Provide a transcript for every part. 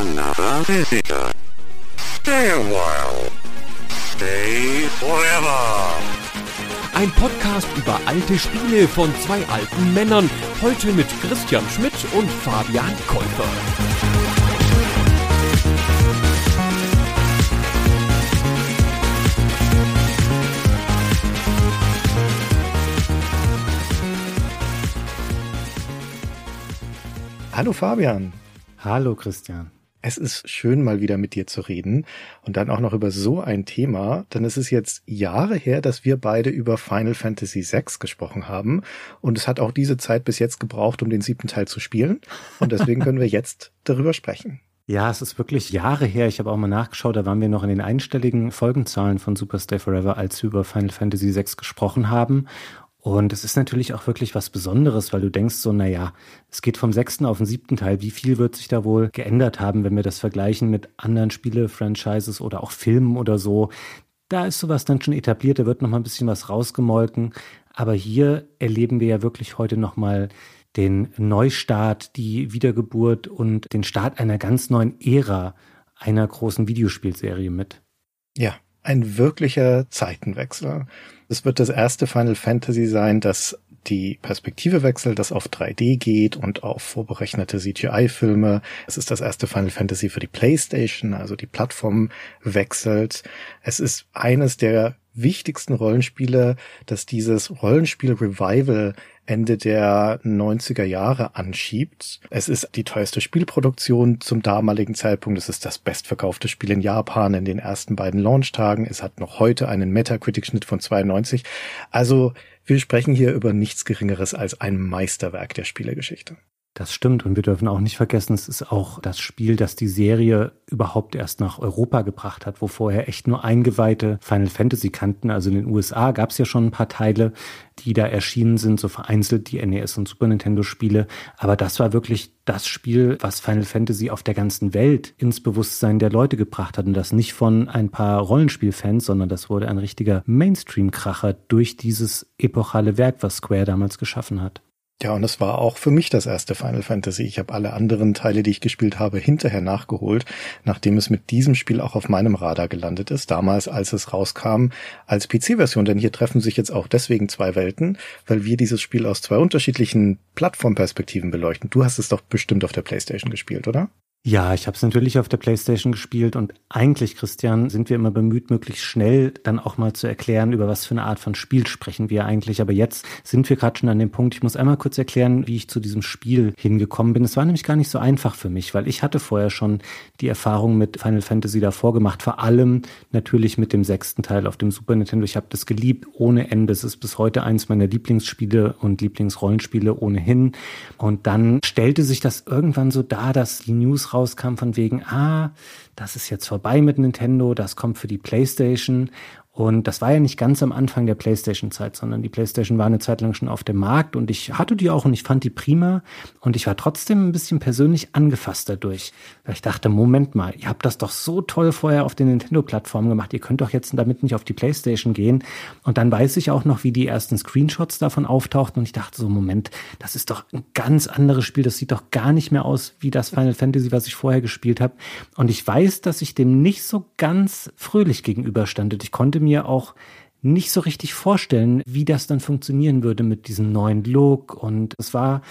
another visitor. Stay a while. Stay forever. Ein Podcast über alte Spiele von zwei alten Männern. Heute mit Christian Schmidt und Fabian Käufer. Hallo Fabian. Hallo Christian. Es ist schön, mal wieder mit dir zu reden und dann auch noch über so ein Thema, denn es ist jetzt Jahre her, dass wir beide über Final Fantasy VI gesprochen haben und es hat auch diese Zeit bis jetzt gebraucht, um den 7. Teil zu spielen und deswegen können wir jetzt darüber sprechen. Ja, es ist wirklich Jahre her. Ich habe auch mal nachgeschaut, da waren wir noch in den einstelligen Folgenzahlen von Super Stay Forever, als wir über Final Fantasy VI gesprochen haben. Und es ist natürlich auch wirklich was Besonderes, weil du denkst so, naja, es geht vom 6. auf den 7. Teil. Wie viel wird sich da wohl geändert haben, wenn wir das vergleichen mit anderen Spiele-Franchises oder auch Filmen oder so? Da ist sowas dann schon etabliert, da wird noch mal ein bisschen was rausgemolken. Aber hier erleben wir ja wirklich heute noch mal den Neustart, die Wiedergeburt und den Start einer ganz neuen Ära einer großen Videospielserie mit. Ja, ein wirklicher Zeitenwechsel. Es wird das erste Final Fantasy sein, das die Perspektive wechselt, das auf 3D geht und auf vorberechnete CGI-Filme. Es ist das erste Final Fantasy für die PlayStation, also die Plattform wechselt. Es ist eines der wichtigsten Rollenspiele, das dieses Rollenspiel-Revival Ende der 90er Jahre anschiebt. Es ist die teuerste Spielproduktion zum damaligen Zeitpunkt. Es ist das bestverkaufte Spiel in Japan in den ersten beiden Launchtagen. Es hat noch heute einen Metacritic-Schnitt von 92. Also wir sprechen hier über nichts Geringeres als ein Meisterwerk der Spielegeschichte. Das stimmt und wir dürfen auch nicht vergessen, es ist auch das Spiel, das die Serie überhaupt erst nach Europa gebracht hat, wo vorher echt nur Eingeweihte Final Fantasy kannten. Also in den USA gab es ja schon ein paar Teile, die da erschienen sind, so vereinzelt die NES und Super Nintendo Spiele. Aber das war wirklich das Spiel, was Final Fantasy auf der ganzen Welt ins Bewusstsein der Leute gebracht hat. Und das nicht von ein paar Rollenspielfans, sondern das wurde ein richtiger Mainstream-Kracher durch dieses epochale Werk, was Square damals geschaffen hat. Ja, und es war auch für mich das erste Final Fantasy. Ich habe alle anderen Teile, die ich gespielt habe, hinterher nachgeholt, nachdem es mit diesem Spiel auch auf meinem Radar gelandet ist. Damals, als es rauskam, als PC-Version. Denn hier treffen sich jetzt auch deswegen zwei Welten, weil wir dieses Spiel aus zwei unterschiedlichen Plattformperspektiven beleuchten. Du hast es doch bestimmt auf der PlayStation gespielt, oder? Ja, ich habe es natürlich auf der PlayStation gespielt und eigentlich, Christian, sind wir immer bemüht, möglichst schnell dann auch mal zu erklären, über was für eine Art von Spiel sprechen wir eigentlich. Aber jetzt sind wir gerade schon an dem Punkt, ich muss einmal kurz erklären, wie ich zu diesem Spiel hingekommen bin. Es war nämlich gar nicht so einfach für mich, weil ich hatte vorher schon die Erfahrung mit Final Fantasy davor gemacht, vor allem natürlich mit dem 6. Teil auf dem Super Nintendo. Ich habe das geliebt ohne Ende. Es ist bis heute eins meiner Lieblingsspiele und Lieblingsrollenspiele ohnehin. Und dann stellte sich das irgendwann so dar, dass die News rauskam von wegen, das ist jetzt vorbei mit Nintendo, das kommt für die PlayStation. Und das war ja nicht ganz am Anfang der PlayStation-Zeit, sondern die PlayStation war eine Zeit lang schon auf dem Markt und ich hatte die auch und ich fand die prima und ich war trotzdem ein bisschen persönlich angefasst dadurch, weil ich dachte, Moment mal, ihr habt das doch so toll vorher auf den Nintendo-Plattformen gemacht, ihr könnt doch jetzt damit nicht auf die PlayStation gehen. Und dann weiß ich auch noch, wie die ersten Screenshots davon auftauchten und ich dachte so, Moment, das ist doch ein ganz anderes Spiel, das sieht doch gar nicht mehr aus wie das Final Fantasy, was ich vorher gespielt habe. Und ich weiß, dass ich dem nicht so ganz fröhlich gegenüberstand und ich konnte mir auch nicht so richtig vorstellen, wie das dann funktionieren würde mit diesem neuen Look. Und es war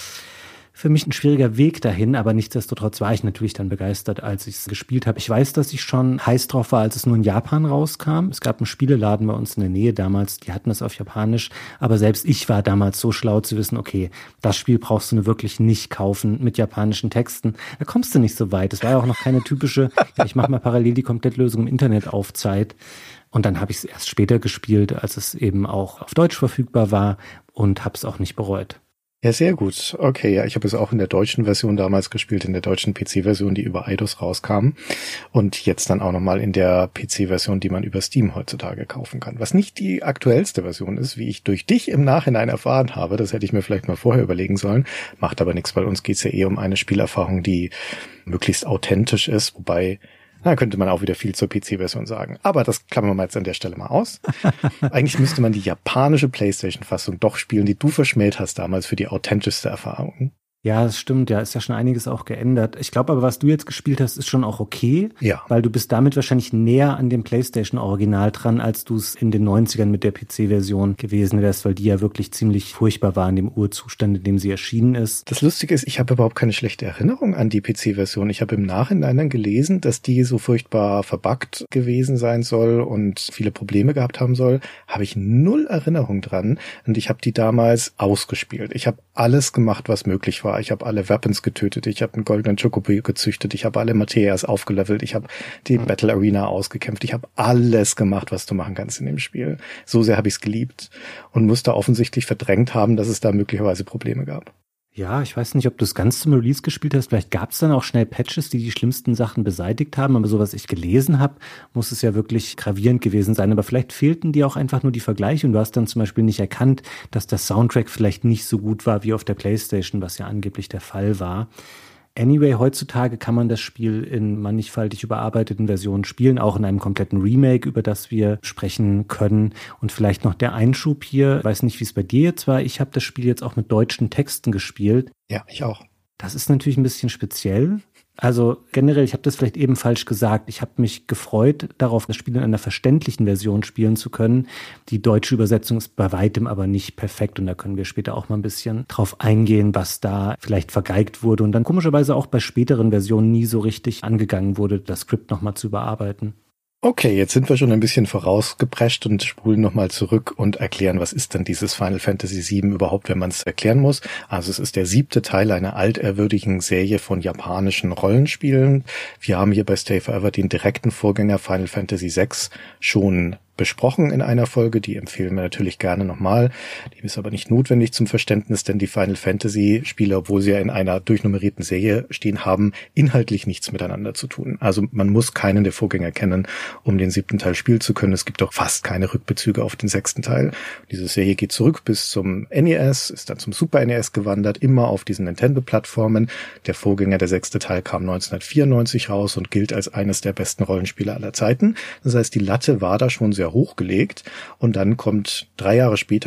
für mich ein schwieriger Weg dahin, aber nichtsdestotrotz war ich natürlich dann begeistert, als ich es gespielt habe. Ich weiß, dass ich schon heiß drauf war, als es nur in Japan rauskam. Es gab einen Spieleladen bei uns in der Nähe damals, die hatten das auf Japanisch, aber selbst ich war damals so schlau zu wissen, okay, das Spiel brauchst du wirklich nicht kaufen mit japanischen Texten. Da kommst du nicht so weit. Es war ja auch noch keine typische, ich mache mal parallel die Komplettlösung im Internet auf Zeit. Und dann habe ich es erst später gespielt, als es eben auch auf Deutsch verfügbar war und habe es auch nicht bereut. Ja, sehr gut. Okay, ja, ich habe es auch in der deutschen Version damals gespielt, in der deutschen PC-Version, die über Eidos rauskam. Und jetzt dann auch nochmal in der PC-Version, die man über Steam heutzutage kaufen kann. Was nicht die aktuellste Version ist, wie ich durch dich im Nachhinein erfahren habe. Das hätte ich mir vielleicht mal vorher überlegen sollen. Macht aber nichts, weil uns geht's ja um eine Spielerfahrung, die möglichst authentisch ist. Wobei, da könnte man auch wieder viel zur PC-Version sagen. Aber das klammern wir jetzt an der Stelle mal aus. Eigentlich müsste man die japanische PlayStation-Fassung doch spielen, die du verschmäht hast damals für die authentischste Erfahrung. Ja, das stimmt. Ja, ist ja schon einiges auch geändert. Ich glaube aber, was du jetzt gespielt hast, ist schon auch okay. Ja. Weil du bist damit wahrscheinlich näher an dem PlayStation-Original dran, als du es in den 90ern mit der PC-Version gewesen wärst, weil die ja wirklich ziemlich furchtbar war in dem Urzustand, in dem sie erschienen ist. Das Lustige ist, ich habe überhaupt keine schlechte Erinnerung an die PC-Version. Ich habe im Nachhinein dann gelesen, dass die so furchtbar verbuggt gewesen sein soll und viele Probleme gehabt haben soll. Habe ich null Erinnerung dran. Und ich habe die damals ausgespielt. Ich habe alles gemacht, was möglich war. Ich habe alle Weapons getötet, ich habe einen goldenen Chocobo gezüchtet, ich habe alle Mateas aufgelevelt, ich habe die Battle Arena ausgekämpft, ich habe alles gemacht, was du machen kannst in dem Spiel. So sehr habe ich es geliebt und musste offensichtlich verdrängt haben, dass es da möglicherweise Probleme gab. Ja, ich weiß nicht, ob du es ganz zum Release gespielt hast. Vielleicht gab es dann auch schnell Patches, die schlimmsten Sachen beseitigt haben. Aber so, was ich gelesen habe, muss es ja wirklich gravierend gewesen sein. Aber vielleicht fehlten dir auch einfach nur die Vergleiche. Und du hast dann zum Beispiel nicht erkannt, dass der Soundtrack vielleicht nicht so gut war wie auf der PlayStation, was ja angeblich der Fall war. Anyway, heutzutage kann man das Spiel in mannigfaltig überarbeiteten Versionen spielen, auch in einem kompletten Remake, über das wir sprechen können. Und vielleicht noch der Einschub hier, ich weiß nicht, wie es bei dir jetzt war, ich habe das Spiel jetzt auch mit deutschen Texten gespielt. Ja, ich auch. Das ist natürlich ein bisschen speziell. Also generell, ich habe das vielleicht eben falsch gesagt. Ich habe mich gefreut darauf, das Spiel in einer verständlichen Version spielen zu können. Die deutsche Übersetzung ist bei weitem aber nicht perfekt und da können wir später auch mal ein bisschen drauf eingehen, was da vielleicht vergeigt wurde und dann komischerweise auch bei späteren Versionen nie so richtig angegangen wurde, das Skript nochmal zu überarbeiten. Okay, jetzt sind wir schon ein bisschen vorausgeprescht und spulen nochmal zurück und erklären, was ist denn dieses Final Fantasy VII überhaupt, wenn man es erklären muss. Also es ist der 7. Teil einer altehrwürdigen Serie von japanischen Rollenspielen. Wir haben hier bei Stay Forever den direkten Vorgänger Final Fantasy VI schon besprochen in einer Folge, die empfehlen wir natürlich gerne nochmal. Die ist aber nicht notwendig zum Verständnis, denn die Final Fantasy Spiele, obwohl sie ja in einer durchnummerierten Serie stehen, haben inhaltlich nichts miteinander zu tun. Also man muss keinen der Vorgänger kennen, um den 7. Teil spielen zu können. Es gibt auch fast keine Rückbezüge auf den 6. Teil. Diese Serie geht zurück bis zum NES, ist dann zum Super NES gewandert, immer auf diesen Nintendo-Plattformen. Der Vorgänger, der 6. Teil, kam 1994 raus und gilt als eines der besten Rollenspiele aller Zeiten. Das heißt, die Latte war da schon sehr hochgelegt und dann kommt 3 Jahre später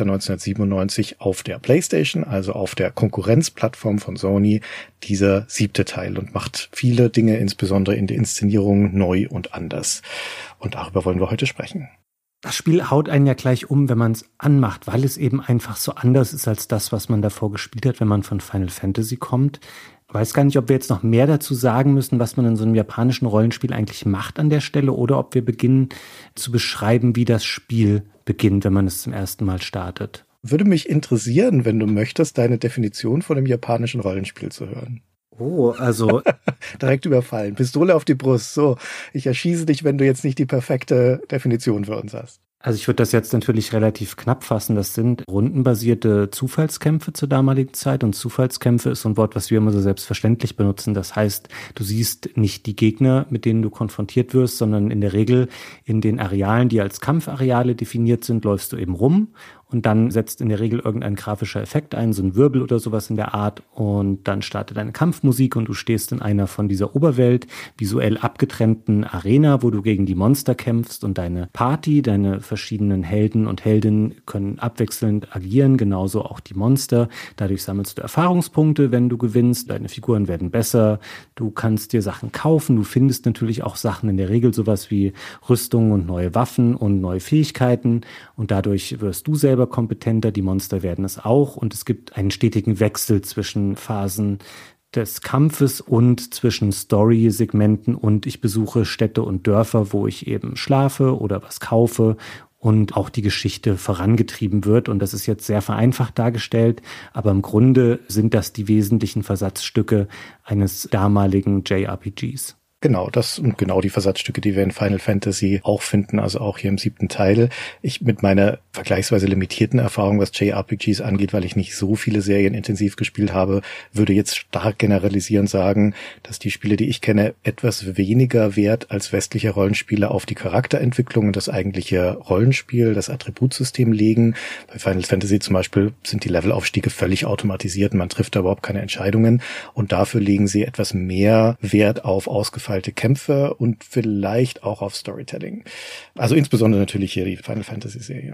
1997 auf der PlayStation, also auf der Konkurrenzplattform von Sony, dieser 7. Teil und macht viele Dinge, insbesondere in der Inszenierung, neu und anders. Und darüber wollen wir heute sprechen. Das Spiel haut einen ja gleich um, wenn man es anmacht, weil es eben einfach so anders ist als das, was man davor gespielt hat, wenn man von Final Fantasy kommt. Ich weiß gar nicht, ob wir jetzt noch mehr dazu sagen müssen, was man in so einem japanischen Rollenspiel eigentlich macht an der Stelle oder ob wir beginnen zu beschreiben, wie das Spiel beginnt, wenn man es zum ersten Mal startet. Würde mich interessieren, wenn du möchtest, deine Definition von einem japanischen Rollenspiel zu hören. Oh, also direkt überfallen. Pistole auf die Brust. So, ich erschieße dich, wenn du jetzt nicht die perfekte Definition für uns hast. Also ich würde das jetzt natürlich relativ knapp fassen. Das sind rundenbasierte Zufallskämpfe zur damaligen Zeit. Und Zufallskämpfe ist so ein Wort, was wir immer so selbstverständlich benutzen. Das heißt, du siehst nicht die Gegner, mit denen du konfrontiert wirst, sondern in der Regel in den Arealen, die als Kampfareale definiert sind, läufst du eben rum. Und dann setzt in der Regel irgendein grafischer Effekt ein, so ein Wirbel oder sowas in der Art. Und dann startet eine Kampfmusik und du stehst in einer von dieser Oberwelt visuell abgetrennten Arena, wo du gegen die Monster kämpfst und deine Party, deine verschiedenen Helden und Heldinnen können abwechselnd agieren, genauso auch die Monster. Dadurch sammelst du Erfahrungspunkte, wenn du gewinnst. Deine Figuren werden besser. Du kannst dir Sachen kaufen. Du findest natürlich auch Sachen, in der Regel sowas wie Rüstungen und neue Waffen und neue Fähigkeiten. Und dadurch wirst du selber kompetenter, die Monster werden es auch und es gibt einen stetigen Wechsel zwischen Phasen des Kampfes und zwischen Story-Segmenten und ich besuche Städte und Dörfer, wo ich eben schlafe oder was kaufe und auch die Geschichte vorangetrieben wird und das ist jetzt sehr vereinfacht dargestellt, aber im Grunde sind das die wesentlichen Versatzstücke eines damaligen JRPGs. Genau, das und genau die Versatzstücke, die wir in Final Fantasy auch finden, also auch hier im 7. Teil. Ich mit meiner vergleichsweise limitierten Erfahrung, was JRPGs angeht, weil ich nicht so viele Serien intensiv gespielt habe, würde jetzt stark generalisierend sagen, dass die Spiele, die ich kenne, etwas weniger Wert als westliche Rollenspiele auf die Charakterentwicklung und das eigentliche Rollenspiel, das Attributsystem legen. Bei Final Fantasy zum Beispiel sind die Levelaufstiege völlig automatisiert, man trifft da überhaupt keine Entscheidungen und dafür legen sie etwas mehr Wert auf ausgefeilte Kämpfe und vielleicht auch auf Storytelling. Also insbesondere natürlich hier die Final Fantasy Serie.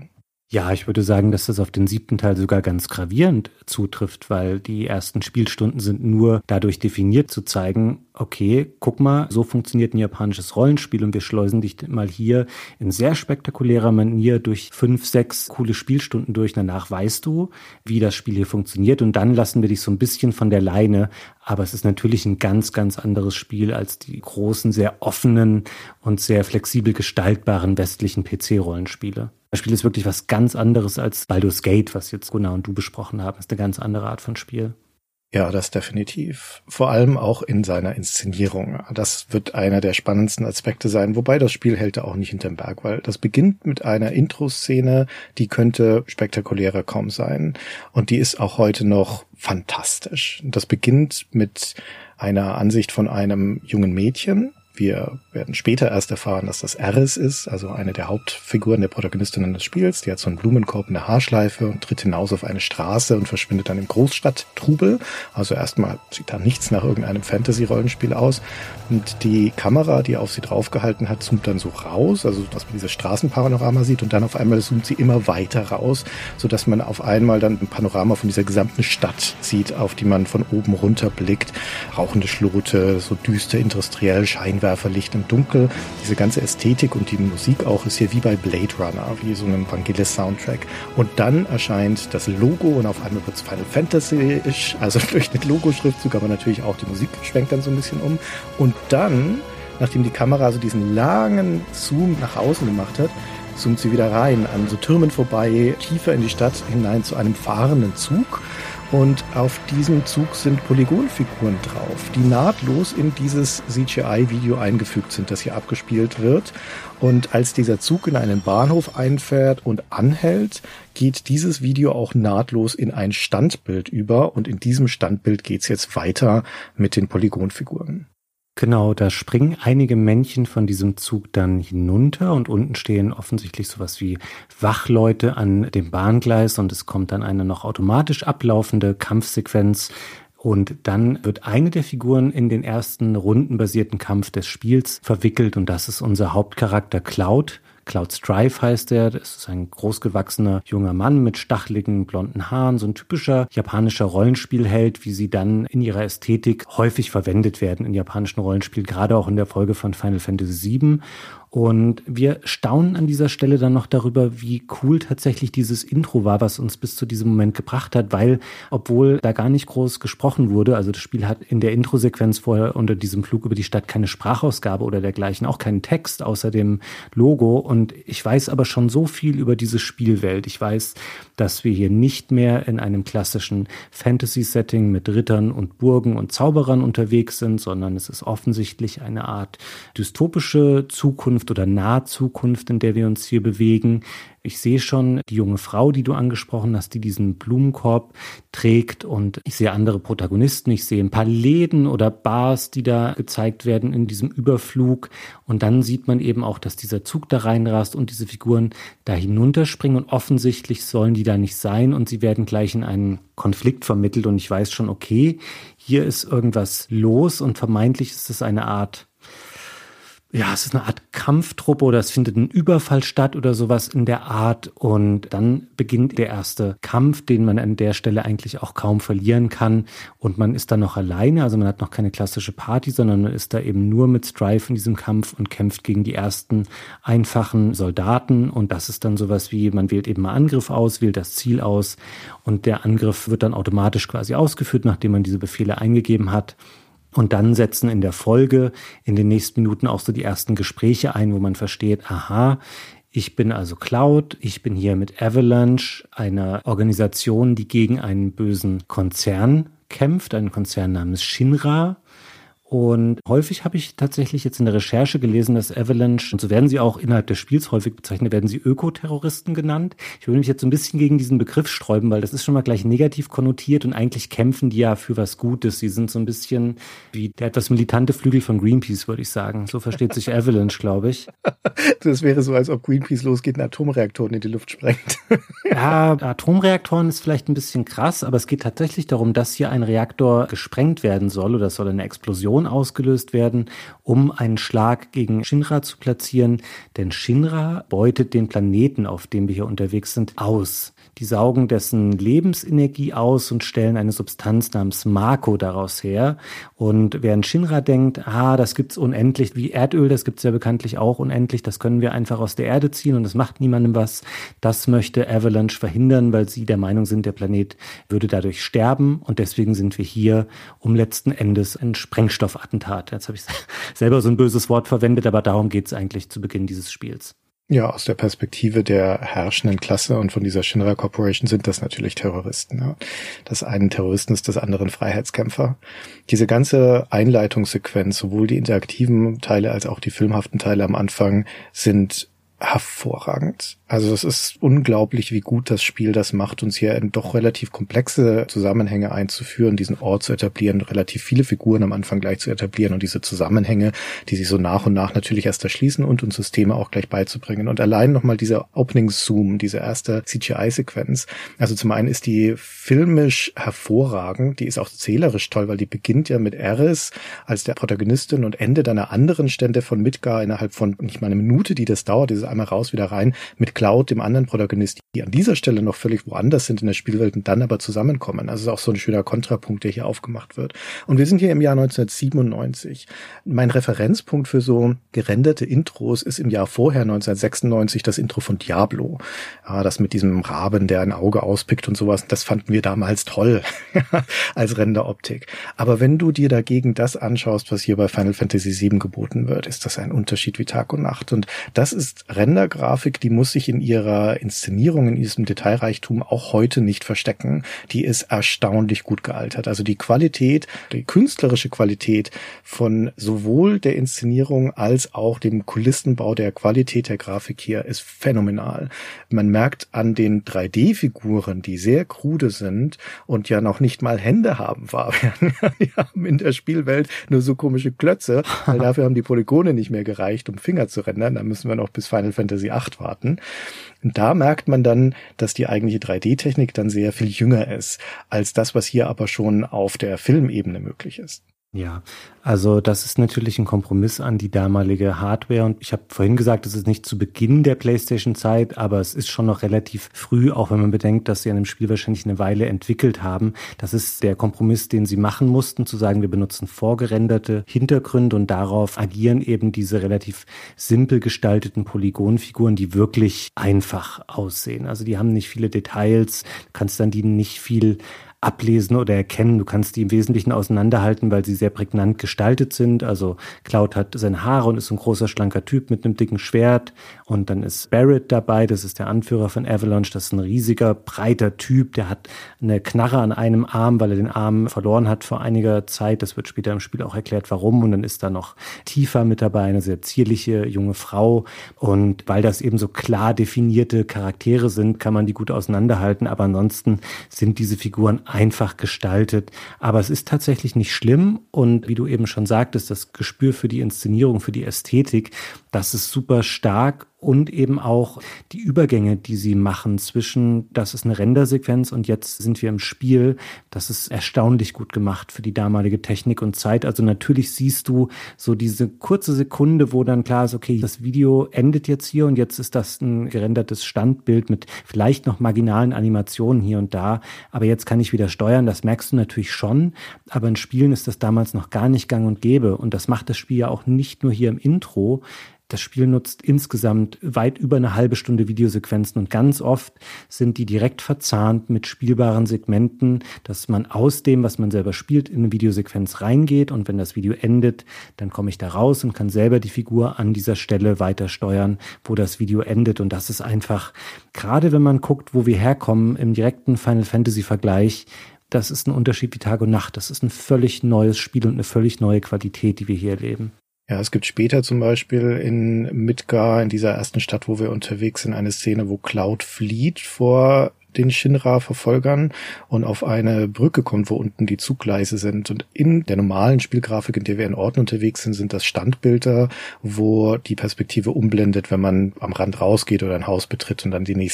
Ja, ich würde sagen, dass das auf den 7. Teil sogar ganz gravierend zutrifft, weil die ersten Spielstunden sind nur dadurch definiert zu zeigen, okay, guck mal, so funktioniert ein japanisches Rollenspiel und wir schleusen dich mal hier in sehr spektakulärer Manier durch 5, 6 coole Spielstunden durch. Danach weißt du, wie das Spiel hier funktioniert und dann lassen wir dich so ein bisschen von der Leine. Aber es ist natürlich ein ganz, ganz anderes Spiel als die großen, sehr offenen und sehr flexibel gestaltbaren westlichen PC-Rollenspiele. Das Spiel ist wirklich was ganz anderes als Baldur's Gate, was jetzt Gunnar und du besprochen haben. Das ist eine ganz andere Art von Spiel. Ja, das definitiv. Vor allem auch in seiner Inszenierung. Das wird einer der spannendsten Aspekte sein, wobei das Spiel hält da auch nicht hinterm Berg, weil das beginnt mit einer Intro-Szene, die könnte spektakulärer kaum sein. Und die ist auch heute noch fantastisch. Das beginnt mit einer Ansicht von einem jungen Mädchen. Wir werden später erst erfahren, dass das Aris ist, also eine der Hauptfiguren der Protagonistinnen des Spiels. Die hat so einen Blumenkorb in der Haarschleife und tritt hinaus auf eine Straße und verschwindet dann im Großstadttrubel. Also erstmal sieht da nichts nach irgendeinem Fantasy-Rollenspiel aus. Und die Kamera, die auf sie draufgehalten hat, zoomt dann so raus, also dass man dieses Straßenpanorama sieht und dann auf einmal zoomt sie immer weiter raus, sodass man auf einmal dann ein Panorama von dieser gesamten Stadt sieht, auf die man von oben runter blickt. Rauchende Schlote, so düster industriell, Scheinwerferlicht im Dunkel. Diese ganze Ästhetik und die Musik auch ist hier wie bei Blade Runner, wie so einem Vangelis-Soundtrack. Und dann erscheint das Logo und auf einmal wird es Final Fantasy-isch, also durch den Logo-Schriftzug, aber natürlich auch die Musik schwenkt dann so ein bisschen um. Und dann, nachdem die Kamera so diesen langen Zoom nach außen gemacht hat, zoomt sie wieder rein, an so Türmen vorbei, tiefer in die Stadt hinein zu einem fahrenden Zug. Und auf diesem Zug sind Polygonfiguren drauf, die nahtlos in dieses CGI-Video eingefügt sind, das hier abgespielt wird. Und als dieser Zug in einen Bahnhof einfährt und anhält, geht dieses Video auch nahtlos in ein Standbild über. Und in diesem Standbild geht's jetzt weiter mit den Polygonfiguren. Genau, da springen einige Männchen von diesem Zug dann hinunter und unten stehen offensichtlich sowas wie Wachleute an dem Bahngleis und es kommt dann eine noch automatisch ablaufende Kampfsequenz und dann wird eine der Figuren in den ersten rundenbasierten Kampf des Spiels verwickelt und das ist unser Hauptcharakter Cloud. Cloud Strife heißt er, das ist ein großgewachsener junger Mann mit stacheligen blonden Haaren, so ein typischer japanischer Rollenspielheld, wie sie dann in ihrer Ästhetik häufig verwendet werden in japanischen Rollenspielen, gerade auch in der Folge von Final Fantasy VII. Und wir staunen an dieser Stelle dann noch darüber, wie cool tatsächlich dieses Intro war, was uns bis zu diesem Moment gebracht hat, weil, obwohl da gar nicht groß gesprochen wurde, also das Spiel hat in der Introsequenz vorher unter diesem Flug über die Stadt keine Sprachausgabe oder dergleichen, auch keinen Text außer dem Logo. Und ich weiß aber schon so viel über diese Spielwelt. Ich weiß, dass wir hier nicht mehr in einem klassischen Fantasy-Setting mit Rittern und Burgen und Zauberern unterwegs sind, sondern es ist offensichtlich eine Art dystopische Zukunft oder Nahzukunft, in der wir uns hier bewegen. Ich sehe schon die junge Frau, die du angesprochen hast, die diesen Blumenkorb trägt und ich sehe andere Protagonisten. Ich sehe ein paar Läden oder Bars, die da gezeigt werden in diesem Überflug und dann sieht man eben auch, dass dieser Zug da reinrast und diese Figuren da hinunterspringen und offensichtlich sollen die da nicht sein und sie werden gleich in einen Konflikt vermittelt und ich weiß schon, okay, hier ist irgendwas los und vermeintlich ist es eine Art es ist eine Art Kampftruppe oder es findet ein Überfall statt oder sowas in der Art und dann beginnt der erste Kampf, den man an der Stelle eigentlich auch kaum verlieren kann und man ist dann noch alleine, also man hat noch keine klassische Party, sondern man ist da eben nur mit Strife in diesem Kampf und kämpft gegen die ersten einfachen Soldaten und das ist dann sowas wie, man wählt eben mal Angriff aus, wählt das Ziel aus und der Angriff wird dann automatisch quasi ausgeführt, nachdem man diese Befehle eingegeben hat. Und dann setzen in der Folge in den nächsten Minuten auch so die ersten Gespräche ein, wo man versteht, aha, ich bin also Cloud, ich bin hier mit Avalanche, einer Organisation, die gegen einen bösen Konzern kämpft, einen Konzern namens Shinra. Und häufig habe ich tatsächlich jetzt in der Recherche gelesen, dass Avalanche, und so werden sie auch innerhalb des Spiels häufig bezeichnet, werden sie Ökoterroristen genannt. Ich will mich jetzt so ein bisschen gegen diesen Begriff sträuben, weil das ist schon mal gleich negativ konnotiert und eigentlich kämpfen die ja für was Gutes. Sie sind so ein bisschen wie der etwas militante Flügel von Greenpeace, würde ich sagen. So versteht sich Avalanche, glaube ich. Das wäre so, als ob Greenpeace losgeht und Atomreaktoren in die Luft sprengt. Ja, Atomreaktoren ist vielleicht ein bisschen krass, aber es geht tatsächlich darum, dass hier ein Reaktor gesprengt werden soll oder es soll eine Explosion Explosion ausgelöst werden, um einen Schlag gegen Shinra zu platzieren. Denn Shinra beutet den Planeten, auf dem wir hier unterwegs sind, aus. Die saugen dessen Lebensenergie aus und stellen eine Substanz namens Mako daraus her. Und während Shinra denkt, das gibt's unendlich, wie Erdöl, das gibt's ja bekanntlich auch unendlich, das können wir einfach aus der Erde ziehen und das macht niemandem was. Das möchte Avalanche verhindern, weil sie der Meinung sind, der Planet würde dadurch sterben. Und deswegen sind wir hier, um letzten Endes ein Sprengstoffattentat. Jetzt habe ich selber so ein böses Wort verwendet, aber darum geht's eigentlich zu Beginn dieses Spiels. Ja, aus der Perspektive der herrschenden Klasse und von dieser Shinra Corporation sind das natürlich Terroristen. Ja. Das einen Terroristen ist des anderen Freiheitskämpfer. Diese ganze Einleitungssequenz, sowohl die interaktiven Teile als auch die filmhaften Teile am Anfang, sind hervorragend. Also es ist unglaublich, wie gut das Spiel das macht, uns hier in doch relativ komplexe Zusammenhänge einzuführen, diesen Ort zu etablieren, relativ viele Figuren am Anfang gleich zu etablieren und diese Zusammenhänge, die sich so nach und nach natürlich erst erschließen und uns Systeme auch gleich beizubringen. Und allein nochmal dieser Opening Zoom, diese erste CGI-Sequenz, also zum einen ist die filmisch hervorragend, die ist auch zählerisch toll, weil die beginnt ja mit Aeris als der Protagonistin und endet an einer anderen Stelle von Midgar innerhalb von nicht mal eine Minute, die das dauert, dieses einmal raus, wieder rein, mit Cloud, dem anderen Protagonist, die an dieser Stelle noch völlig woanders sind in der Spielwelt und dann aber zusammenkommen. Also es ist auch so ein schöner Kontrapunkt, der hier aufgemacht wird. Und wir sind hier im Jahr 1997. Mein Referenzpunkt für so gerenderte Intros ist im Jahr vorher, 1996, das Intro von Diablo. Ja, das mit diesem Raben, der ein Auge auspickt und sowas. Das fanden wir damals toll als Renderoptik. Aber wenn du dir dagegen das anschaust, was hier bei Final Fantasy VII geboten wird, ist das ein Unterschied wie Tag und Nacht. Und das ist Rendergrafik, die muss sich in ihrer Inszenierung, in diesem Detailreichtum auch heute nicht verstecken. Die ist erstaunlich gut gealtert. Also die Qualität, die künstlerische Qualität von sowohl der Inszenierung als auch dem Kulissenbau, der Qualität der Grafik hier ist phänomenal. Man merkt an den 3D-Figuren, die sehr krude sind und ja noch nicht mal Hände haben, Fabian. Die haben in der Spielwelt nur so komische Klötze, weil dafür haben die Polygone nicht mehr gereicht, um Finger zu rendern. Da müssen wir noch bis Final Fantasy VIII warten. Und da merkt man dann, dass die eigentliche 3D-Technik dann sehr viel jünger ist, als das, was hier aber schon auf der Filmebene möglich ist. Ja, also das ist natürlich ein Kompromiss an die damalige Hardware und ich habe vorhin gesagt, es ist nicht zu Beginn der PlayStation-Zeit, aber es ist schon noch relativ früh, auch wenn man bedenkt, dass sie an dem Spiel wahrscheinlich eine Weile entwickelt haben. Das ist der Kompromiss, den sie machen mussten, zu sagen, wir benutzen vorgerenderte Hintergründe und darauf agieren eben diese relativ simpel gestalteten Polygonfiguren, die wirklich einfach aussehen. Also die haben nicht viele Details, du kannst dann die nicht viel ablesen oder erkennen. Du kannst die im Wesentlichen auseinanderhalten, weil sie sehr prägnant gestaltet sind. Also Cloud hat seine Haare und ist so ein großer, schlanker Typ mit einem dicken Schwert. Und dann ist Barrett dabei, das ist der Anführer von Avalanche. Das ist ein riesiger, breiter Typ, der hat eine Knarre an einem Arm, weil er den Arm verloren hat vor einiger Zeit. Das wird später im Spiel auch erklärt, warum. Und dann ist da noch Tifa mit dabei, eine sehr zierliche junge Frau. Und weil das eben so klar definierte Charaktere sind, kann man die gut auseinanderhalten. Aber ansonsten sind diese Figuren einfach gestaltet. Aber es ist tatsächlich nicht schlimm. Und wie du eben schon sagtest, das Gespür für die Inszenierung, für die Ästhetik, das ist super stark. Und eben auch die Übergänge, die sie machen zwischen, das ist eine Rendersequenz und jetzt sind wir im Spiel. Das ist erstaunlich gut gemacht für die damalige Technik und Zeit. Also natürlich siehst du so diese kurze Sekunde, wo dann klar ist, okay, das Video endet jetzt hier und jetzt ist das ein gerendertes Standbild mit vielleicht noch marginalen Animationen hier und da. Aber jetzt kann ich wieder steuern. Das merkst du natürlich schon. Aber in Spielen ist das damals noch gar nicht gang und gäbe. Und das macht das Spiel ja auch nicht nur hier im Intro. Das Spiel nutzt insgesamt weit über eine halbe Stunde Videosequenzen und ganz oft sind die direkt verzahnt mit spielbaren Segmenten, dass man aus dem, was man selber spielt, in eine Videosequenz reingeht und wenn das Video endet, dann komme ich da raus und kann selber die Figur an dieser Stelle weiter steuern, wo das Video endet und das ist einfach, gerade wenn man guckt, wo wir herkommen im direkten Final Fantasy Vergleich, das ist ein Unterschied wie Tag und Nacht. Das ist ein völlig neues Spiel und eine völlig neue Qualität, die wir hier erleben. Ja, es gibt später zum Beispiel in Midgar, in dieser ersten Stadt, wo wir unterwegs sind, eine Szene, wo Cloud flieht vor den Shinra-Verfolgern und auf eine Brücke kommt, wo unten die Zuggleise sind. Und in der normalen Spielgrafik, in der wir in Orten unterwegs sind, sind das Standbilder, wo die Perspektive umblendet, wenn man am Rand rausgeht oder ein Haus betritt und dann die nächsten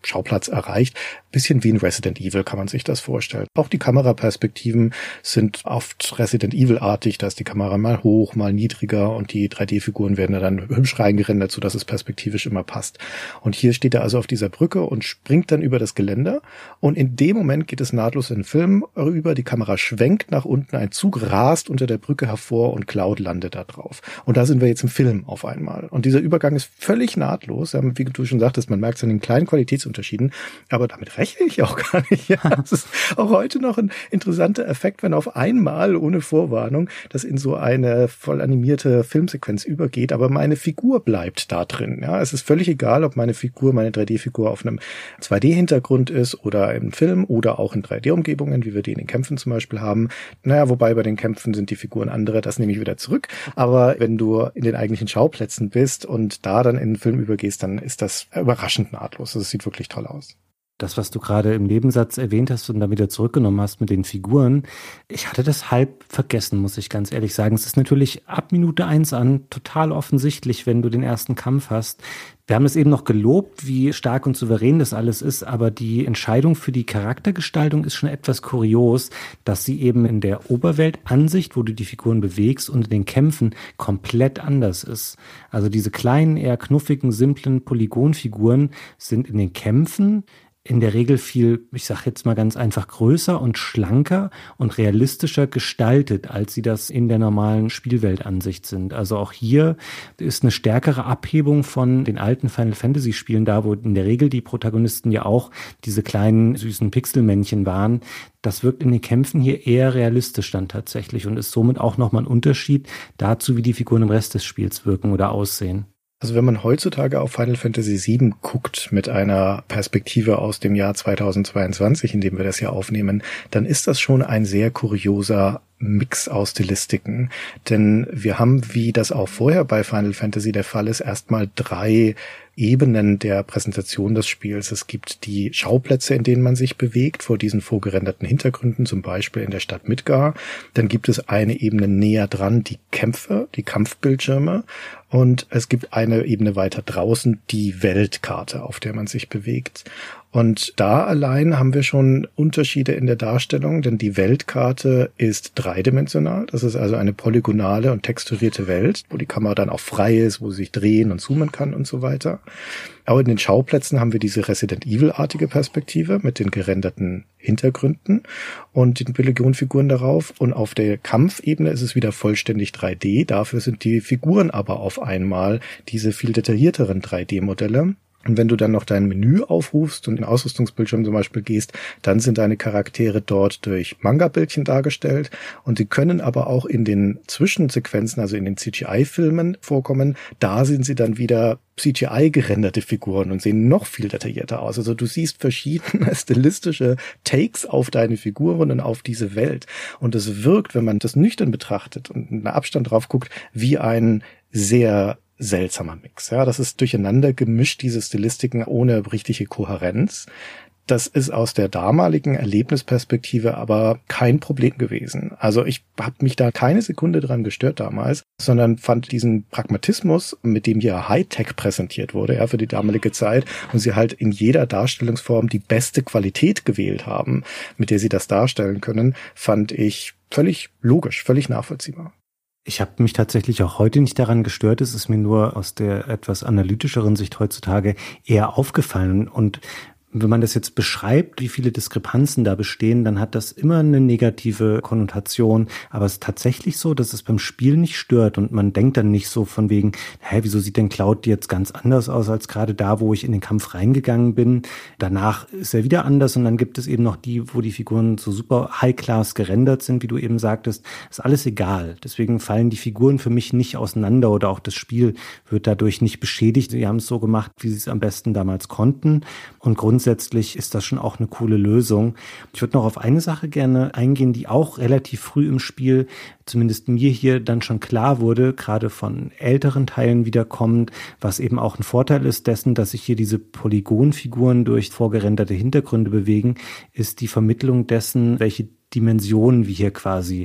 Schauplatz erreicht. Bisschen wie in Resident Evil kann man sich das vorstellen. Auch die Kameraperspektiven sind oft Resident Evil-artig. Da ist die Kamera mal hoch, mal niedriger und die 3D-Figuren werden dann hübsch reingerendert, sodass es perspektivisch immer passt. Und hier steht er also auf dieser Brücke und springt dann über das Geländer. Und in dem Moment geht es nahtlos in den Film rüber. Die Kamera schwenkt nach unten, ein Zug rast unter der Brücke hervor und Cloud landet da drauf. Und da sind wir jetzt im Film auf einmal. Und dieser Übergang ist völlig nahtlos. Wie du schon sagtest, man merkt es an den kleinen Qualitätsunterschieden. Aber damit rechne ich auch gar nicht. Ja, das ist auch heute noch ein interessanter Effekt, wenn auf einmal, ohne Vorwarnung, das in so eine voll animierte Filmsequenz übergeht. Aber meine Figur bleibt da drin. Ja, es ist völlig egal, ob meine 3D-Figur auf einem 2D-Hintergrund ist oder im Film oder auch in 3D-Umgebungen, wie wir die in den Kämpfen zum Beispiel haben. Naja, wobei bei den Kämpfen sind die Figuren andere, das nehme ich wieder zurück. Aber wenn du in den eigentlichen Schauplätzen bist und da dann in den Film übergehst, dann ist das überraschend nahtlos. Das sieht wirklich toll aus. Das, was du gerade im Nebensatz erwähnt hast und dann wieder zurückgenommen hast mit den Figuren, ich hatte das halb vergessen, muss ich ganz ehrlich sagen. Es ist natürlich ab Minute 1 an total offensichtlich, wenn du den ersten Kampf hast. Wir haben es eben noch gelobt, wie stark und souverän das alles ist, aber die Entscheidung für die Charaktergestaltung ist schon etwas kurios, dass sie eben in der Oberweltansicht, wo du die Figuren bewegst, und in den Kämpfen komplett anders ist. Also diese kleinen, eher knuffigen, simplen Polygonfiguren sind in den Kämpfen in der Regel viel, ich sage jetzt mal ganz einfach, größer und schlanker und realistischer gestaltet, als sie das in der normalen Spielweltansicht sind. Also auch hier ist eine stärkere Abhebung von den alten Final Fantasy Spielen da, wo in der Regel die Protagonisten ja auch diese kleinen, süßen Pixelmännchen waren. Das wirkt in den Kämpfen hier eher realistisch dann tatsächlich und ist somit auch nochmal ein Unterschied dazu, wie die Figuren im Rest des Spiels wirken oder aussehen. Also wenn man heutzutage auf Final Fantasy VII guckt mit einer Perspektive aus dem Jahr 2022, in dem wir das ja aufnehmen, dann ist das schon ein sehr kurioser Mix aus Stilistiken. Denn wir haben, wie das auch vorher bei Final Fantasy der Fall ist, erstmal 3 Ebenen der Präsentation des Spiels. Es gibt die Schauplätze, in denen man sich bewegt, vor diesen vorgerenderten Hintergründen, zum Beispiel in der Stadt Midgar. Dann gibt es eine Ebene näher dran, die Kämpfe, die Kampfbildschirme. Und es gibt eine Ebene weiter draußen, die Weltkarte, auf der man sich bewegt. Und da allein haben wir schon Unterschiede in der Darstellung, denn die Weltkarte ist dreidimensional. Das ist also eine polygonale und texturierte Welt, wo die Kamera dann auch frei ist, wo sie sich drehen und zoomen kann und so weiter. Aber in den Schauplätzen haben wir diese Resident Evil-artige Perspektive mit den gerenderten Hintergründen und den Polygonfiguren darauf. Und auf der Kampfebene ist es wieder vollständig 3D. Dafür sind die Figuren aber auf einmal diese viel detaillierteren 3D-Modelle. Und wenn du dann noch dein Menü aufrufst und in den Ausrüstungsbildschirm zum Beispiel gehst, dann sind deine Charaktere dort durch Manga-Bildchen dargestellt und sie können aber auch in den Zwischensequenzen, also in den CGI-Filmen vorkommen. Da sind sie dann wieder CGI-gerenderte Figuren und sehen noch viel detaillierter aus. Also du siehst verschiedene stilistische Takes auf deine Figuren und auf diese Welt. Und es wirkt, wenn man das nüchtern betrachtet und mit einem Abstand drauf guckt, wie ein sehr seltsamer Mix. Ja, das ist durcheinander gemischt, diese Stilistiken ohne richtige Kohärenz. Das ist aus der damaligen Erlebnisperspektive aber kein Problem gewesen. Also ich habe mich da keine Sekunde dran gestört damals, sondern fand diesen Pragmatismus, mit dem hier Hightech präsentiert wurde, ja, für die damalige Zeit, und sie halt in jeder Darstellungsform die beste Qualität gewählt haben, mit der sie das darstellen können, fand ich völlig logisch, völlig nachvollziehbar. Ich habe mich tatsächlich auch heute nicht daran gestört. Es ist mir nur aus der etwas analytischeren Sicht heutzutage eher aufgefallen. Und wenn man das jetzt beschreibt, wie viele Diskrepanzen da bestehen, dann hat das immer eine negative Konnotation. Aber es ist tatsächlich so, dass es beim Spiel nicht stört und man denkt dann nicht so von wegen, wieso sieht denn Cloud jetzt ganz anders aus als gerade da, wo ich in den Kampf reingegangen bin. Danach ist er wieder anders und dann gibt es eben noch die, wo die Figuren so super high-class gerendert sind, wie du eben sagtest. Ist alles egal. Deswegen fallen die Figuren für mich nicht auseinander oder auch das Spiel wird dadurch nicht beschädigt. Sie haben es so gemacht, wie sie es am besten damals konnten und grundsätzlich ist das schon auch eine coole Lösung. Ich würde noch auf eine Sache gerne eingehen, die auch relativ früh im Spiel, zumindest mir hier dann schon klar wurde, gerade von älteren Teilen wiederkommend, was eben auch ein Vorteil ist dessen, dass sich hier diese Polygonfiguren durch vorgerenderte Hintergründe bewegen, ist die Vermittlung dessen, welche Dimensionen wir hier quasi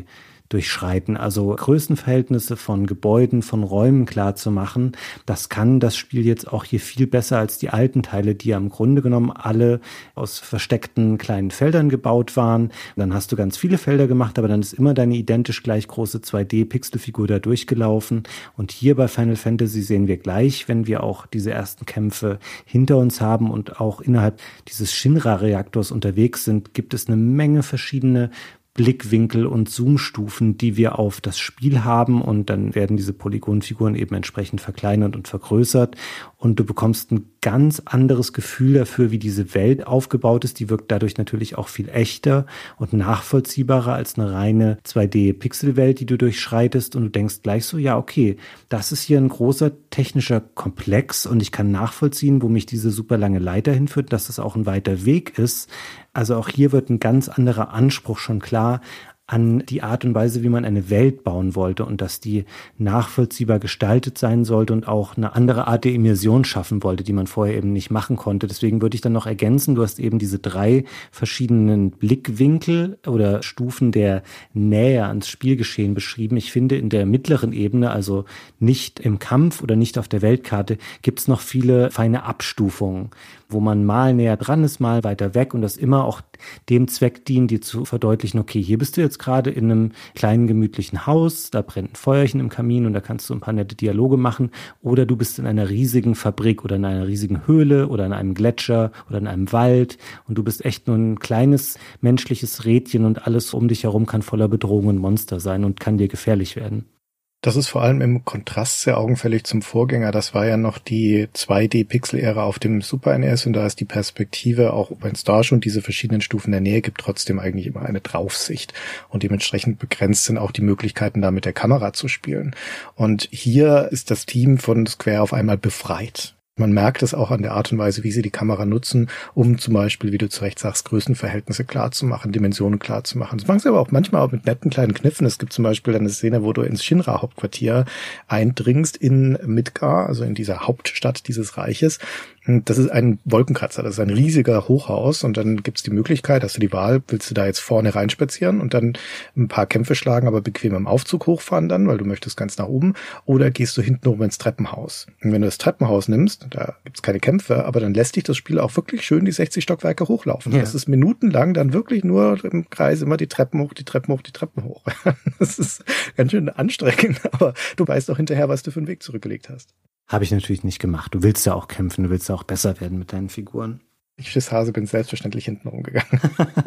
durchschreiten. Also Größenverhältnisse von Gebäuden, von Räumen klar zu machen, das kann das Spiel jetzt auch hier viel besser als die alten Teile, die ja im Grunde genommen alle aus versteckten kleinen Feldern gebaut waren. Dann hast du ganz viele Felder gemacht, aber dann ist immer deine identisch gleich große 2D-Pixelfigur da durchgelaufen. Und hier bei Final Fantasy sehen wir gleich, wenn wir auch diese ersten Kämpfe hinter uns haben und auch innerhalb dieses Shinra-Reaktors unterwegs sind, gibt es eine Menge verschiedene Blickwinkel und Zoomstufen, die wir auf das Spiel haben, und dann werden diese Polygonfiguren eben entsprechend verkleinert und vergrößert und du bekommst ein ganz anderes Gefühl dafür, wie diese Welt aufgebaut ist. Die wirkt dadurch natürlich auch viel echter und nachvollziehbarer als eine reine 2D-Pixelwelt, die du durchschreitest, und du denkst gleich so, ja okay, das ist hier ein großer technischer Komplex und ich kann nachvollziehen, wo mich diese super lange Leiter hinführt, dass das auch ein weiter Weg ist. Also auch hier wird ein ganz anderer Anspruch schon klar an die Art und Weise, wie man eine Welt bauen wollte und dass die nachvollziehbar gestaltet sein sollte und auch eine andere Art der Immersion schaffen wollte, die man vorher eben nicht machen konnte. Deswegen würde ich dann noch ergänzen, du hast eben diese 3 verschiedenen Blickwinkel oder Stufen der Nähe ans Spielgeschehen beschrieben. Ich finde, in der mittleren Ebene, also nicht im Kampf oder nicht auf der Weltkarte, gibt es noch viele feine Abstufungen, wo man mal näher dran ist, mal weiter weg, und das immer auch dem Zweck dient, dir zu verdeutlichen, okay, hier bist du jetzt gerade in einem kleinen gemütlichen Haus, da brennt ein Feuerchen im Kamin und da kannst du ein paar nette Dialoge machen, oder du bist in einer riesigen Fabrik oder in einer riesigen Höhle oder in einem Gletscher oder in einem Wald und du bist echt nur ein kleines menschliches Rädchen und alles um dich herum kann voller Bedrohungen und Monster sein und kann dir gefährlich werden. Das ist vor allem im Kontrast sehr augenfällig zum Vorgänger. Das war ja noch die 2D-Pixel-Ära auf dem Super NES und da ist die Perspektive, auch wenn es da schon diese verschiedenen Stufen der Nähe gibt, trotzdem eigentlich immer eine Draufsicht. Und dementsprechend begrenzt sind auch die Möglichkeiten, da mit der Kamera zu spielen. Und hier ist das Team von Square auf einmal befreit. Man merkt es auch an der Art und Weise, wie sie die Kamera nutzen, um zum Beispiel, wie du zu Recht sagst, Größenverhältnisse klar zu machen, Dimensionen klar zu machen. Das machen sie aber auch manchmal auch mit netten kleinen Kniffen. Es gibt zum Beispiel eine Szene, wo du ins Shinra-Hauptquartier eindringst in Midgar, also in dieser Hauptstadt dieses Reiches. Das ist ein Wolkenkratzer, das ist ein riesiger Hochhaus und dann gibt's die Möglichkeit, hast du die Wahl, willst du da jetzt vorne reinspazieren und dann ein paar Kämpfe schlagen, aber bequem im Aufzug hochfahren dann, weil du möchtest ganz nach oben, oder gehst du hinten oben ins Treppenhaus. Und wenn du das Treppenhaus nimmst, da gibt's keine Kämpfe, aber dann lässt dich das Spiel auch wirklich schön die 60 Stockwerke hochlaufen. Ja. Das ist minutenlang dann wirklich nur im Kreis immer die Treppen hoch, die Treppen hoch, die Treppen hoch. Das ist ganz schön anstrengend, aber du weißt auch hinterher, was du für einen Weg zurückgelegt hast. Habe ich natürlich nicht gemacht. Du willst ja auch kämpfen, du willst ja auch besser werden mit deinen Figuren. Ich Schisshase bin selbstverständlich hinten rumgegangen.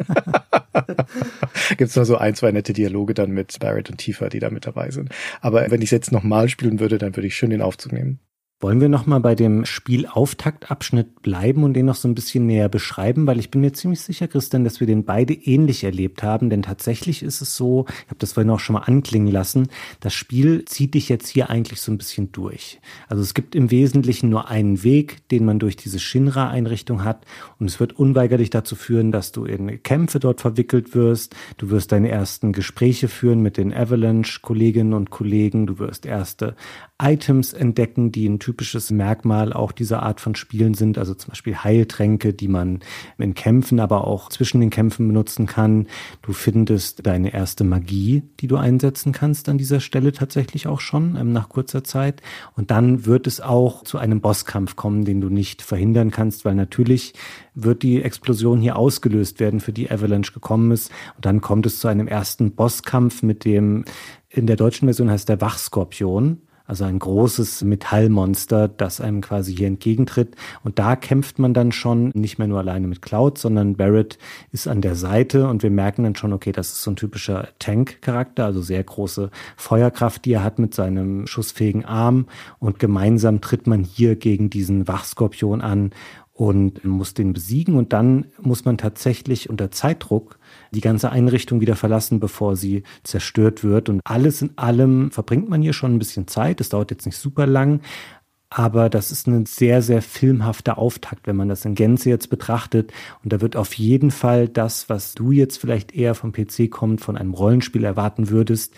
Gibt's nur so 1, 2 nette Dialoge dann mit Barrett und Tifa, die da mit dabei sind. Aber wenn ich es jetzt nochmal spielen würde, dann würde ich schön den Aufzug nehmen. Wollen wir nochmal bei dem Spielauftaktabschnitt bleiben und den noch so ein bisschen näher beschreiben? Weil ich bin mir ziemlich sicher, Christian, dass wir den beide ähnlich erlebt haben. Denn tatsächlich ist es so, ich habe das vorhin auch schon mal anklingen lassen, das Spiel zieht dich jetzt hier eigentlich so ein bisschen durch. Also es gibt im Wesentlichen nur einen Weg, den man durch diese Shinra-Einrichtung hat. Und es wird unweigerlich dazu führen, dass du in Kämpfe dort verwickelt wirst. Du wirst deine ersten Gespräche führen mit den Avalanche-Kolleginnen und Kollegen. Du wirst erste Items entdecken, die ein typisches Merkmal auch dieser Art von Spielen sind, also zum Beispiel Heiltränke, die man in Kämpfen, aber auch zwischen den Kämpfen benutzen kann. Du findest deine erste Magie, die du einsetzen kannst an dieser Stelle tatsächlich auch schon nach kurzer Zeit. Und dann wird es auch zu einem Bosskampf kommen, den du nicht verhindern kannst, weil natürlich wird die Explosion hier ausgelöst werden, für die Avalanche gekommen ist. Und dann kommt es zu einem ersten Bosskampf mit dem, in der deutschen Version heißt der Wachskorpion. Also ein großes Metallmonster, das einem quasi hier entgegentritt. Und da kämpft man dann schon nicht mehr nur alleine mit Cloud, sondern Barrett ist an der Seite und wir merken dann schon, okay, das ist so ein typischer Tank-Charakter, also sehr große Feuerkraft, die er hat mit seinem schussfähigen Arm. Und gemeinsam tritt man hier gegen diesen Wachskorpion an und muss den besiegen. Und dann muss man tatsächlich unter Zeitdruck die ganze Einrichtung wieder verlassen, bevor sie zerstört wird. Und alles in allem verbringt man hier schon ein bisschen Zeit. Das dauert jetzt nicht super lang, aber das ist ein sehr, sehr filmhafter Auftakt, wenn man das in Gänze jetzt betrachtet. Und da wird auf jeden Fall das, was du jetzt vielleicht eher vom PC kommt, von einem Rollenspiel erwarten würdest,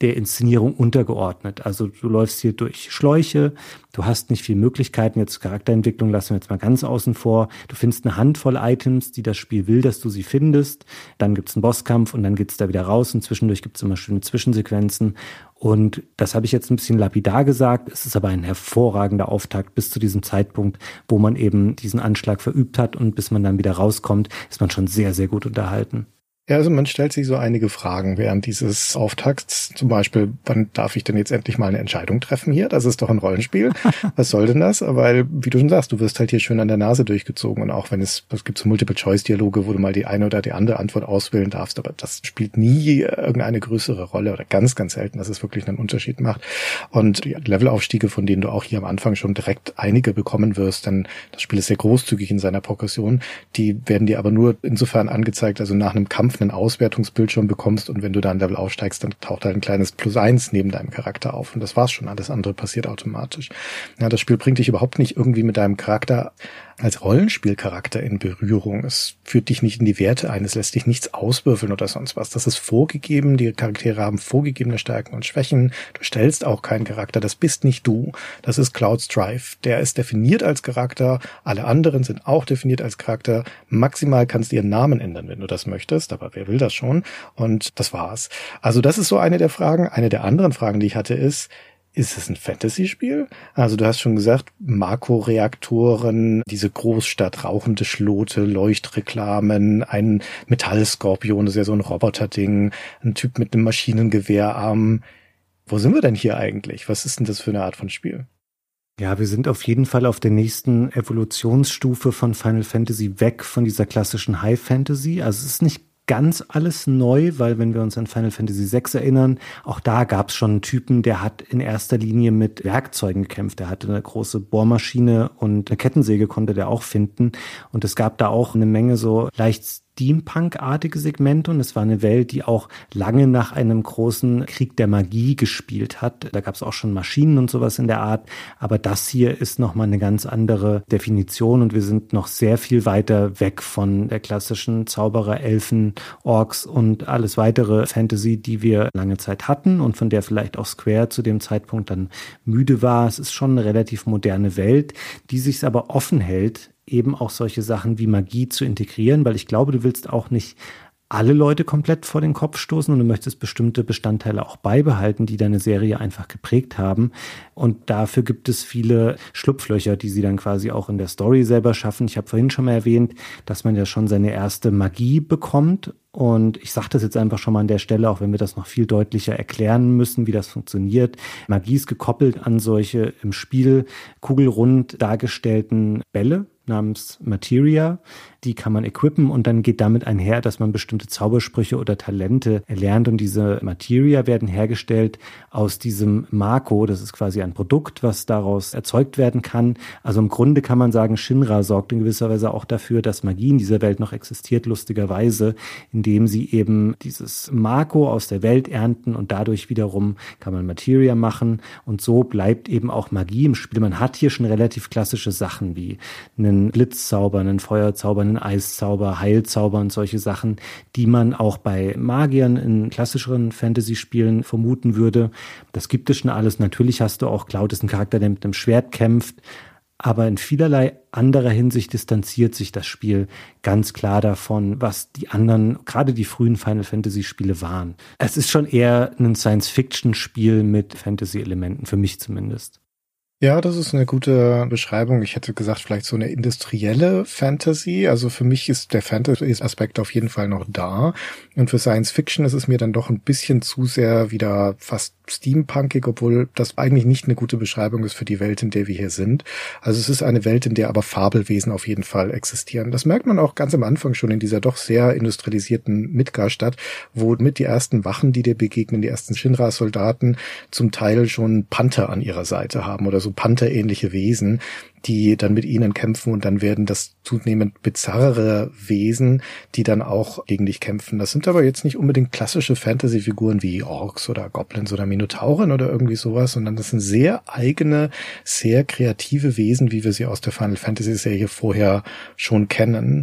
der Inszenierung untergeordnet. Also du läufst hier durch Schläuche, du hast nicht viel Möglichkeiten, jetzt Charakterentwicklung lassen wir jetzt mal ganz außen vor. Du findest eine Handvoll Items, die das Spiel will, dass du sie findest. Dann gibt's einen Bosskampf und dann geht's da wieder raus und zwischendurch gibt's immer schöne Zwischensequenzen. Und das habe ich jetzt ein bisschen lapidar gesagt. Es ist aber ein hervorragender Auftakt bis zu diesem Zeitpunkt, wo man eben diesen Anschlag verübt hat und bis man dann wieder rauskommt, ist man schon sehr, sehr gut unterhalten. Ja, also man stellt sich so einige Fragen während dieses Auftakts. Zum Beispiel, wann darf ich denn jetzt endlich mal eine Entscheidung treffen hier? Das ist doch ein Rollenspiel. Was soll denn das? Weil, wie du schon sagst, du wirst halt hier schön an der Nase durchgezogen. Und auch wenn es gibt so Multiple-Choice-Dialoge, wo du mal die eine oder die andere Antwort auswählen darfst. Aber das spielt nie irgendeine größere Rolle oder ganz, ganz selten, dass es wirklich einen Unterschied macht. Und die Levelaufstiege, von denen du auch hier am Anfang schon direkt einige bekommen wirst, denn das Spiel ist sehr großzügig in seiner Progression, die werden dir aber nur insofern angezeigt, also nach einem Kampf einen Auswertungsbildschirm bekommst und wenn du da ein Level aufsteigst, dann taucht halt ein kleines +1 neben deinem Charakter auf und das war's schon. Alles andere passiert automatisch. Ja, das Spiel bringt dich überhaupt nicht irgendwie mit deinem Charakter als Rollenspielcharakter in Berührung. Es führt dich nicht in die Werte ein, es lässt dich nichts auswürfeln oder sonst was. Das ist vorgegeben, die Charaktere haben vorgegebene Stärken und Schwächen. Du stellst auch keinen Charakter, das bist nicht du. Das ist Cloud Strife. Der ist definiert als Charakter, alle anderen sind auch definiert als Charakter. Maximal kannst du ihren Namen ändern, wenn du das möchtest, aber wer will das schon? Und das war's. Also das ist so eine der Fragen. Eine der anderen Fragen, die ich hatte, ist es ein Fantasy-Spiel? Also du hast schon gesagt, Makroreaktoren, diese Großstadt, rauchende Schlote, Leuchtreklamen, ein Metallskorpion, das ist ja so ein Roboterding, ein Typ mit einem Maschinengewehrarm. Wo sind wir denn hier eigentlich? Was ist denn das für eine Art von Spiel? Ja, wir sind auf jeden Fall auf der nächsten Evolutionsstufe von Final Fantasy weg von dieser klassischen High Fantasy. Also es ist nicht ganz alles neu, weil wenn wir uns an Final Fantasy VI erinnern, auch da gab es schon einen Typen, der hat in erster Linie mit Werkzeugen gekämpft. Der hatte eine große Bohrmaschine und eine Kettensäge konnte der auch finden. Und es gab da auch eine Menge so leicht Steampunk-artige Segmente und es war eine Welt, die auch lange nach einem großen Krieg der Magie gespielt hat. Da gab es auch schon Maschinen und sowas in der Art, aber das hier ist nochmal eine ganz andere Definition und wir sind noch sehr viel weiter weg von der klassischen Zauberer, Elfen, Orks und alles weitere Fantasy, die wir lange Zeit hatten und von der vielleicht auch Square zu dem Zeitpunkt dann müde war. Es ist schon eine relativ moderne Welt, die sich aber offen hält, eben auch solche Sachen wie Magie zu integrieren, weil ich glaube, du willst auch nicht alle Leute komplett vor den Kopf stoßen und du möchtest bestimmte Bestandteile auch beibehalten, die deine Serie einfach geprägt haben. Und dafür gibt es viele Schlupflöcher, die sie dann quasi auch in der Story selber schaffen. Ich habe vorhin schon mal erwähnt, dass man ja schon seine erste Magie bekommt. Und ich sage das jetzt einfach schon mal an der Stelle, auch wenn wir das noch viel deutlicher erklären müssen, wie das funktioniert. Magie ist gekoppelt an solche im Spiel kugelrund dargestellten Bälle namens Materia. Die kann man equippen und dann geht damit einher, dass man bestimmte Zaubersprüche oder Talente erlernt. Und diese Materia werden hergestellt aus diesem Mako. Das ist quasi ein Produkt, was daraus erzeugt werden kann. Also im Grunde kann man sagen, Shinra sorgt in gewisser Weise auch dafür, dass Magie in dieser Welt noch existiert, lustigerweise, indem sie eben dieses Mako aus der Welt ernten und dadurch wiederum kann man Materia machen. Und so bleibt eben auch Magie im Spiel. Man hat hier schon relativ klassische Sachen wie einen Blitzzauber, einen Feuerzauber, einen Eiszauber, Heilzauber und solche Sachen, die man auch bei Magiern in klassischeren Fantasy-Spielen vermuten würde. Das gibt es schon alles. Natürlich hast du auch Cloud, ist ein Charakter, der mit einem Schwert kämpft, aber in vielerlei anderer Hinsicht distanziert sich das Spiel ganz klar davon, was die anderen, gerade die frühen Final Fantasy-Spiele waren. Es ist schon eher ein Science-Fiction-Spiel mit Fantasy-Elementen, für mich zumindest. Ja, das ist eine gute Beschreibung. Ich hätte gesagt, vielleicht so eine industrielle Fantasy. Also für mich ist der Fantasy-Aspekt auf jeden Fall noch da. Und für Science Fiction ist es mir dann doch ein bisschen zu sehr wieder fast steampunkig, obwohl das eigentlich nicht eine gute Beschreibung ist für die Welt, in der wir hier sind. Also es ist eine Welt, in der aber Fabelwesen auf jeden Fall existieren. Das merkt man auch ganz am Anfang schon in dieser doch sehr industrialisierten Midgar-Stadt, wo mit die ersten Wachen, die dir begegnen, die ersten Shinra-Soldaten zum Teil schon Panther an ihrer Seite haben oder so Panther-ähnliche Wesen, die dann mit ihnen kämpfen und dann werden das zunehmend bizarrere Wesen, die dann auch gegen dich kämpfen. Das sind aber jetzt nicht unbedingt klassische Fantasy-Figuren wie Orks oder Goblins oder Minotauren oder irgendwie sowas, sondern das sind sehr eigene, sehr kreative Wesen, wie wir sie aus der Final Fantasy-Serie vorher schon kennen.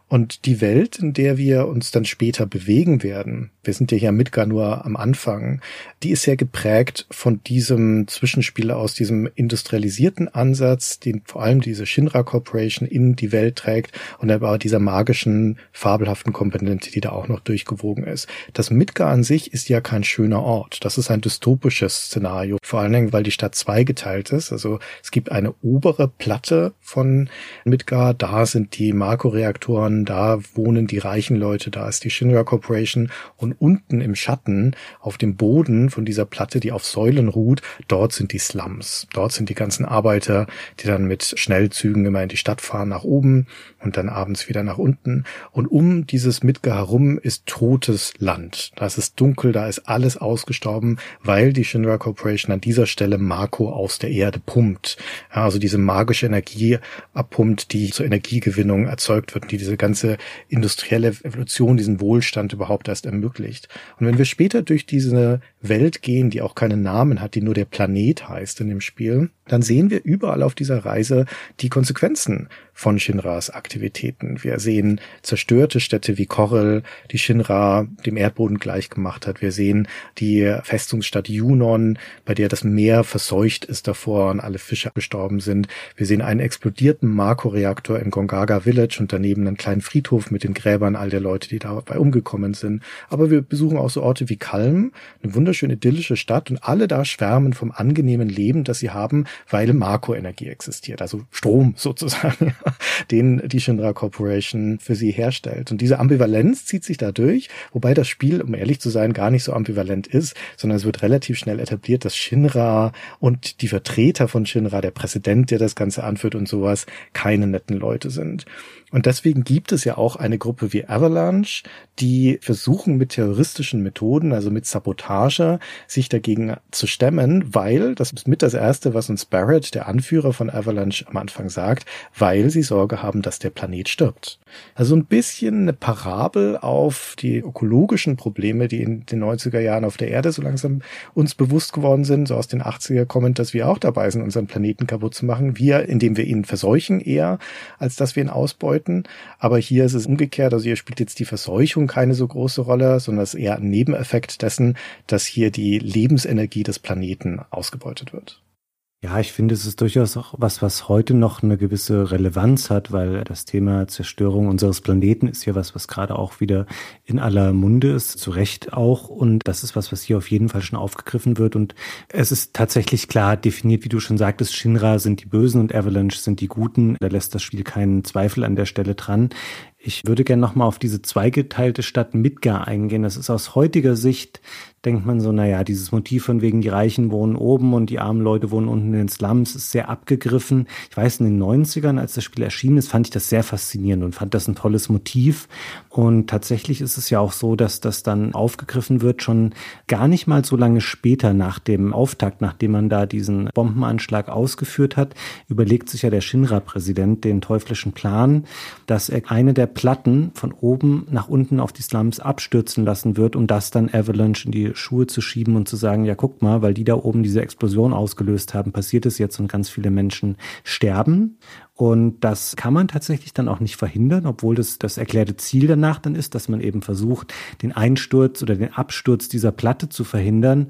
Und die Welt, in der wir uns dann später bewegen werden, wir sind ja hier in Midgar nur am Anfang, die ist sehr geprägt von diesem Zwischenspiel aus diesem industrialisierten Ansatz, den vor allem diese Shinra Corporation in die Welt trägt und aber dieser magischen, fabelhaften Komponente, die da auch noch durchgewogen ist. Das Midgar an sich ist ja kein schöner Ort. Das ist ein dystopisches Szenario, vor allen Dingen, weil die Stadt zweigeteilt ist. Also es gibt eine obere Platte von Midgar, da sind die Marco-Reaktoren, da wohnen die reichen Leute, da ist die Shinra Corporation und unten im Schatten auf dem Boden von dieser Platte, die auf Säulen ruht, dort sind die Slums. Dort sind die ganzen Arbeiter, die dann mit Schnellzügen immer in die Stadt fahren nach oben und dann abends wieder nach unten. Und um dieses Midgar herum ist totes Land. Da ist es dunkel, da ist alles ausgestorben, weil die Shinra Corporation an dieser Stelle Marco aus der Erde pumpt. Ja, also diese magische Energie abpumpt, die zur Energiegewinnung erzeugt wird, die diese ganze industrielle Evolution, diesen Wohlstand überhaupt erst ermöglicht. Und wenn wir später durch diese Welt gehen, die auch keinen Namen hat, die nur der Planet heißt in dem Spiel, dann sehen wir überall auf dieser Reise die Konsequenzen von Shinras Aktivitäten. Wir sehen zerstörte Städte wie Korel, die Shinra dem Erdboden gleichgemacht hat. Wir sehen die Festungsstadt Junon, bei der das Meer verseucht ist davor und alle Fische gestorben sind. Wir sehen einen explodierten Marco-Reaktor in Gongaga Village und daneben einen kleinen Friedhof mit den Gräbern all der Leute, die dabei umgekommen sind. Aber wir besuchen auch so Orte wie Kalm, eine wunderschöne idyllische Stadt, und alle da schwärmen vom angenehmen Leben, das sie haben, weil Marco-Energie existiert, also Strom sozusagen, den die Shinra Corporation für sie herstellt. Und diese Ambivalenz zieht sich da durch, wobei das Spiel, um ehrlich zu sein, gar nicht so ambivalent ist, sondern es wird relativ schnell etabliert, dass Shinra und die Vertreter von Shinra, der Präsident, der das Ganze anführt und sowas, keine netten Leute sind. Und deswegen gibt es ja auch eine Gruppe wie Avalanche, die versuchen mit terroristischen Methoden, also mit Sabotage, sich dagegen zu stemmen, weil, das ist mit das Erste, was uns Barrett, der Anführer von Avalanche, am Anfang sagt, weil sie Sorge haben, dass der Planet stirbt. Also ein bisschen eine Parabel auf die ökologischen Probleme, die in den 90er Jahren auf der Erde so langsam uns bewusst geworden sind, so aus den 80er kommend, dass wir auch dabei sind, unseren Planeten kaputt zu machen. Wir, indem wir ihn verseuchen eher, als dass wir ihn ausbeuten. Aber hier ist es umgekehrt, also hier spielt jetzt die Verseuchung keine so große Rolle, sondern es ist eher ein Nebeneffekt dessen, dass hier die Lebensenergie des Planeten ausgebeutet wird. Ja, ich finde, es ist durchaus auch was heute noch eine gewisse Relevanz hat, weil das Thema Zerstörung unseres Planeten ist ja was gerade auch wieder in aller Munde ist, zu Recht auch. Und das ist was hier auf jeden Fall schon aufgegriffen wird. Und es ist tatsächlich klar definiert, wie du schon sagtest, Shinra sind die Bösen und Avalanche sind die Guten. Da lässt das Spiel keinen Zweifel an der Stelle dran. Ich würde gerne nochmal auf diese zweigeteilte Stadt Midgar eingehen. Das ist aus heutiger Sicht, denkt man so, naja, dieses Motiv von wegen die Reichen wohnen oben und die armen Leute wohnen unten in den Slums ist sehr abgegriffen. Ich weiß, in den 90ern, als das Spiel erschienen ist, fand ich das sehr faszinierend und fand das ein tolles Motiv. Und tatsächlich ist es ja auch so, dass das dann aufgegriffen wird, schon gar nicht mal so lange später nach dem Auftakt, nachdem man da diesen Bombenanschlag ausgeführt hat, überlegt sich ja der Shinra-Präsident den teuflischen Plan, dass er eine der Platten von oben nach unten auf die Slums abstürzen lassen wird, um das dann Avalanche in die Schuhe zu schieben und zu sagen, ja, guckt mal, weil die da oben diese Explosion ausgelöst haben, passiert es jetzt und ganz viele Menschen sterben. Und das kann man tatsächlich dann auch nicht verhindern, obwohl das erklärte Ziel danach dann ist, dass man eben versucht, den Einsturz oder den Absturz dieser Platte zu verhindern.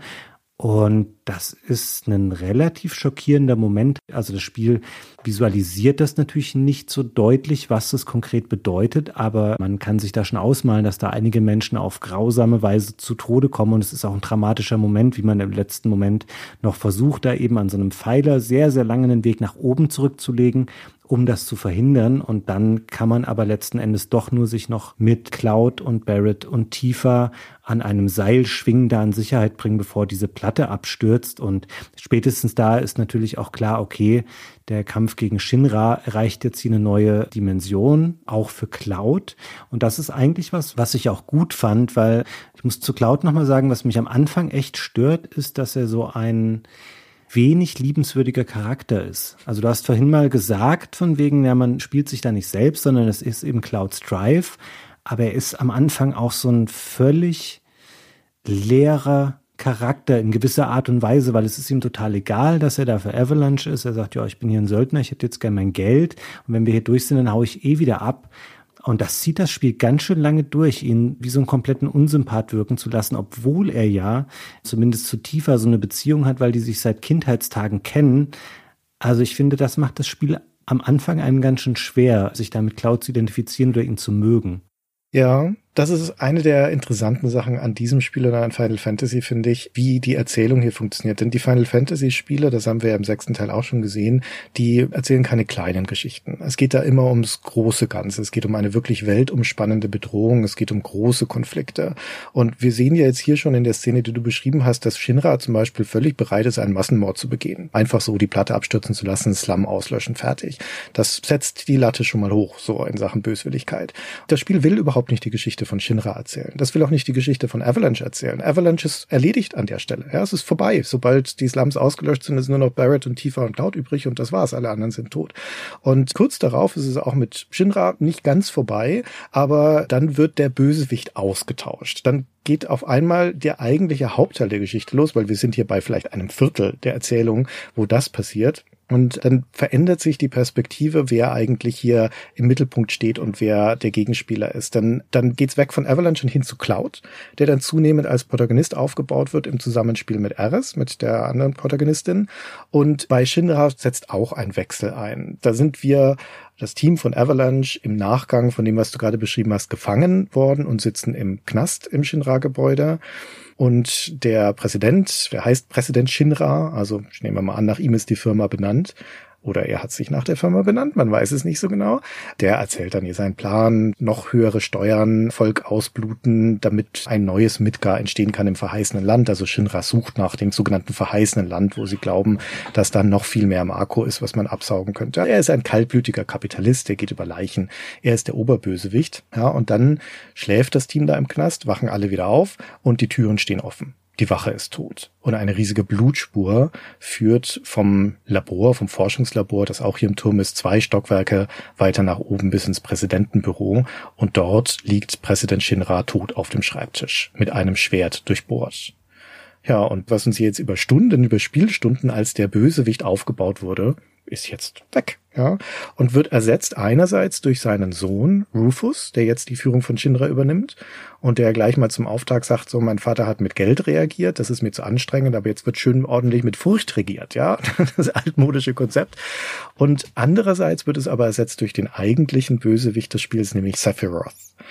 Und das ist ein relativ schockierender Moment. Also das Spiel visualisiert das natürlich nicht so deutlich, was das konkret bedeutet, aber man kann sich da schon ausmalen, dass da einige Menschen auf grausame Weise zu Tode kommen. Und es ist auch ein dramatischer Moment, wie man im letzten Moment noch versucht, da eben an so einem Pfeiler sehr, sehr lange den Weg nach oben zurückzulegen, um das zu verhindern. Und dann kann man aber letzten Endes doch nur sich noch mit Cloud und Barrett und Tifa an einem Seil schwingen, da in Sicherheit bringen, bevor diese Platte abstürzt. Und spätestens da ist natürlich auch klar, okay, der Kampf gegen Shinra erreicht jetzt hier eine neue Dimension, auch für Cloud. Und das ist eigentlich was ich auch gut fand, weil ich muss zu Cloud nochmal sagen, was mich am Anfang echt stört, ist, dass er so ein wenig liebenswürdiger Charakter ist. Also du hast vorhin mal gesagt, von wegen, ja, man spielt sich da nicht selbst, sondern es ist eben Cloud Strife. Aber er ist am Anfang auch so ein völlig leerer Charakter in gewisser Art und Weise, weil es ist ihm total egal, dass er da für Avalanche ist. Er sagt, ja, ich bin hier ein Söldner, ich hätte jetzt gern mein Geld. Und wenn wir hier durch sind, dann haue ich wieder ab. Und das zieht das Spiel ganz schön lange durch, ihn wie so einen kompletten Unsympath wirken zu lassen, obwohl er ja zumindest zu Tifa so eine Beziehung hat, weil die sich seit Kindheitstagen kennen. Also ich finde, das macht das Spiel am Anfang einem ganz schön schwer, sich da mit Cloud zu identifizieren oder ihn zu mögen. Ja, das ist eine der interessanten Sachen an diesem Spiel oder an Final Fantasy, finde ich, wie die Erzählung hier funktioniert. Denn die Final Fantasy Spiele, das haben wir ja im 6. Teil auch schon gesehen, die erzählen keine kleinen Geschichten. Es geht da immer ums große Ganze. Es geht um eine wirklich weltumspannende Bedrohung. Es geht um große Konflikte. Und wir sehen ja jetzt hier schon in der Szene, die du beschrieben hast, dass Shinra zum Beispiel völlig bereit ist, einen Massenmord zu begehen. Einfach so die Platte abstürzen zu lassen, Slum auslöschen, fertig. Das setzt die Latte schon mal hoch, so in Sachen Böswilligkeit. Das Spiel will überhaupt nicht die Geschichte von Shinra erzählen. Das will auch nicht die Geschichte von Avalanche erzählen. Avalanche ist erledigt an der Stelle. Ja, es ist vorbei. Sobald die Slums ausgelöscht sind, ist nur noch Barrett und Tifa und Cloud übrig und das war's. Alle anderen sind tot. Und kurz darauf ist es auch mit Shinra nicht ganz vorbei, aber dann wird der Bösewicht ausgetauscht. Dann geht auf einmal der eigentliche Hauptteil der Geschichte los, weil wir sind hier bei vielleicht einem Viertel der Erzählung, wo das passiert. Und dann verändert sich die Perspektive, wer eigentlich hier im Mittelpunkt steht und wer der Gegenspieler ist. Dann geht's weg von Avalanche und hin zu Cloud, der dann zunehmend als Protagonist aufgebaut wird im Zusammenspiel mit Ares, mit der anderen Protagonistin. Und bei Shinra setzt auch ein Wechsel ein. Da sind wir, das Team von Avalanche, im Nachgang von dem, was du gerade beschrieben hast, gefangen worden und sitzen im Knast im Shinra-Gebäude. Und der Präsident, der heißt Präsident Shinra, also nehmen wir mal an, nach ihm ist die Firma benannt. Oder er hat sich nach der Firma benannt, man weiß es nicht so genau. Der erzählt dann hier seinen Plan, noch höhere Steuern, Volk ausbluten, damit ein neues Midgar entstehen kann im verheißenen Land. Also Shinra sucht nach dem sogenannten verheißenen Land, wo sie glauben, dass da noch viel mehr Marco ist, was man absaugen könnte. Er ist ein kaltblütiger Kapitalist, der geht über Leichen. Er ist der Oberbösewicht. Ja, und dann schläft das Team da im Knast, wachen alle wieder auf und die Türen stehen offen. Die Wache ist tot. Und eine riesige Blutspur führt vom Labor, vom Forschungslabor, das auch hier im Turm ist, 2 Stockwerke weiter nach oben bis ins Präsidentenbüro. Und dort liegt Präsident Shinra tot auf dem Schreibtisch, mit einem Schwert durchbohrt. Ja, und was uns jetzt über Stunden, über Spielstunden als der Bösewicht aufgebaut wurde, ist jetzt weg, ja, und wird ersetzt einerseits durch seinen Sohn Rufus, der jetzt die Führung von Shinra übernimmt und der gleich mal zum Auftrag sagt, so, mein Vater hat mit Geld reagiert, das ist mir zu anstrengend, aber jetzt wird schön ordentlich mit Furcht regiert, ja, das altmodische Konzept. Und andererseits wird es aber ersetzt durch den eigentlichen Bösewicht des Spiels, nämlich Sephiroth.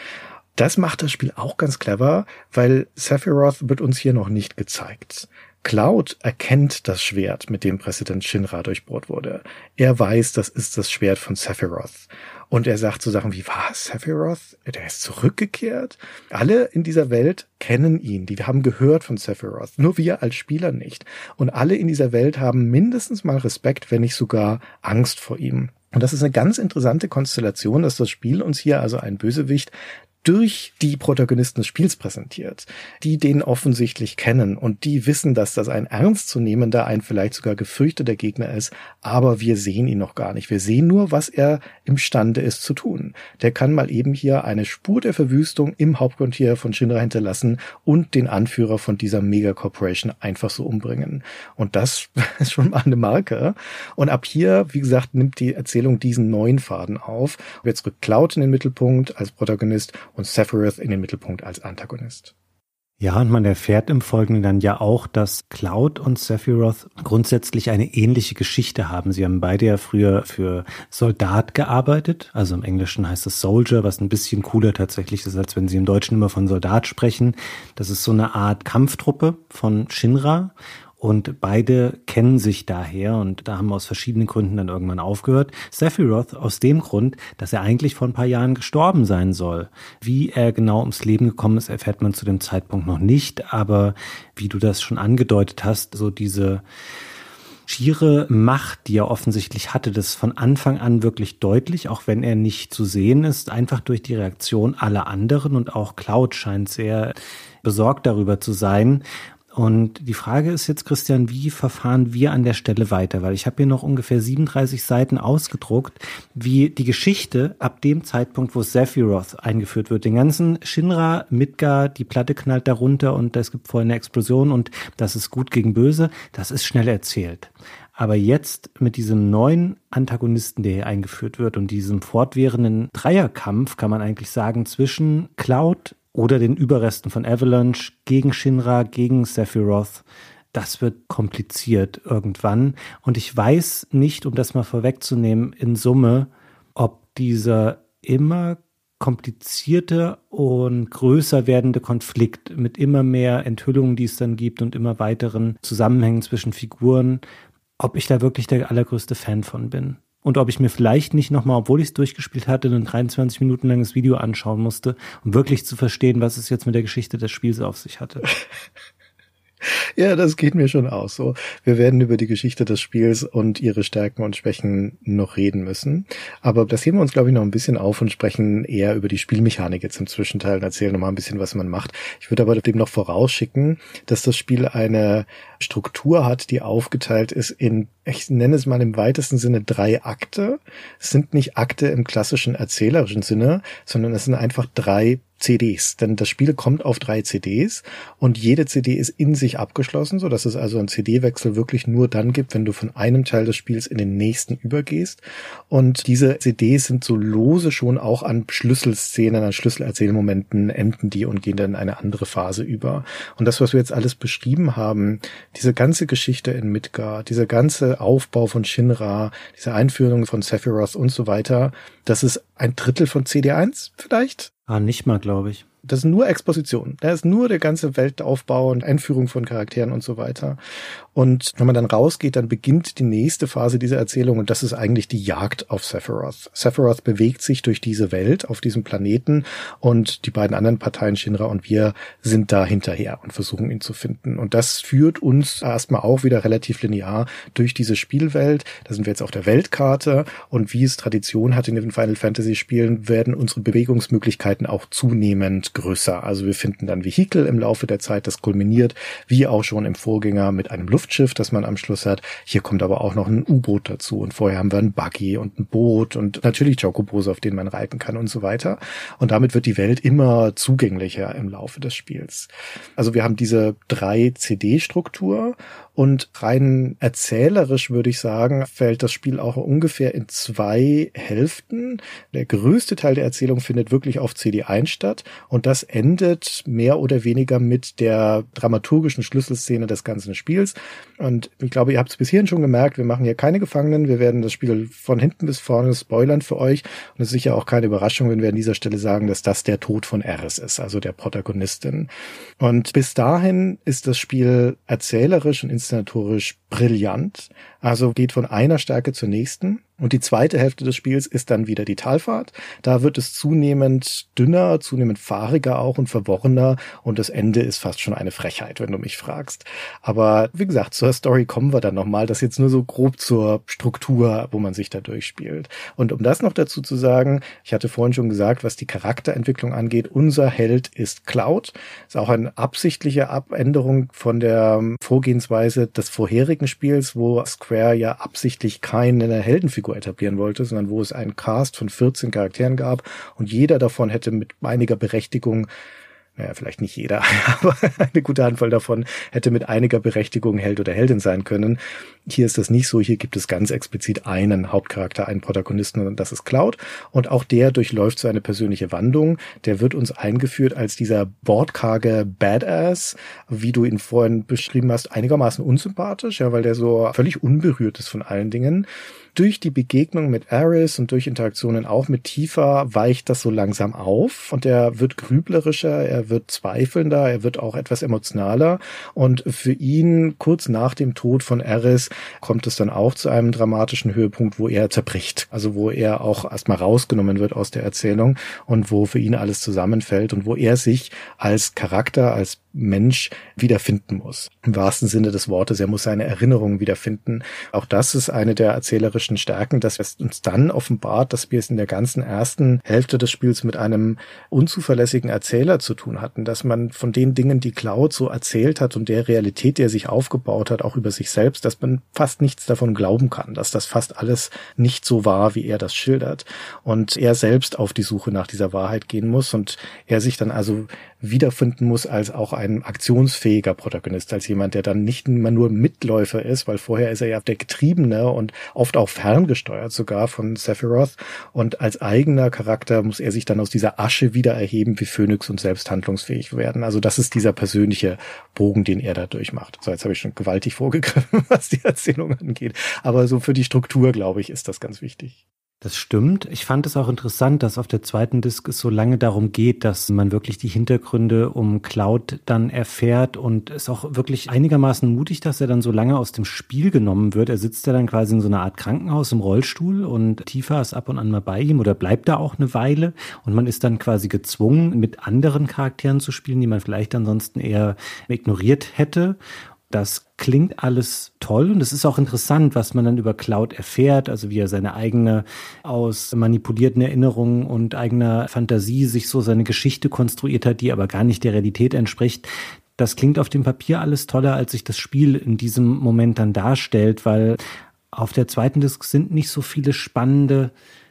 Das macht das Spiel auch ganz clever, weil Sephiroth wird uns hier noch nicht gezeigt. Cloud erkennt das Schwert, mit dem Präsident Shinra durchbohrt wurde. Er weiß, das ist das Schwert von Sephiroth. Und er sagt so Sachen wie, was, Sephiroth? Der ist zurückgekehrt? Alle in dieser Welt kennen ihn, die haben gehört von Sephiroth, nur wir als Spieler nicht. Und alle in dieser Welt haben mindestens mal Respekt, wenn nicht sogar Angst vor ihm. Und das ist eine ganz interessante Konstellation, dass das Spiel uns hier also einen Bösewicht durch die Protagonisten des Spiels präsentiert, die den offensichtlich kennen und die wissen, dass das ein ernstzunehmender, ein vielleicht sogar gefürchteter Gegner ist, aber wir sehen ihn noch gar nicht. Wir sehen nur, was er imstande ist zu tun. Der kann mal eben hier eine Spur der Verwüstung im Hauptquartier von Shinra hinterlassen und den Anführer von dieser Mega-Corporation einfach so umbringen. Und das ist schon mal eine Marke. Und ab hier, wie gesagt, nimmt die Erzählung diesen neuen Faden auf. Jetzt rückt Cloud in den Mittelpunkt als Protagonist und Sephiroth in den Mittelpunkt als Antagonist. Ja, und man erfährt im Folgenden dann ja auch, dass Cloud und Sephiroth grundsätzlich eine ähnliche Geschichte haben. Sie haben beide ja früher für Soldat gearbeitet, also im Englischen heißt es Soldier, was ein bisschen cooler tatsächlich ist, als wenn sie im Deutschen immer von Soldat sprechen. Das ist so eine Art Kampftruppe von Shinra. Und beide kennen sich daher und da haben wir aus verschiedenen Gründen dann irgendwann aufgehört. Sephiroth aus dem Grund, dass er eigentlich vor ein paar Jahren gestorben sein soll. Wie er genau ums Leben gekommen ist, erfährt man zu dem Zeitpunkt noch nicht. Aber wie du das schon angedeutet hast, so diese schiere Macht, die er offensichtlich hatte, das ist von Anfang an wirklich deutlich, auch wenn er nicht zu sehen ist, einfach durch die Reaktion aller anderen. Und auch Cloud scheint sehr besorgt darüber zu sein. Und die Frage ist jetzt, Christian, wie verfahren wir an der Stelle weiter? Weil ich habe hier noch ungefähr 37 Seiten ausgedruckt, wie die Geschichte ab dem Zeitpunkt, wo Sephiroth eingeführt wird. Den ganzen Shinra, Midgar, die Platte knallt darunter und es gibt vorher eine Explosion und das ist gut gegen böse. Das ist schnell erzählt. Aber jetzt mit diesem neuen Antagonisten, der hier eingeführt wird und diesem fortwährenden Dreierkampf, kann man eigentlich sagen, zwischen Cloud oder den Überresten von Avalanche gegen Shinra, gegen Sephiroth, das wird kompliziert irgendwann. Und ich weiß nicht, um das mal vorwegzunehmen, in Summe, ob dieser immer komplizierte und größer werdende Konflikt mit immer mehr Enthüllungen, die es dann gibt und immer weiteren Zusammenhängen zwischen Figuren, ob ich da wirklich der allergrößte Fan von bin. Und ob ich mir vielleicht nicht nochmal, obwohl ich es durchgespielt hatte, ein 23 Minuten langes Video anschauen musste, um wirklich zu verstehen, was es jetzt mit der Geschichte des Spiels auf sich hatte. Ja, das geht mir schon aus so. Wir werden über die Geschichte des Spiels und ihre Stärken und Schwächen noch reden müssen. Aber das heben wir uns, glaube ich, noch ein bisschen auf und sprechen eher über die Spielmechanik jetzt im Zwischenteil und erzählen nochmal ein bisschen, was man macht. Ich würde aber dem noch vorausschicken, dass das Spiel eine Struktur hat, die aufgeteilt ist in, ich nenne es mal im weitesten Sinne 3 Akte. Es sind nicht Akte im klassischen erzählerischen Sinne, sondern es sind einfach 3 CDs, denn das Spiel kommt auf 3 CDs und jede CD ist in sich abgeschlossen, so dass es also einen CD-Wechsel wirklich nur dann gibt, wenn du von einem Teil des Spiels in den nächsten übergehst. Und diese CDs sind so lose schon auch an Schlüsselszenen, an Schlüsselerzählmomenten enden die und gehen dann in eine andere Phase über. Und das, was wir jetzt alles beschrieben haben, diese ganze Geschichte in Midgar, dieser ganze Aufbau von Shinra, diese Einführung von Sephiroth und so weiter, das ist 1/3 von CD1 vielleicht? Nicht mal, glaube ich. Das ist nur Exposition. Da ist nur der ganze Weltaufbau und Einführung von Charakteren und so weiter. Und wenn man dann rausgeht, dann beginnt die nächste Phase dieser Erzählung und das ist eigentlich die Jagd auf Sephiroth. Sephiroth bewegt sich durch diese Welt auf diesem Planeten und die beiden anderen Parteien, Shinra und wir, sind da hinterher und versuchen ihn zu finden. Und das führt uns erstmal auch wieder relativ linear durch diese Spielwelt. Da sind wir jetzt auf der Weltkarte und wie es Tradition hat in den Final Fantasy Spielen, werden unsere Bewegungsmöglichkeiten auch zunehmend größer. Also wir finden dann Vehikel im Laufe der Zeit, das kulminiert, wie auch schon im Vorgänger mit einem Luftschiff, das man am Schluss hat. Hier kommt aber auch noch ein U-Boot dazu und vorher haben wir ein Buggy und ein Boot und natürlich Chocobos, auf denen man reiten kann und so weiter. Und damit wird die Welt immer zugänglicher im Laufe des Spiels. Also wir haben diese 3 CD-Struktur und rein erzählerisch würde ich sagen, fällt das Spiel auch ungefähr in 2 Hälften. Der größte Teil der Erzählung findet wirklich auf CD1 statt und das endet mehr oder weniger mit der dramaturgischen Schlüsselszene des ganzen Spiels. Und ich glaube, ihr habt es bis hierhin schon gemerkt, wir machen hier keine Gefangenen, wir werden das Spiel von hinten bis vorne spoilern für euch und es ist sicher auch keine Überraschung, wenn wir an dieser Stelle sagen, dass das der Tod von Aeris ist, also der Protagonistin. Und bis dahin ist das Spiel erzählerisch und inszenatorisch brillant, also geht von einer Stärke zur nächsten. Und die zweite Hälfte des Spiels ist dann wieder die Talfahrt. Da wird es zunehmend dünner, zunehmend fahriger auch und verworrener und das Ende ist fast schon eine Frechheit, wenn du mich fragst. Aber wie gesagt, zur Story kommen wir dann nochmal. Das jetzt nur so grob zur Struktur, wo man sich da durchspielt. Und um das noch dazu zu sagen, ich hatte vorhin schon gesagt, was die Charakterentwicklung angeht, unser Held ist Cloud. Ist auch eine absichtliche Abänderung von der Vorgehensweise des vorherigen Spiels, wo Square ja absichtlich keine Heldenfigur etablieren wollte, sondern wo es einen Cast von 14 Charakteren gab und jeder davon hätte mit einiger Berechtigung, naja, vielleicht nicht jeder, aber eine gute Handvoll davon hätte mit einiger Berechtigung Held oder Heldin sein können. Hier ist das nicht so. Hier gibt es ganz explizit einen Hauptcharakter, einen Protagonisten und das ist Cloud. Und auch der durchläuft so eine persönliche Wandlung. Der wird uns eingeführt als dieser wortkarge Badass, wie du ihn vorhin beschrieben hast, einigermaßen unsympathisch, ja, weil der so völlig unberührt ist von allen Dingen. Durch die Begegnung mit Aeris und durch Interaktionen auch mit Tifa weicht das so langsam auf und er wird grüblerischer, er wird zweifelnder, er wird auch etwas emotionaler und für ihn kurz nach dem Tod von Aeris kommt es dann auch zu einem dramatischen Höhepunkt, wo er zerbricht, also wo er auch erstmal rausgenommen wird aus der Erzählung und wo für ihn alles zusammenfällt und wo er sich als Charakter, als Mensch wiederfinden muss. Im wahrsten Sinne des Wortes, er muss seine Erinnerungen wiederfinden. Auch das ist eine der erzählerischen Stärken, dass es uns dann offenbart, dass wir es in der ganzen ersten Hälfte des Spiels mit einem unzuverlässigen Erzähler zu tun tun hatten, dass man von den Dingen, die Cloud so erzählt hat und der Realität, die er sich aufgebaut hat, auch über sich selbst, dass man fast nichts davon glauben kann, dass das fast alles nicht so war, wie er das schildert. Und er selbst auf die Suche nach dieser Wahrheit gehen muss und er sich dann also wiederfinden muss als auch ein aktionsfähiger Protagonist, als jemand, der dann nicht immer nur Mitläufer ist, weil vorher ist er ja der Getriebene und oft auch ferngesteuert sogar von Sephiroth, und als eigener Charakter muss er sich dann aus dieser Asche wieder erheben wie Phönix und selbst handlungsfähig werden. Also das ist dieser persönliche Bogen, den er da durchmacht. So, jetzt habe ich schon gewaltig vorgegriffen, was die Erzählung angeht, aber so für die Struktur, glaube ich, ist das ganz wichtig. Das stimmt. Ich fand es auch interessant, dass auf der zweiten Disc es so lange darum geht, dass man wirklich die Hintergründe um Cloud dann erfährt, und ist auch wirklich einigermaßen mutig, dass er dann so lange aus dem Spiel genommen wird. Er sitzt ja dann quasi in so einer Art Krankenhaus im Rollstuhl und Tifa ist ab und an mal bei ihm oder bleibt da auch eine Weile, und man ist dann quasi gezwungen, mit anderen Charakteren zu spielen, die man vielleicht ansonsten eher ignoriert hätte. Das klingt alles toll und es ist auch interessant, was man dann über Cloud erfährt, also wie er seine eigene, aus manipulierten Erinnerungen und eigener Fantasie sich so seine Geschichte konstruiert hat, die aber gar nicht der Realität entspricht. Das klingt auf dem Papier alles toller, als sich das Spiel in diesem Moment dann darstellt, weil auf der zweiten Disc sind nicht so viele spannende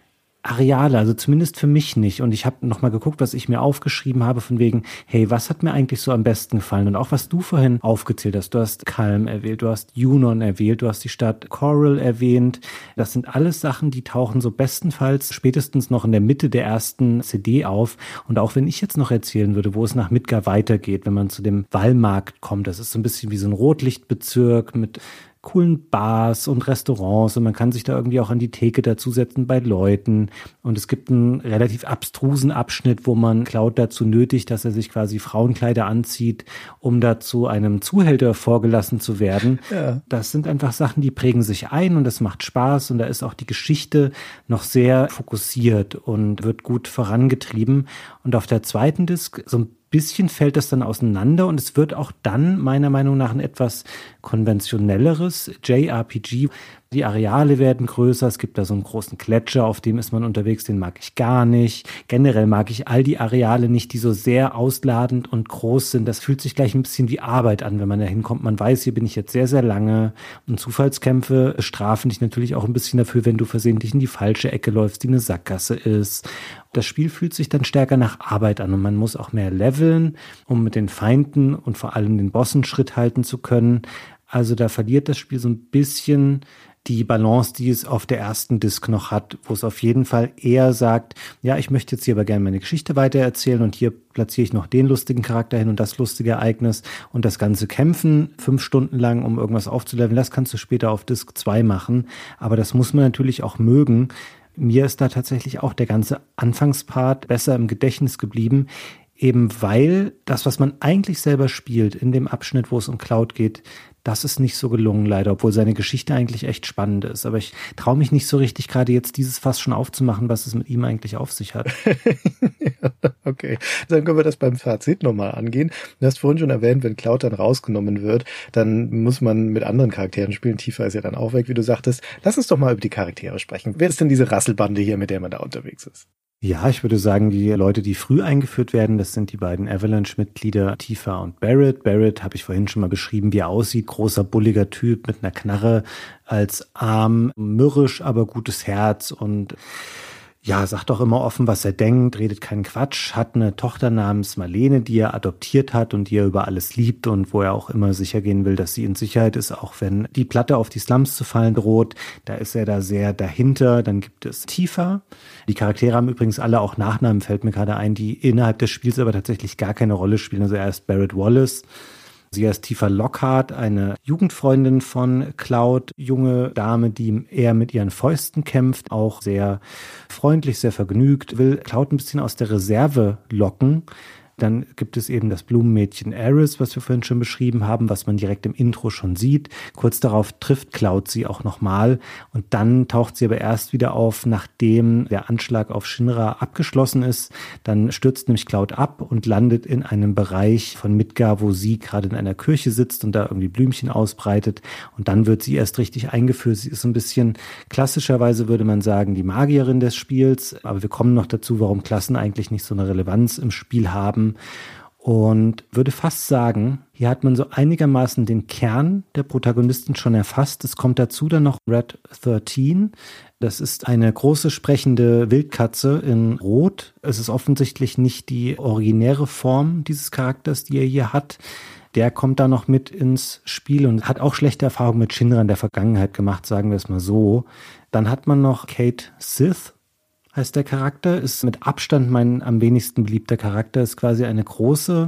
Areale, also zumindest für mich nicht. Und ich habe nochmal geguckt, was ich mir aufgeschrieben habe, von wegen, hey, was hat mir eigentlich so am besten gefallen? Und auch was du vorhin aufgezählt hast. Du hast Kalm erwählt, du hast Junon erwählt, du hast die Stadt Coral erwähnt. Das sind alles Sachen, die tauchen so bestenfalls spätestens noch in der Mitte der ersten CD auf. Und auch wenn ich jetzt noch erzählen würde, wo es nach Midgar weitergeht, wenn man zu dem Wallmarkt kommt, das ist so ein bisschen wie so ein Rotlichtbezirk mit coolen Bars und Restaurants, und man kann sich da irgendwie auch an die Theke dazusetzen bei Leuten, und es gibt einen relativ abstrusen Abschnitt, wo man Cloud dazu nötigt, dass er sich quasi Frauenkleider anzieht, um dazu einem Zuhälter vorgelassen zu werden. Ja. Das sind einfach Sachen, die prägen sich ein und das macht Spaß, und da ist auch die Geschichte noch sehr fokussiert und wird gut vorangetrieben. Und auf der zweiten Disc so ein bisschen fällt das dann auseinander, und es wird auch dann meiner Meinung nach ein etwas konventionelleres JRPG. Die Areale werden größer, es gibt da so einen großen Gletscher, auf dem ist man unterwegs, den mag ich gar nicht. Generell mag ich all die Areale nicht, die so sehr ausladend und groß sind. Das fühlt sich gleich ein bisschen wie Arbeit an, wenn man da hinkommt. Man weiß, hier bin ich jetzt sehr, sehr lange, und Zufallskämpfe strafen dich natürlich auch ein bisschen dafür, wenn du versehentlich in die falsche Ecke läufst, die eine Sackgasse ist. Das Spiel fühlt sich dann stärker nach Arbeit an, und man muss auch mehr leveln, um mit den Feinden und vor allem den Bossen Schritt halten zu können. Also da verliert das Spiel so ein bisschen die Balance, die es auf der ersten Disc noch hat, wo es auf jeden Fall eher sagt, ja, ich möchte jetzt hier aber gerne meine Geschichte weitererzählen, und hier platziere ich noch den lustigen Charakter hin und das lustige Ereignis, und das ganze Kämpfen 5 Stunden lang, um irgendwas aufzuleveln, das kannst du später auf Disc 2 machen, aber das muss man natürlich auch mögen. Mir ist da tatsächlich auch der ganze Anfangspart besser im Gedächtnis geblieben, eben weil das, was man eigentlich selber spielt in dem Abschnitt, wo es um Cloud geht, das ist nicht so gelungen leider, obwohl seine Geschichte eigentlich echt spannend ist. Aber ich traue mich nicht so richtig, gerade jetzt dieses Fass schon aufzumachen, was es mit ihm eigentlich auf sich hat. Okay, dann können wir das beim Fazit nochmal angehen. Du hast vorhin schon erwähnt, wenn Cloud dann rausgenommen wird, dann muss man mit anderen Charakteren spielen. Tifa ist ja dann auch weg, wie du sagtest. Lass uns doch mal über die Charaktere sprechen. Wer ist denn diese Rasselbande hier, mit der man da unterwegs ist? Ja, ich würde sagen, die Leute, die früh eingeführt werden, das sind die beiden Avalanche-Mitglieder Tifa und Barret. Barret habe ich vorhin schon mal beschrieben, wie er aussieht. Großer, bulliger Typ mit einer Knarre als Arm. Mürrisch, aber gutes Herz, und ja, sagt doch immer offen, was er denkt, redet keinen Quatsch, hat eine Tochter namens Marlene, die er adoptiert hat und die er über alles liebt und wo er auch immer sicher gehen will, dass sie in Sicherheit ist, auch wenn die Platte auf die Slums zu fallen droht. Da ist er da sehr dahinter. Dann gibt es Tifa. Die Charaktere haben übrigens alle auch Nachnamen, fällt mir gerade ein, die innerhalb des Spiels aber tatsächlich gar keine Rolle spielen. Also er ist Barret Wallace. Sie ist Tifa Lockhart, eine Jugendfreundin von Cloud, junge Dame, die eher mit ihren Fäusten kämpft, auch sehr freundlich, sehr vergnügt, will Cloud ein bisschen aus der Reserve locken. Dann gibt es eben das Blumenmädchen Aeris, was wir vorhin schon beschrieben haben, was man direkt im Intro schon sieht. Kurz darauf trifft Cloud sie auch nochmal, und dann taucht sie aber erst wieder auf, nachdem der Anschlag auf Shinra abgeschlossen ist. Dann stürzt nämlich Cloud ab und landet in einem Bereich von Midgar, wo sie gerade in einer Kirche sitzt und da irgendwie Blümchen ausbreitet, und dann wird sie erst richtig eingeführt. Sie ist so ein bisschen, klassischerweise würde man sagen, die Magierin des Spiels, aber wir kommen noch dazu, warum Klassen eigentlich nicht so eine Relevanz im Spiel haben. und würde fast sagen, hier hat man so einigermaßen den Kern der Protagonisten schon erfasst. Es kommt dazu dann noch Red 13. Das ist eine große sprechende Wildkatze in Rot. Es ist offensichtlich nicht die originäre Form dieses Charakters, die er hier hat. Der kommt da noch mit ins Spiel und hat auch schlechte Erfahrungen mit Shinra in der Vergangenheit gemacht, sagen wir es mal so. Dann hat man noch Kate Sith, heißt der Charakter, ist mit Abstand mein am wenigsten beliebter Charakter, ist quasi eine große,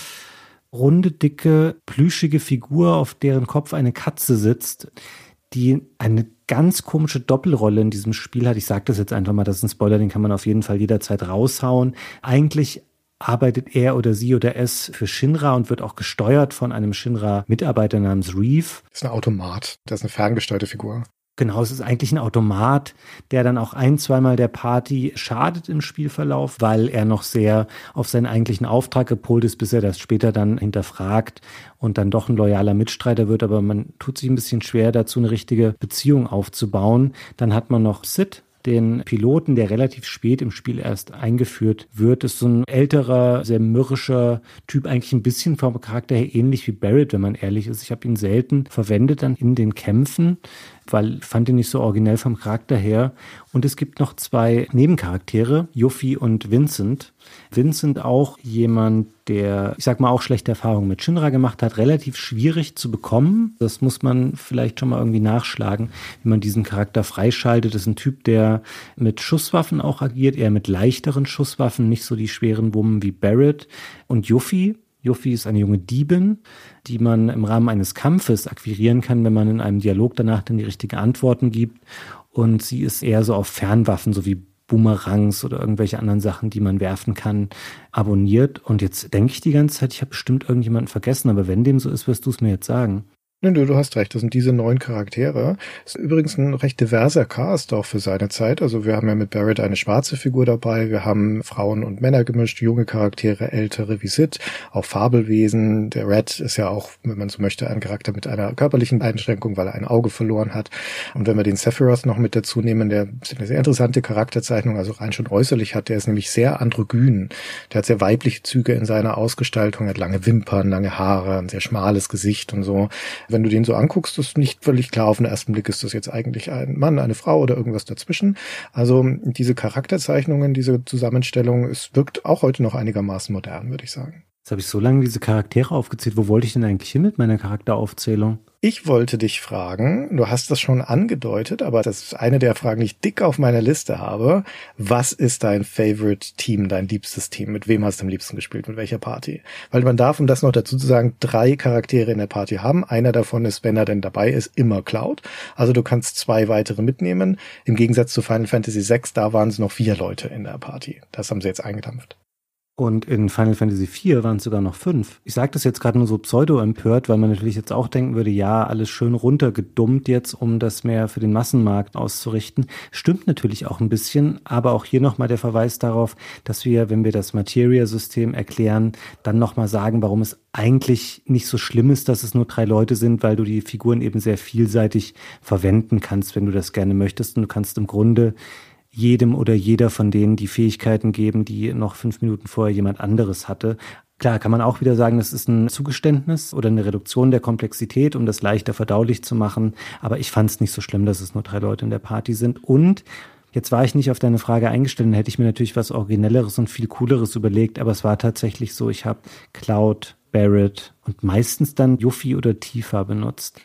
runde, dicke, plüschige Figur, auf deren Kopf eine Katze sitzt, die eine ganz komische Doppelrolle in diesem Spiel hat. Ich sage das jetzt einfach mal, das ist ein Spoiler, den kann man auf jeden Fall jederzeit raushauen. Eigentlich arbeitet er oder sie oder es für Shinra und wird auch gesteuert von einem Shinra-Mitarbeiter namens Reeve. Das ist ein Automat, das ist eine ferngesteuerte Figur. Genau, es ist eigentlich ein Automat, der dann auch zweimal der Party schadet im Spielverlauf, weil er noch sehr auf seinen eigentlichen Auftrag gepolt ist, bis er das später dann hinterfragt und dann doch ein loyaler Mitstreiter wird. Aber man tut sich ein bisschen schwer dazu, eine richtige Beziehung aufzubauen. Dann hat man noch Sid, den Piloten, der relativ spät im Spiel erst eingeführt wird. Ist so ein älterer, sehr mürrischer Typ, eigentlich ein bisschen vom Charakter her ähnlich wie Barrett, wenn man ehrlich ist. Ich habe ihn selten verwendet dann in den Kämpfen, weil ich fand ihn nicht so originell vom Charakter her. Und es gibt noch 2 Nebencharaktere, Yuffie und Vincent. Vincent auch jemand, der, ich sag mal, auch schlechte Erfahrungen mit Shinra gemacht hat, relativ schwierig zu bekommen. Das muss man vielleicht schon mal irgendwie nachschlagen, wie man diesen Charakter freischaltet. Das ist ein Typ, der mit Schusswaffen auch agiert, eher mit leichteren Schusswaffen, nicht so die schweren Wummen wie Barrett. Und Yuffie ist eine junge Diebin, die man im Rahmen eines Kampfes akquirieren kann, wenn man in einem Dialog danach dann die richtigen Antworten gibt. Und sie ist eher so auf Fernwaffen, so wie Boomerangs oder irgendwelche anderen Sachen, die man werfen kann, abonniert. Und jetzt denke ich die ganze Zeit, ich habe bestimmt irgendjemanden vergessen, aber wenn dem so ist, wirst du es mir jetzt sagen. Nö, du hast recht, das sind diese 9 Charaktere. Das ist übrigens ein recht diverser Cast auch für seine Zeit. Also wir haben ja mit Barrett eine schwarze Figur dabei, wir haben Frauen und Männer gemischt, junge Charaktere, ältere wie Sid, auch Fabelwesen. Der Red ist ja auch, wenn man so möchte, ein Charakter mit einer körperlichen Einschränkung, weil er ein Auge verloren hat. Und wenn wir den Sephiroth noch mit dazu nehmen, der eine sehr interessante Charakterzeichnung, also rein schon äußerlich hat, der ist nämlich sehr androgyn. Der hat sehr weibliche Züge in seiner Ausgestaltung, er hat lange Wimpern, lange Haare, ein sehr schmales Gesicht und so. Wenn du den so anguckst, ist nicht völlig klar auf den ersten Blick, ist das jetzt eigentlich ein Mann, eine Frau oder irgendwas dazwischen. Also diese Charakterzeichnungen, diese Zusammenstellung, es wirkt auch heute noch einigermaßen modern, würde ich sagen. Jetzt habe ich so lange diese Charaktere aufgezählt. Wo wollte ich denn eigentlich hin mit meiner Charakteraufzählung? Ich wollte dich fragen, du hast das schon angedeutet, aber das ist eine der Fragen, die ich dick auf meiner Liste habe. Was ist dein Favorite Team, dein liebstes Team? Mit wem hast du am liebsten gespielt? Mit welcher Party? Weil man darf, um das noch dazu zu sagen, 3 Charaktere in der Party haben. Einer davon ist, wenn er denn dabei ist, immer Cloud. Also du kannst 2 weitere mitnehmen. Im Gegensatz zu Final Fantasy VI, da waren es noch 4 Leute in der Party. Das haben sie jetzt eingedampft. Und in Final Fantasy IV waren es sogar noch 5. Ich sage das jetzt gerade nur so pseudo-empört, weil man natürlich jetzt auch denken würde, ja, alles schön runtergedummt jetzt, um das mehr für den Massenmarkt auszurichten. Stimmt natürlich auch ein bisschen, aber auch hier nochmal der Verweis darauf, dass wir, wenn wir das Materia-System erklären, dann nochmal sagen, warum es eigentlich nicht so schlimm ist, dass es nur 3 Leute sind, weil du die Figuren eben sehr vielseitig verwenden kannst, wenn du das gerne möchtest. Und du kannst im Grunde jedem oder jeder von denen die Fähigkeiten geben, die noch 5 Minuten vorher jemand anderes hatte. Klar, kann man auch wieder sagen, das ist ein Zugeständnis oder eine Reduktion der Komplexität, um das leichter verdaulich zu machen. Aber ich fand es nicht so schlimm, dass es nur 3 Leute in der Party sind. Und jetzt war ich nicht auf deine Frage eingestellt, dann hätte ich mir natürlich was Originelleres und viel Cooleres überlegt. Aber es war tatsächlich so, ich habe Cloud, Barrett und meistens dann Yuffie oder Tifa benutzt.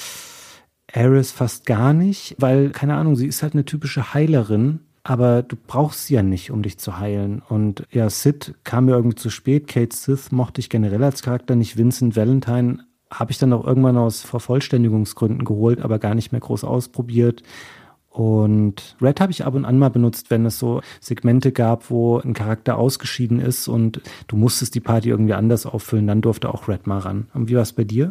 Aeris fast gar nicht, weil, keine Ahnung, sie ist halt eine typische Heilerin, aber du brauchst sie ja nicht, um dich zu heilen. Und ja, Sid kam mir irgendwie zu spät, Kate Sith mochte ich generell als Charakter nicht, Vincent Valentine habe ich dann auch irgendwann aus Vervollständigungsgründen geholt, aber gar nicht mehr groß ausprobiert. Und Red habe ich ab und an mal benutzt, wenn es so Segmente gab, wo ein Charakter ausgeschieden ist und du musstest die Party irgendwie anders auffüllen, dann durfte auch Red mal ran. Und wie war es bei dir?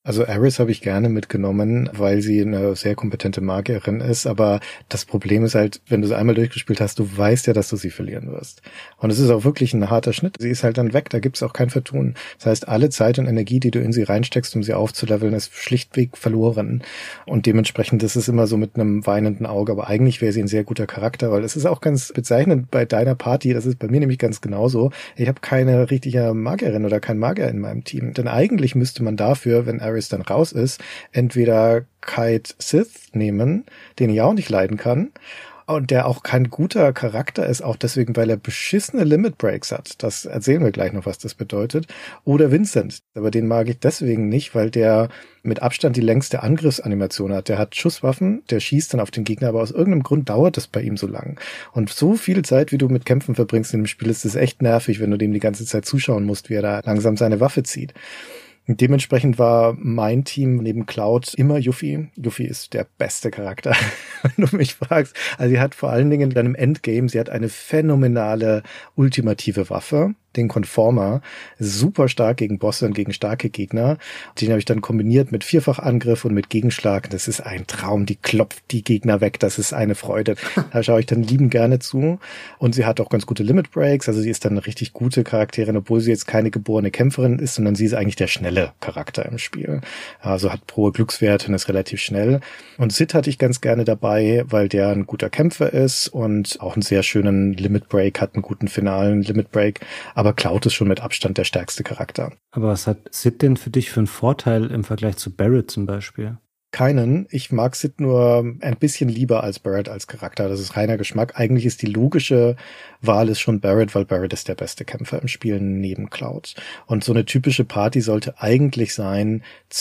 Also Aerys habe ich gerne mitgenommen, weil sie eine sehr kompetente Magierin ist, aber das Problem ist halt, wenn du sie einmal durchgespielt hast, du weißt ja, dass du sie verlieren wirst. Und es ist auch wirklich ein harter Schnitt. Sie ist halt dann weg, da gibt's auch kein Vertun. Das heißt, alle Zeit und Energie, die du in sie reinsteckst, um sie aufzuleveln, ist schlichtweg verloren. Und dementsprechend ist es immer so mit einem weinenden Auge, aber eigentlich wäre sie ein sehr guter Charakter, weil es ist auch ganz bezeichnend bei deiner Party, das ist bei mir nämlich ganz genauso. Ich habe keine richtige Magierin oder keinen Magier in meinem Team. Denn eigentlich müsste man dafür, wenn Aerys dann raus ist, entweder Kite Sith nehmen, den ich auch nicht leiden kann, und der auch kein guter Charakter ist, auch deswegen, weil er beschissene Limit Breaks hat. Das erzählen wir gleich noch, was das bedeutet. Oder Vincent. Aber den mag ich deswegen nicht, weil der mit Abstand die längste Angriffsanimation hat. Der hat Schusswaffen, der schießt dann auf den Gegner, aber aus irgendeinem Grund dauert das bei ihm so lang. Und so viel Zeit, wie du mit Kämpfen verbringst in dem Spiel, ist es echt nervig, wenn du dem die ganze Zeit zuschauen musst, wie er da langsam seine Waffe zieht. Dementsprechend war mein Team neben Cloud immer Yuffie. Yuffie ist der beste Charakter, wenn du mich fragst. Also sie hat vor allen Dingen dann im Endgame, sie hat eine phänomenale ultimative Waffe, den Conformer, super stark gegen Bosse und gegen starke Gegner. Den habe ich dann kombiniert mit Vierfachangriff und mit Gegenschlag. Das ist ein Traum, die klopft die Gegner weg, das ist eine Freude. Da schaue ich dann liebend gerne zu. Und sie hat auch ganz gute Limit Breaks, also sie ist dann eine richtig gute Charakterin, obwohl sie jetzt keine geborene Kämpferin ist, sondern sie ist eigentlich der schnelle Charakter im Spiel. Also hat hohe Glückswerte und ist relativ schnell. Und Sid hatte ich ganz gerne dabei, weil der ein guter Kämpfer ist und auch einen sehr schönen Limit Break hat, einen guten finalen Limit Break. Aber Cloud ist schon mit Abstand der stärkste Charakter. Aber was hat Sid denn für dich für einen Vorteil im Vergleich zu Barret zum Beispiel? Keinen. Ich mag Sid nur ein bisschen lieber als Barret als Charakter. Das ist reiner Geschmack. Eigentlich ist die logische Wahl ist schon Barret, weil Barret ist der beste Kämpfer im Spiel neben Cloud. Und so eine typische Party sollte eigentlich sein,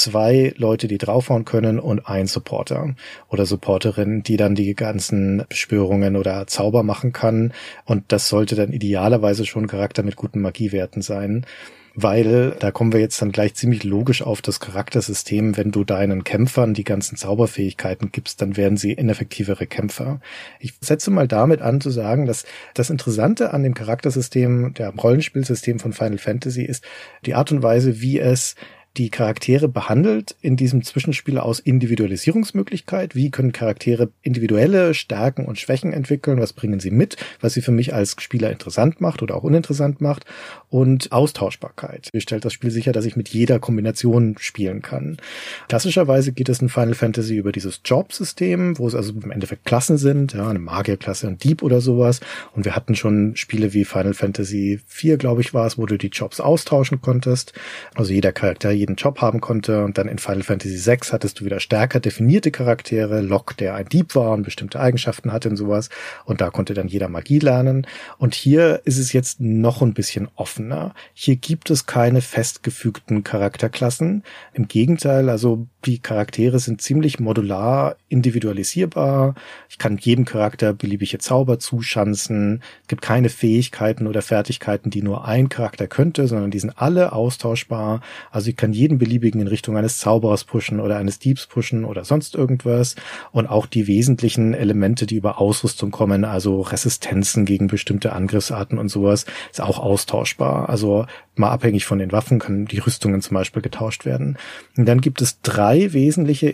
2 Leute, die draufhauen können und ein Supporter oder Supporterin, die dann die ganzen Beschwörungen oder Zauber machen kann. Und das sollte dann idealerweise schon ein Charakter mit guten Magiewerten sein. Weil, da kommen wir jetzt dann gleich ziemlich logisch auf das Charaktersystem, wenn du deinen Kämpfern die ganzen Zauberfähigkeiten gibst, dann werden sie ineffektivere Kämpfer. Ich setze mal damit an zu sagen, dass das Interessante an dem Charaktersystem, der Rollenspielsystem von Final Fantasy ist, die Art und Weise, wie es die Charaktere behandelt in diesem Zwischenspiel aus Individualisierungsmöglichkeit. Wie können Charaktere individuelle Stärken und Schwächen entwickeln? Was bringen sie mit? Was sie für mich als Spieler interessant macht oder auch uninteressant macht? Und Austauschbarkeit. Wie stellt das Spiel sicher, dass ich mit jeder Kombination spielen kann? Klassischerweise geht es in Final Fantasy über dieses Job-System, wo es also im Endeffekt Klassen sind, ja, eine Magierklasse, ein Dieb oder sowas. Und wir hatten schon Spiele wie Final Fantasy 4, glaube ich, war es, wo du die Jobs austauschen konntest. Also jeder Charakter jeden Job haben konnte, und dann in Final Fantasy 6 hattest du wieder stärker definierte Charaktere, Locke, der ein Dieb war und bestimmte Eigenschaften hatte und sowas, und da konnte dann jeder Magie lernen. Und hier ist es jetzt noch ein bisschen offener. Hier gibt es keine festgefügten Charakterklassen. Im Gegenteil, also die Charaktere sind ziemlich modular individualisierbar. Ich kann jedem Charakter beliebige Zauber zuschanzen. Es gibt keine Fähigkeiten oder Fertigkeiten, die nur ein Charakter könnte, sondern die sind alle austauschbar. Also ich kann jeden beliebigen in Richtung eines Zauberers pushen oder eines Diebs pushen oder sonst irgendwas. Und auch die wesentlichen Elemente, die über Ausrüstung kommen, also Resistenzen gegen bestimmte Angriffsarten und sowas, ist auch austauschbar. Also mal abhängig von den Waffen können die Rüstungen zum Beispiel getauscht werden. Und dann gibt es 3 wesentliche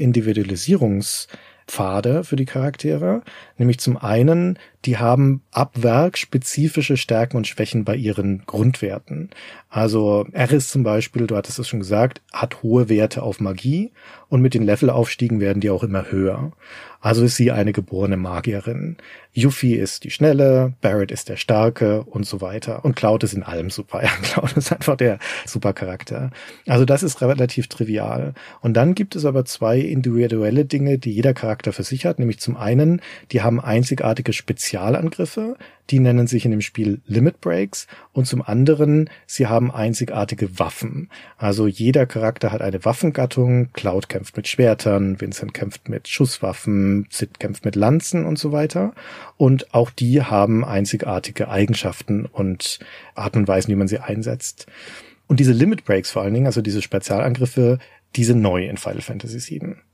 Individualisierungspfade für die Charaktere. Nämlich zum einen, die haben ab Werk spezifische Stärken und Schwächen bei ihren Grundwerten. Also Aerys zum Beispiel, du hattest es schon gesagt, hat hohe Werte auf Magie, und mit den Levelaufstiegen werden die auch immer höher. Also ist sie eine geborene Magierin. Yuffie ist die Schnelle, Barret ist der Starke und so weiter. Und Cloud ist in allem super. Ja, Cloud ist einfach der Supercharakter. Also das ist relativ trivial. Und dann gibt es aber 2 individuelle Dinge, die jeder Charakter für sich hat. Nämlich zum einen, die haben einzigartige Spezialangriffe. Die nennen sich in dem Spiel Limit Breaks. Und zum anderen, sie haben einzigartige Waffen. Also jeder Charakter hat eine Waffengattung. Cloud kämpft mit Schwertern, Vincent kämpft mit Schusswaffen, Sid kämpft mit Lanzen und so weiter. Und auch die haben einzigartige Eigenschaften und Arten und Weisen, wie man sie einsetzt. Und diese Limit Breaks vor allen Dingen, also diese Spezialangriffe, die sind neu in Final Fantasy VII.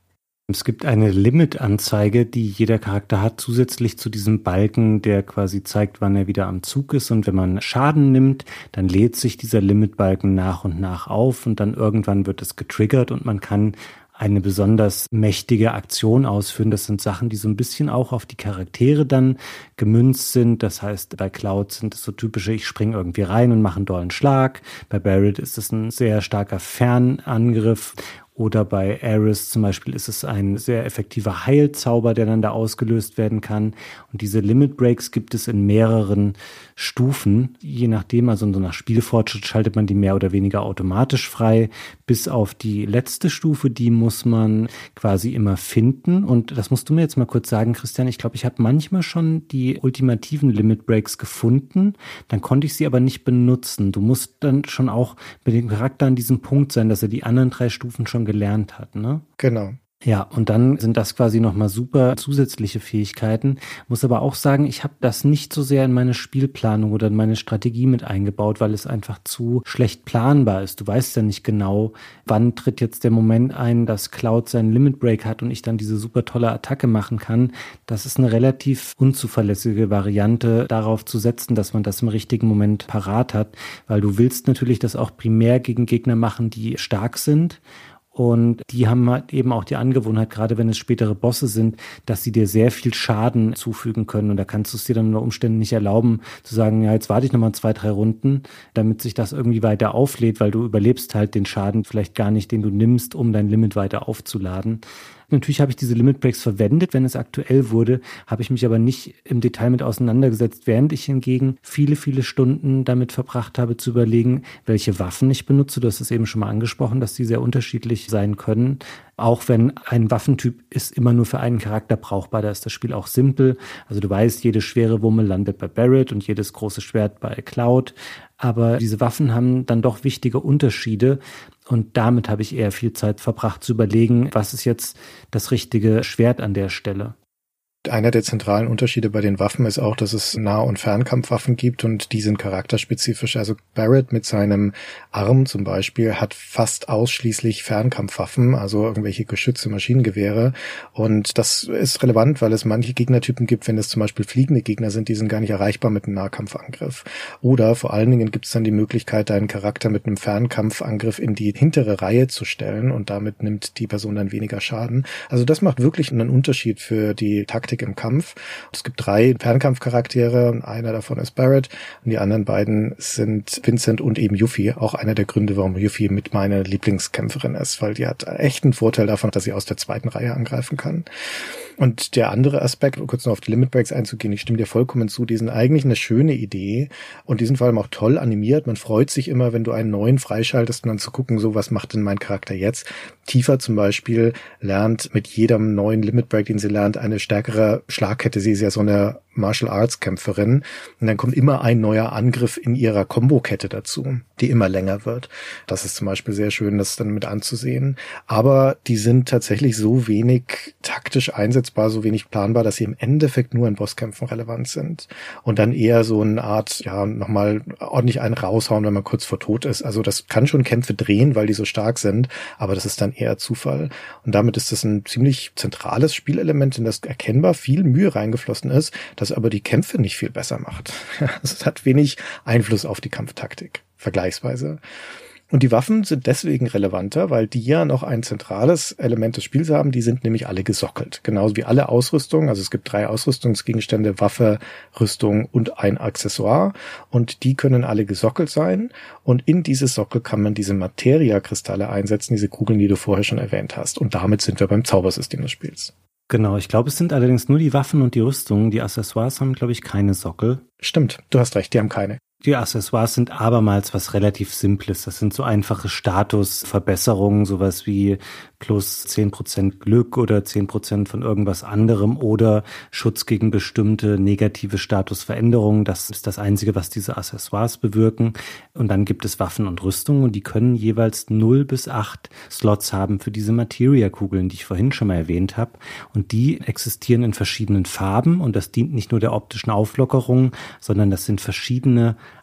Es gibt eine Limit-Anzeige, die jeder Charakter hat, zusätzlich zu diesem Balken, der quasi zeigt, wann er wieder am Zug ist. Und wenn man Schaden nimmt, dann lädt sich dieser Limit-Balken nach und nach auf und dann irgendwann wird es getriggert und man kann eine besonders mächtige Aktion ausführen. Das sind Sachen, die so ein bisschen auch auf die Charaktere dann gemünzt sind. Das heißt, bei Cloud sind es so typische, ich springe irgendwie rein und mache einen dollen Schlag. Bei Barret ist es ein sehr starker Fernangriff. Oder bei Aerith zum Beispiel ist es ein sehr effektiver Heilzauber, der dann da ausgelöst werden kann. Und diese Limit Breaks gibt es in mehreren Stufen. Je nachdem, also nach Spielfortschritt schaltet man die mehr oder weniger automatisch frei. Bis auf die letzte Stufe, die muss man quasi immer finden. Und das musst du mir jetzt mal kurz sagen, Christian. Ich glaube, ich habe manchmal schon die ultimativen Limit Breaks gefunden. Dann konnte ich sie aber nicht benutzen. Du musst dann schon auch mit dem Charakter an diesem Punkt sein, dass er die anderen 3 Stufen schon gelernt hat, ne? Genau. Ja, und dann sind das quasi nochmal super zusätzliche Fähigkeiten. Muss aber auch sagen, ich habe das nicht so sehr in meine Spielplanung oder in meine Strategie mit eingebaut, weil es einfach zu schlecht planbar ist. Du weißt ja nicht genau, wann tritt jetzt der Moment ein, dass Cloud seinen Limit Break hat und ich dann diese super tolle Attacke machen kann. Das ist eine relativ unzuverlässige Variante, darauf zu setzen, dass man das im richtigen Moment parat hat, weil du willst natürlich das auch primär gegen Gegner machen, die stark sind. Und die haben halt eben auch die Angewohnheit, gerade wenn es spätere Bosse sind, dass sie dir sehr viel Schaden zufügen können. Und da kannst du es dir dann unter Umständen nicht erlauben, zu sagen, ja, jetzt warte ich nochmal 2, 3 Runden, damit sich das irgendwie weiter auflädt, weil du überlebst halt den Schaden vielleicht gar nicht, den du nimmst, um dein Limit weiter aufzuladen. Natürlich habe ich diese Limit Breaks verwendet, wenn es aktuell wurde, habe ich mich aber nicht im Detail mit auseinandergesetzt, während ich hingegen viele, viele Stunden damit verbracht habe, zu überlegen, welche Waffen ich benutze. Du hast es eben schon mal angesprochen, dass die sehr unterschiedlich sein können. Auch wenn ein Waffentyp ist immer nur für einen Charakter brauchbar, da ist das Spiel auch simpel. Also du weißt, jede schwere Wumme landet bei Barret und jedes große Schwert bei Cloud. Aber diese Waffen haben dann doch wichtige Unterschiede. Und damit habe ich eher viel Zeit verbracht zu überlegen, was ist jetzt das richtige Schwert an der Stelle. Einer der zentralen Unterschiede bei den Waffen ist auch, dass es Nah- und Fernkampfwaffen gibt und die sind charakterspezifisch. Also Barret mit seinem Arm zum Beispiel hat fast ausschließlich Fernkampfwaffen, also irgendwelche Geschütze, Maschinengewehre. Und das ist relevant, weil es manche Gegnertypen gibt, wenn es zum Beispiel fliegende Gegner sind, die sind gar nicht erreichbar mit einem Nahkampfangriff. Oder vor allen Dingen gibt es dann die Möglichkeit, deinen Charakter mit einem Fernkampfangriff in die hintere Reihe zu stellen und damit nimmt die Person dann weniger Schaden. Also das macht wirklich einen Unterschied für die Taktik im Kampf. Es gibt 3 Fernkampfcharaktere und einer davon ist Barret und die anderen beiden sind Vincent und eben Yuffie. Auch einer der Gründe, warum Yuffie mit meiner Lieblingskämpferin ist, weil die hat echt einen Vorteil davon, dass sie aus der 2. Reihe angreifen kann. Und der andere Aspekt, um kurz noch auf die Limit Breaks einzugehen, ich stimme dir vollkommen zu, die sind eigentlich eine schöne Idee und die sind vor allem auch toll animiert. Man freut sich immer, wenn du einen neuen freischaltest und dann zu gucken, so was macht denn mein Charakter jetzt? Tifa zum Beispiel lernt mit jedem neuen Limit Break, den sie lernt, eine stärkere Schlagkette. Sie ist ja so eine Martial Arts Kämpferin und dann kommt immer ein neuer Angriff in ihrer Kombokette dazu, die immer länger wird. Das ist zum Beispiel sehr schön, das dann mit anzusehen. Aber die sind tatsächlich so wenig taktisch einsetzbar, so wenig planbar, dass sie im Endeffekt nur in Bosskämpfen relevant sind und dann eher so eine Art, ja, nochmal ordentlich einen raushauen, wenn man kurz vor Tod ist. Also das kann schon Kämpfe drehen, weil die so stark sind, aber das ist dann eher Zufall. Und damit ist das ein ziemlich zentrales Spielelement, in das erkennbar viel Mühe reingeflossen ist, das aber die Kämpfe nicht viel besser macht. Es hat wenig Einfluss auf die Kampftaktik, vergleichsweise. Und die Waffen sind deswegen relevanter, weil die ja noch ein zentrales Element des Spiels haben. Die sind nämlich alle gesockelt. Genauso wie alle Ausrüstung. Also es gibt 3 Ausrüstungsgegenstände, Waffe, Rüstung und ein Accessoire. Und die können alle gesockelt sein. Und in dieses Sockel kann man diese Materia-Kristalle einsetzen, diese Kugeln, die du vorher schon erwähnt hast. Und damit sind wir beim Zaubersystem des Spiels. Genau, ich glaube, es sind allerdings nur die Waffen und die Rüstungen. Die Accessoires haben, glaube ich, keine Sockel. Stimmt, du hast recht, die haben keine. Die Accessoires sind abermals was relativ Simples. Das sind so einfache Statusverbesserungen, sowas wie plus 10% Glück oder 10% von irgendwas anderem oder Schutz gegen bestimmte negative Statusveränderungen. Das ist das Einzige, was diese Accessoires bewirken. Und dann gibt es Waffen und Rüstungen und die können jeweils 0 bis 8 Slots haben für diese Materia-Kugeln, die ich vorhin schon mal erwähnt habe. Und die existieren in verschiedenen Farben und das dient nicht nur der optischen Auflockerung, sondern das sind verschiedene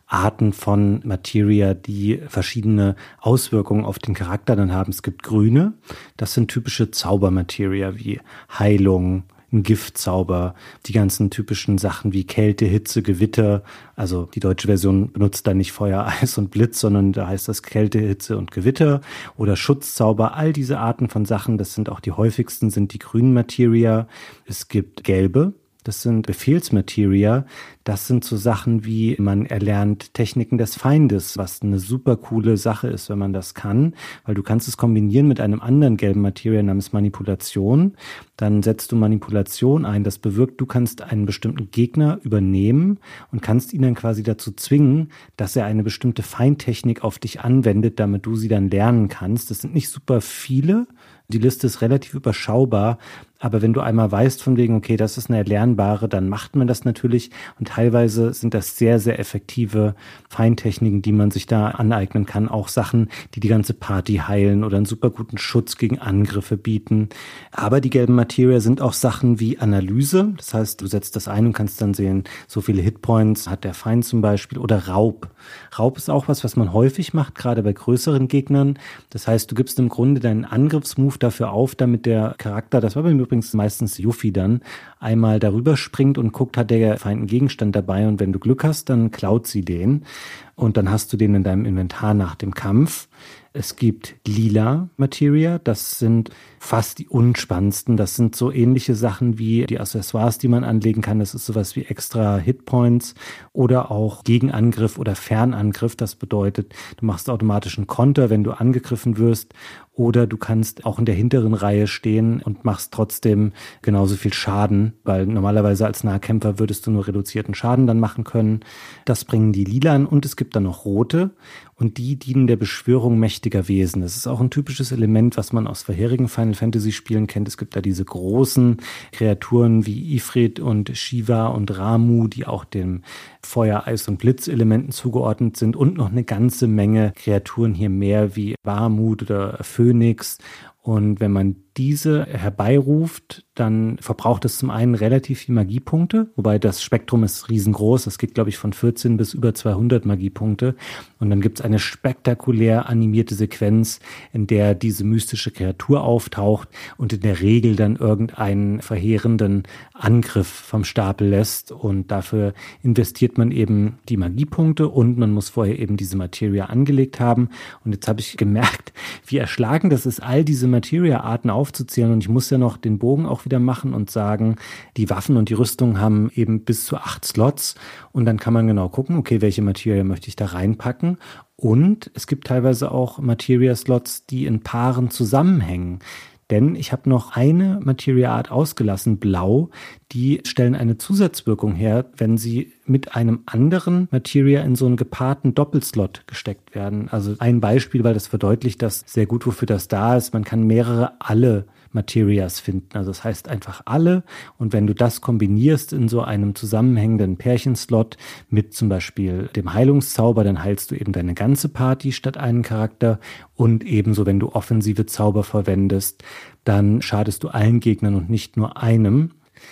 Arten von Materia, die verschiedene Auswirkungen auf den Charakter dann haben. Es gibt grüne, das sind typische Zaubermateria wie Heilung, ein Giftzauber, die ganzen typischen Sachen wie Kälte, Hitze, Gewitter. Also die deutsche Version benutzt da nicht Feuer, Eis und Blitz, sondern da heißt das Kälte, Hitze und Gewitter oder Schutzzauber. All diese Arten von Sachen, das sind auch die häufigsten, sind die grünen Materia. Es gibt gelbe. Das sind Befehlsmateria. Das sind so Sachen wie, man erlernt Techniken des Feindes, was eine super coole Sache ist, wenn man das kann, weil du kannst es kombinieren mit einem anderen gelben Materia namens Manipulation. Dann setzt du Manipulation ein. Das bewirkt, du kannst einen bestimmten Gegner übernehmen und kannst ihn dann quasi dazu zwingen, dass er eine bestimmte Feintechnik auf dich anwendet, damit du sie dann lernen kannst. Das sind nicht super viele. Die Liste ist relativ überschaubar, aber wenn du einmal weißt von wegen, okay, das ist eine erlernbare, dann macht man das natürlich und teilweise sind das sehr, sehr effektive Feintechniken, die man sich da aneignen kann. Auch Sachen, die die ganze Party heilen oder einen super guten Schutz gegen Angriffe bieten. Aber die gelben Materia sind auch Sachen wie Analyse. Das heißt, du setzt das ein und kannst dann sehen, so viele Hitpoints hat der Feind zum Beispiel oder Raub. Raub ist auch was man häufig macht, gerade bei größeren Gegnern. Das heißt, du gibst im Grunde deinen Angriffsmove dafür auf, damit der Charakter, das war bei mir übrigens meistens Yuffie dann, einmal darüber springt und guckt, hat der Feind einen Gegenstand dabei und wenn du Glück hast, dann klaut sie den und dann hast du den in deinem Inventar nach dem Kampf. Es gibt lila Materia, das sind fast die unspannendsten. Das sind so ähnliche Sachen wie die Accessoires, die man anlegen kann. Das ist sowas wie extra Hitpoints oder auch Gegenangriff oder Fernangriff. Das bedeutet, du machst automatisch einen Konter, wenn du angegriffen wirst. Oder du kannst auch in der hinteren Reihe stehen und machst trotzdem genauso viel Schaden, weil normalerweise als Nahkämpfer würdest du nur reduzierten Schaden dann machen können. Das bringen die Lilan und es gibt dann noch rote und die dienen der Beschwörung mächtiger Wesen. Das ist auch ein typisches Element, was man aus vorherigen Final Fantasy Spielen kennt. Es gibt da diese großen Kreaturen wie Ifrit und Shiva und Ramu, die auch dem Feuer-, Eis- und Blitzelementen zugeordnet sind und noch eine ganze Menge Kreaturen hier mehr wie Bahamut oder Phönix. Und wenn man diese herbeiruft, dann verbraucht es zum einen relativ viel Magiepunkte, wobei das Spektrum ist riesengroß. Es geht, glaube ich, von 14 bis über 200 Magiepunkte. Und dann gibt es eine spektakulär animierte Sequenz, in der diese mystische Kreatur auftaucht und in der Regel dann irgendeinen verheerenden Angriff vom Stapel lässt. Und dafür investiert man eben die Magiepunkte und man muss vorher eben diese Materia angelegt haben. Und jetzt habe ich gemerkt, wie erschlagend das ist, all diese Materia-Arten aufzuzählen. Und ich muss ja noch den Bogen auch wieder machen und sagen, die Waffen und die Rüstung haben eben bis zu 8 Slots. Und dann kann man genau gucken, okay, welche Materia möchte ich da reinpacken. Und es gibt teilweise auch Materia-Slots, die in Paaren zusammenhängen. Denn ich habe noch eine Materia-Art ausgelassen, blau, die stellen eine Zusatzwirkung her, wenn sie mit einem anderen Materia in so einen gepaarten Doppelslot gesteckt werden. Also ein Beispiel, weil das verdeutlicht das sehr gut, wofür das da ist. Man kann mehrere alle Materias finden. Also das heißt einfach alle. Und wenn du das kombinierst in so einem zusammenhängenden Pärchenslot mit zum Beispiel dem Heilungszauber, dann heilst du eben deine ganze Party statt einen Charakter. Und ebenso, wenn du offensive Zauber verwendest, dann schadest du allen Gegnern und nicht nur einem.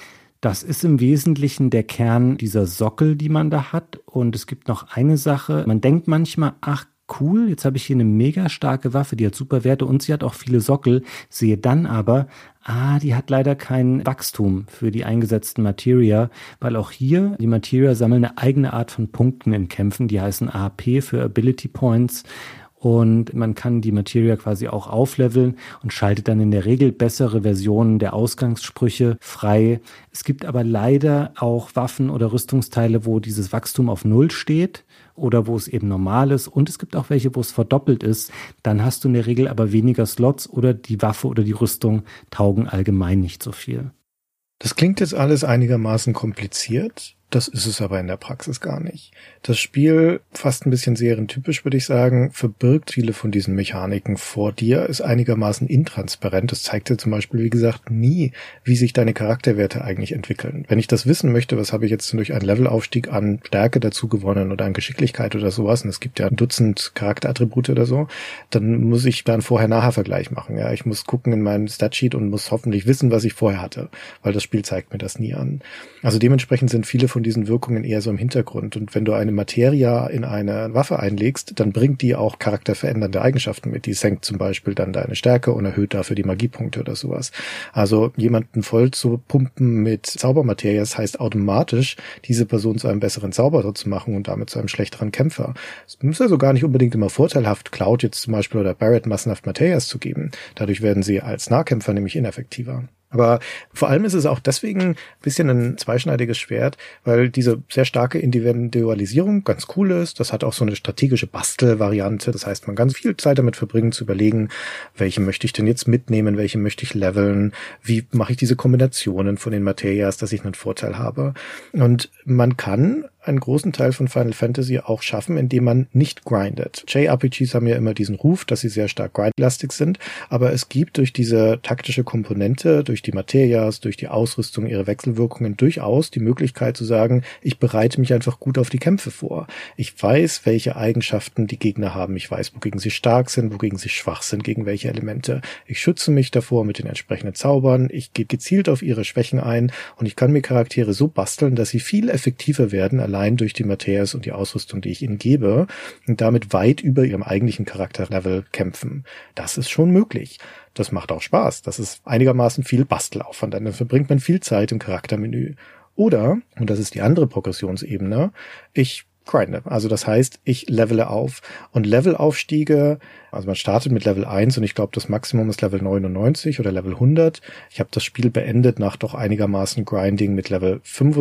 Das ist im Wesentlichen der Kern dieser Sockel, die man da hat. Und es gibt noch eine Sache. Man denkt manchmal, ach cool, jetzt habe ich hier eine mega starke Waffe, die hat super Werte und sie hat auch viele Sockel. Sehe dann aber, die hat leider kein Wachstum für die eingesetzten Materia, weil auch hier die Materia sammeln eine eigene Art von Punkten in Kämpfen. Die heißen AP für Ability Points. Und man kann die Materia quasi auch aufleveln und schaltet dann in der Regel bessere Versionen der Ausgangssprüche frei. Es gibt aber leider auch Waffen oder Rüstungsteile, wo dieses Wachstum auf 0 steht oder wo es eben normal ist. Und es gibt auch welche, wo es verdoppelt ist. Dann hast du in der Regel aber weniger Slots oder die Waffe oder die Rüstung taugen allgemein nicht so viel. Das klingt jetzt alles einigermaßen kompliziert. Das ist es aber in der Praxis gar nicht. Das Spiel, fast ein bisschen serientypisch, würde ich sagen, verbirgt viele von diesen Mechaniken vor dir, ist einigermaßen intransparent. Das zeigt dir zum Beispiel, wie gesagt, nie, wie sich deine Charakterwerte eigentlich entwickeln. Wenn ich das wissen möchte, was habe ich jetzt durch einen Levelaufstieg an Stärke dazu gewonnen oder an Geschicklichkeit oder sowas, und es gibt ja ein Dutzend Charakterattribute oder so, dann muss ich da einen Vorher-Nachher-Vergleich machen. Ja, ich muss gucken in meinem Statsheet und muss hoffentlich wissen, was ich vorher hatte, weil das Spiel zeigt mir das nie an. Also dementsprechend sind viele von von diesen Wirkungen eher so im Hintergrund. Und wenn du eine Materia in eine Waffe einlegst, dann bringt die auch charakterverändernde Eigenschaften mit. Die senkt zum Beispiel dann deine Stärke und erhöht dafür die Magiepunkte oder sowas. Also jemanden voll zu pumpen mit Zaubermaterie, das heißt automatisch, diese Person zu einem besseren Zauberer zu machen und damit zu einem schlechteren Kämpfer. Es ist also gar nicht unbedingt immer vorteilhaft, Cloud jetzt zum Beispiel oder Barrett massenhaft Materias zu geben. Dadurch werden sie als Nahkämpfer nämlich ineffektiver. Aber vor allem ist es auch deswegen ein bisschen ein zweischneidiges Schwert, weil diese sehr starke Individualisierung ganz cool ist. Das hat auch so eine strategische Bastelvariante. Das heißt, man kann viel Zeit damit verbringen, zu überlegen, welche möchte ich denn jetzt mitnehmen, welche möchte ich leveln, wie mache ich diese Kombinationen von den Materias, dass ich einen Vorteil habe. Und man kann einen großen Teil von Final Fantasy auch schaffen, indem man nicht grindet. JRPGs haben ja immer diesen Ruf, dass sie sehr stark grindlastig sind, aber es gibt durch diese taktische Komponente, durch die Materias, durch die Ausrüstung, ihre Wechselwirkungen durchaus die Möglichkeit zu sagen, ich bereite mich einfach gut auf die Kämpfe vor. Ich weiß, welche Eigenschaften die Gegner haben. Ich weiß, wogegen sie stark sind, wogegen sie schwach sind, gegen welche Elemente. Ich schütze mich davor mit den entsprechenden Zaubern. Ich gehe gezielt auf ihre Schwächen ein und ich kann mir Charaktere so basteln, dass sie viel effektiver werden, allein durch die Materias und die Ausrüstung, die ich ihnen gebe, und damit weit über ihrem eigentlichen Charakterlevel kämpfen. Das ist schon möglich. Das macht auch Spaß. Das ist einigermaßen viel Bastelaufwand. Dann verbringt man viel Zeit im Charaktermenü. Oder, und das ist die andere Progressionsebene, ich grinde. Also das heißt, ich levele auf. Und Levelaufstiege, also man startet mit Level 1 und ich glaube, das Maximum ist Level 99 oder Level 100. Ich habe das Spiel beendet nach doch einigermaßen Grinding mit Level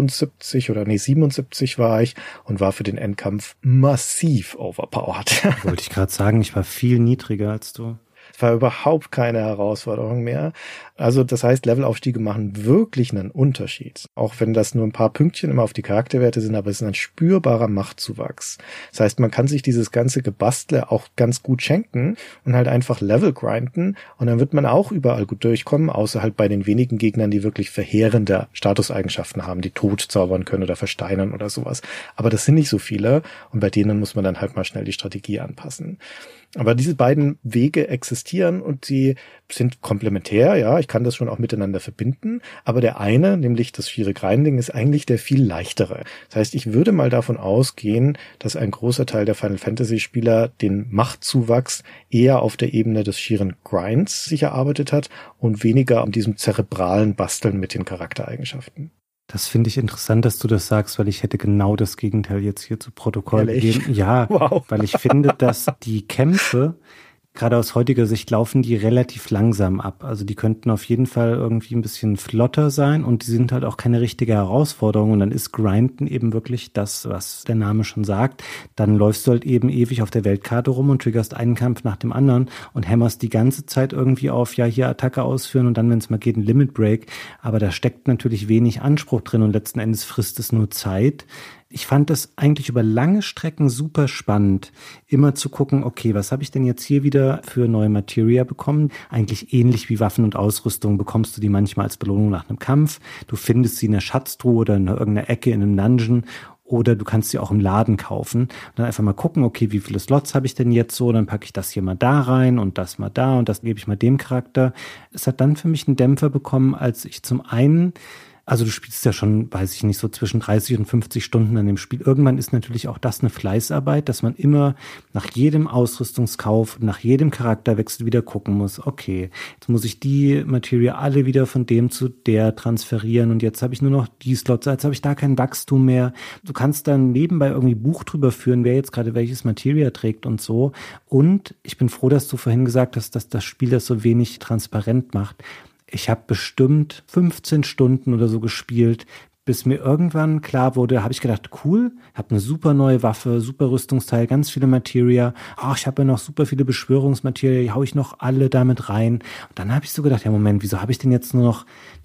75 oder 77 war ich und war für den Endkampf massiv overpowered. Wollte ich gerade sagen, ich war viel niedriger als du. Es war überhaupt keine Herausforderung mehr. Also das heißt, Levelaufstiege machen wirklich einen Unterschied. Auch wenn das nur ein paar Pünktchen immer auf die Charakterwerte sind, aber es ist ein spürbarer Machtzuwachs. Das heißt, man kann sich dieses ganze Gebastle auch ganz gut schenken und halt einfach Level grinden und dann wird man auch überall gut durchkommen, außer halt bei den wenigen Gegnern, die wirklich verheerende Statuseigenschaften haben, die Tod zaubern können oder versteinern oder sowas. Aber das sind nicht so viele und bei denen muss man dann halt mal schnell die Strategie anpassen. Aber diese beiden Wege existieren und sie sind komplementär, ja, ich kann das schon auch miteinander verbinden, aber der eine, nämlich das schiere Grinding, ist eigentlich der viel leichtere. Das heißt, ich würde mal davon ausgehen, dass ein großer Teil der Final Fantasy Spieler den Machtzuwachs eher auf der Ebene des schieren Grinds sich erarbeitet hat und weniger an diesem zerebralen Basteln mit den Charaktereigenschaften. Das finde ich interessant, dass du das sagst, weil ich hätte genau das Gegenteil jetzt hier zu Protokoll gegeben. Ja, wow. Weil ich finde, dass die Kämpfe, gerade aus heutiger Sicht, laufen die relativ langsam ab. Also die könnten auf jeden Fall irgendwie ein bisschen flotter sein und die sind halt auch keine richtige Herausforderung. Und dann ist Grinden eben wirklich das, was der Name schon sagt. Dann läufst du halt eben ewig auf der Weltkarte rum und triggerst einen Kampf nach dem anderen und hämmerst die ganze Zeit irgendwie auf, ja, hier Attacke ausführen und dann, wenn es mal geht, ein Limit Break. Aber da steckt natürlich wenig Anspruch drin und letzten Endes frisst es nur Zeit. Ich fand das eigentlich über lange Strecken super spannend, immer zu gucken, okay, was habe ich denn jetzt hier wieder für neue Materia bekommen? Eigentlich ähnlich wie Waffen und Ausrüstung bekommst du die manchmal als Belohnung nach einem Kampf. Du findest sie in der Schatztruhe oder in irgendeiner Ecke in einem Dungeon oder du kannst sie auch im Laden kaufen. Und dann einfach mal gucken, okay, wie viele Slots habe ich denn jetzt so? Dann packe ich das hier mal da rein und das mal da und das gebe ich mal dem Charakter. Es hat dann für mich einen Dämpfer bekommen, als ich zum einen, also du spielst ja schon, weiß ich nicht, so zwischen 30 und 50 Stunden an dem Spiel. Irgendwann ist natürlich auch das eine Fleißarbeit, dass man immer nach jedem Ausrüstungskauf, nach jedem Charakterwechsel wieder gucken muss, okay, jetzt muss ich die Materia alle wieder von dem zu der transferieren und jetzt habe ich nur noch die Slots, jetzt habe ich da kein Wachstum mehr. Du kannst dann nebenbei irgendwie Buch drüber führen, wer jetzt gerade welches Materia trägt und so. Und ich bin froh, dass du vorhin gesagt hast, dass das Spiel das so wenig transparent macht. Ich habe bestimmt 15 Stunden oder so gespielt, bis mir irgendwann klar wurde, habe ich gedacht, cool, habe eine super neue Waffe, super Rüstungsteil, ganz viele Materia. Ich habe ja noch super viele Beschwörungsmateria, die hau ich noch alle damit rein. Und dann habe ich so gedacht, ja Moment, wieso habe ich denn jetzt nur noch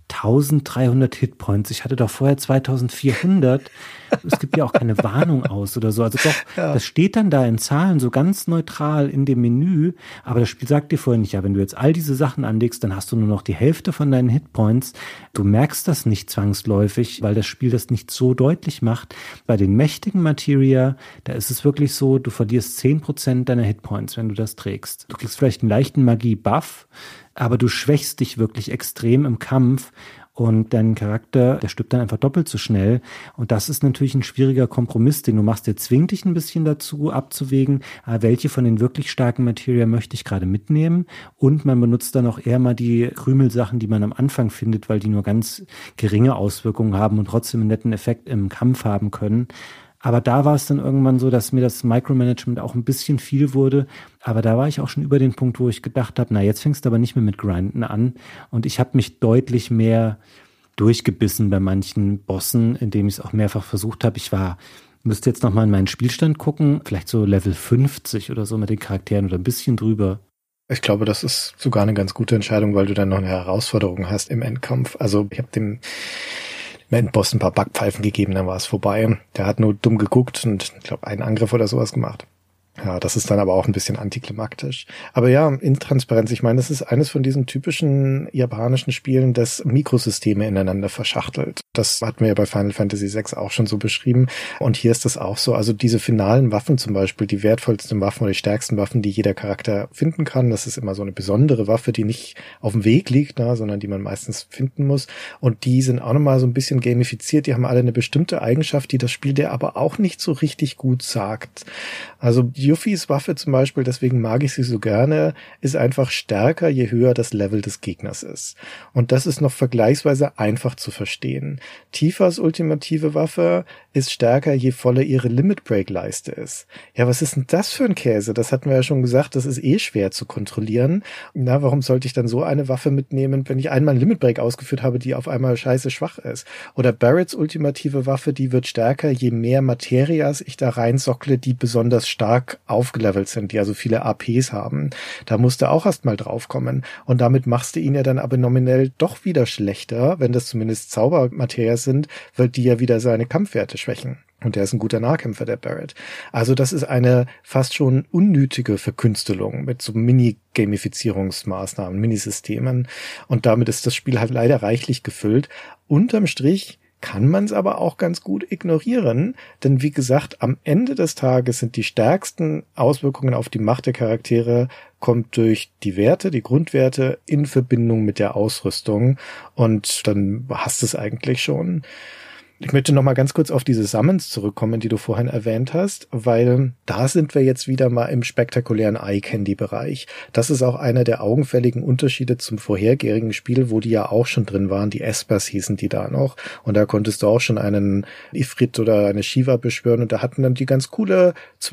1300 Hitpoints? Ich hatte doch vorher 2400. Es gibt ja auch keine Warnung aus oder so. Also doch, ja. Das steht dann da in Zahlen so ganz neutral in dem Menü. Aber das Spiel sagt dir vorher nicht, ja, wenn du jetzt all diese Sachen anlegst, dann hast du nur noch die Hälfte von deinen Hitpoints. Du merkst das nicht zwangsläufig, weil das Spiel das nicht so deutlich macht. Bei den mächtigen Materia, da ist es wirklich so, du verlierst 10% deiner Hitpoints, wenn du das trägst. Du kriegst vielleicht einen leichten Magie-Buff, aber du schwächst dich wirklich extrem im Kampf. und dein Charakter, der stirbt dann einfach doppelt so schnell. Und das ist natürlich ein schwieriger Kompromiss, den du machst. Der zwingt dich ein bisschen dazu, abzuwägen, welche von den wirklich starken Materia möchte ich gerade mitnehmen. Und man benutzt dann auch eher mal die Krümelsachen, die man am Anfang findet, weil die nur ganz geringe Auswirkungen haben und trotzdem einen netten Effekt im Kampf haben können. Aber da war es dann irgendwann so, dass mir das Micromanagement auch ein bisschen viel wurde. Aber da war ich auch schon über den Punkt, wo ich gedacht habe, na, jetzt fängst du aber nicht mehr mit Grinden an. Und ich habe mich deutlich mehr durchgebissen bei manchen Bossen, indem ich es auch mehrfach versucht habe. Müsste jetzt nochmal in meinen Spielstand gucken, vielleicht so Level 50 oder so mit den Charakteren oder ein bisschen drüber. Ich glaube, das ist sogar eine ganz gute Entscheidung, weil du dann noch eine Herausforderung hast im Endkampf. Also ich habe dem Endboss ein paar Backpfeifen gegeben, dann war es vorbei. Der hat nur dumm geguckt und ich glaube einen Angriff oder sowas gemacht. Ja, das ist dann aber auch ein bisschen antiklimaktisch. Aber ja, Intransparenz, ich meine, das ist eines von diesen typischen japanischen Spielen, das Mikrosysteme ineinander verschachtelt. Das hatten wir ja bei Final Fantasy VI auch schon so beschrieben. Und hier ist das auch so. Also diese finalen Waffen zum Beispiel, die wertvollsten Waffen oder die stärksten Waffen, die jeder Charakter finden kann, das ist immer so eine besondere Waffe, die nicht auf dem Weg liegt, sondern die man meistens finden muss. Und die sind auch nochmal so ein bisschen gamifiziert. Die haben alle eine bestimmte Eigenschaft, die das Spiel dir aber auch nicht so richtig gut sagt. Also Yuffis Waffe zum Beispiel, deswegen mag ich sie so gerne, ist einfach stärker, je höher das Level des Gegners ist. Und das ist noch vergleichsweise einfach zu verstehen. Tifas ultimative Waffe ist stärker, je voller ihre Limit-Break-Leiste ist. Ja, was ist denn das für ein Käse? Das hatten wir ja schon gesagt, das ist schwer zu kontrollieren. Na, warum sollte ich dann so eine Waffe mitnehmen, wenn ich einmal ein Limit-Break ausgeführt habe, die auf einmal scheiße schwach ist? Oder Barretts ultimative Waffe, die wird stärker, je mehr Materias ich da reinsockle, die besonders stark aufgelevelt sind, die also viele APs haben. Da musst du auch erst mal drauf kommen. Und damit machst du ihn ja dann aber nominell doch wieder schlechter, wenn das zumindest Zaubermateria sind, weil die ja wieder seine Kampfwerte schwächen. Und der ist ein guter Nahkämpfer, der Barrett. Also das ist eine fast schon unnötige Verkünstelung mit so Mini-Gamifizierungsmaßnahmen, Minisystemen. Und damit ist das Spiel halt leider reichlich gefüllt. Unterm Strich kann man es aber auch ganz gut ignorieren, denn wie gesagt, am Ende des Tages sind die stärksten Auswirkungen auf die Macht der Charaktere kommt durch die Werte, die Grundwerte in Verbindung mit der Ausrüstung und dann hast du es eigentlich schon. Ich möchte noch mal ganz kurz auf diese Summons zurückkommen, die du vorhin erwähnt hast, weil da sind wir jetzt wieder mal im spektakulären Eye-Candy-Bereich. Das ist auch einer der augenfälligen Unterschiede zum vorhergehenden Spiel, wo die ja auch schon drin waren. Die Espers hießen die da noch. Und da konntest du auch schon einen Ifrit oder eine Shiva beschwören und da hatten dann die ganz coole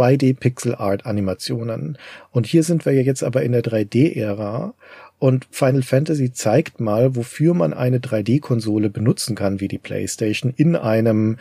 2D-Pixel-Art-Animationen. Und hier sind wir ja jetzt aber in der 3D-Ära. Und Final Fantasy zeigt mal, wofür man eine 3D-Konsole benutzen kann, wie die PlayStation, in einem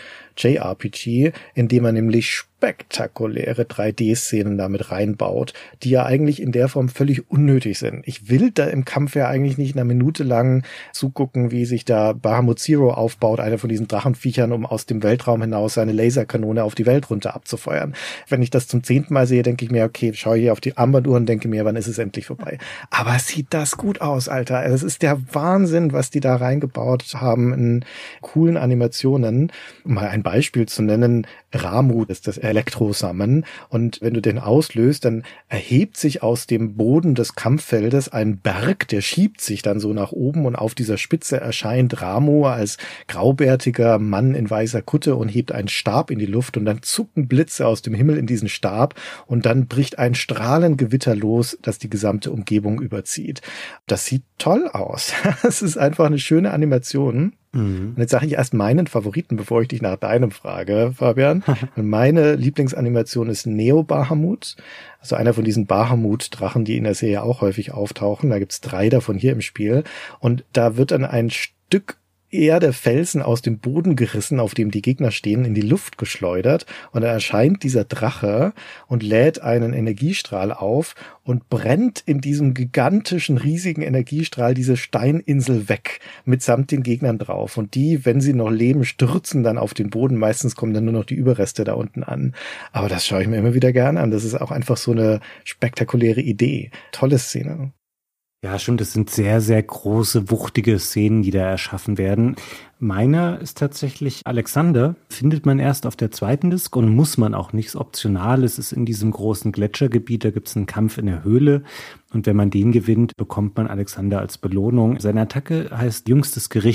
JRPG, indem man nämlich spektakuläre 3D-Szenen damit reinbaut, die ja eigentlich in der Form völlig unnötig sind. Ich will da im Kampf ja eigentlich nicht eine Minute lang zugucken, wie sich da Bahamut Zero aufbaut, einer von diesen Drachenviechern, um aus dem Weltraum hinaus seine Laserkanone auf die Welt runter abzufeuern. Wenn ich das zum 10. Mal sehe, denke ich mir, okay, schaue hier auf die Armbanduhr und denke mir, wann ist es endlich vorbei? Aber sieht das gut aus, Alter. Es ist der Wahnsinn, was die da reingebaut haben in coolen Animationen. Um mal ein Beispiel zu nennen, Ramuh ist das Elektro-Summon und wenn du den auslöst, dann erhebt sich aus dem Boden des Kampffeldes ein Berg, der schiebt sich dann so nach oben und auf dieser Spitze erscheint Ramuh als graubärtiger Mann in weißer Kutte und hebt einen Stab in die Luft und dann zucken Blitze aus dem Himmel in diesen Stab und dann bricht ein Strahlengewitter los, das die gesamte Umgebung überzieht. Das sieht toll aus. Es ist einfach eine schöne Animation. Und jetzt sage ich erst meinen Favoriten, bevor ich dich nach deinem frage, Fabian. Meine Lieblingsanimation ist Neo Bahamut, also einer von diesen Bahamut-Drachen, die in der Serie auch häufig auftauchen. Da gibt's 3 davon hier im Spiel. Und da wird dann ein Stück Erde, Felsen aus dem Boden gerissen, auf dem die Gegner stehen, in die Luft geschleudert und dann erscheint dieser Drache und lädt einen Energiestrahl auf und brennt in diesem gigantischen, riesigen Energiestrahl diese Steininsel weg, mitsamt den Gegnern drauf. Und die, wenn sie noch leben, stürzen dann auf den Boden. Meistens kommen dann nur noch die Überreste da unten an. Aber das schaue ich mir immer wieder gerne an. Das ist auch einfach so eine spektakuläre Idee. Tolle Szene. Ja, stimmt. Das sind sehr, sehr große, wuchtige Szenen, die da erschaffen werden. Meiner ist tatsächlich Alexander, findet man erst auf der 2. Disc und muss man auch nichts Optionales. Es ist in diesem großen Gletschergebiet, da gibt es einen Kampf in der Höhle und wenn man den gewinnt, bekommt man Alexander als Belohnung. Seine Attacke heißt Jüngstes Gericht,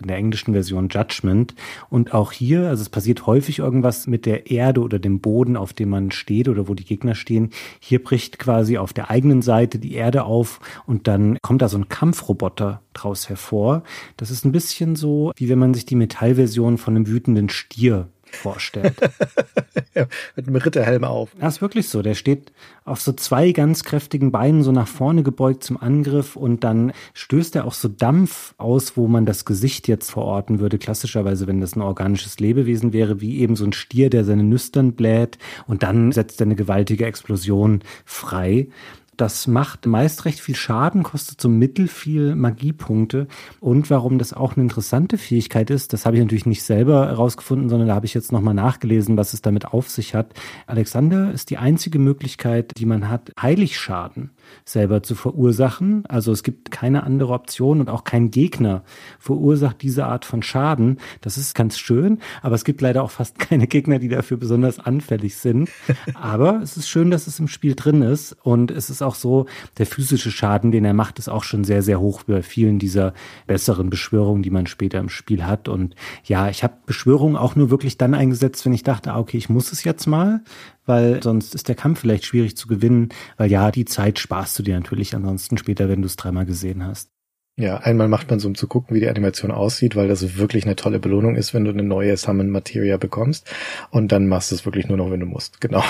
in der englischen Version Judgment. Und auch hier, also es passiert häufig irgendwas mit der Erde oder dem Boden, auf dem man steht oder wo die Gegner stehen. Hier bricht quasi auf der eigenen Seite die Erde auf und dann kommt da so ein Kampfroboter draus hervor. Das ist ein bisschen so, wie wenn man sich die Metallversion von einem wütenden Stier vorstellt. Ja, mit einem Ritterhelm auf. Das ist wirklich so. Der steht auf so 2 ganz kräftigen Beinen so nach vorne gebeugt zum Angriff und dann stößt er auch so Dampf aus, wo man das Gesicht jetzt verorten würde. Klassischerweise, wenn das ein organisches Lebewesen wäre, wie eben so ein Stier, der seine Nüstern bläht und dann setzt er eine gewaltige Explosion frei. Das macht meist recht viel Schaden, kostet so mittelfiel Magiepunkte. Und warum das auch eine interessante Fähigkeit ist, das habe ich natürlich nicht selber herausgefunden, sondern da habe ich jetzt nochmal nachgelesen, was es damit auf sich hat. Alexander ist die einzige Möglichkeit, die man hat, Heiligschaden selber zu verursachen. Also es gibt keine andere Option und auch kein Gegner verursacht diese Art von Schaden. Das ist ganz schön, aber es gibt leider auch fast keine Gegner, die dafür besonders anfällig sind. Aber es ist schön, dass es im Spiel drin ist und es ist auch so, der physische Schaden, den er macht, ist auch schon sehr, sehr hoch bei vielen dieser besseren Beschwörungen, die man später im Spiel hat. Und ja, ich habe Beschwörungen auch nur wirklich dann eingesetzt, wenn ich dachte, okay, ich muss es jetzt mal, weil sonst ist der Kampf vielleicht schwierig zu gewinnen, weil ja, die Zeit sparst du dir natürlich ansonsten später, wenn du es 3-mal gesehen hast. Ja, einmal macht man so, um zu gucken, wie die Animation aussieht, weil das wirklich eine tolle Belohnung ist, wenn du eine neue Summon Materia bekommst. Und dann machst du es wirklich nur noch, wenn du musst. Genau.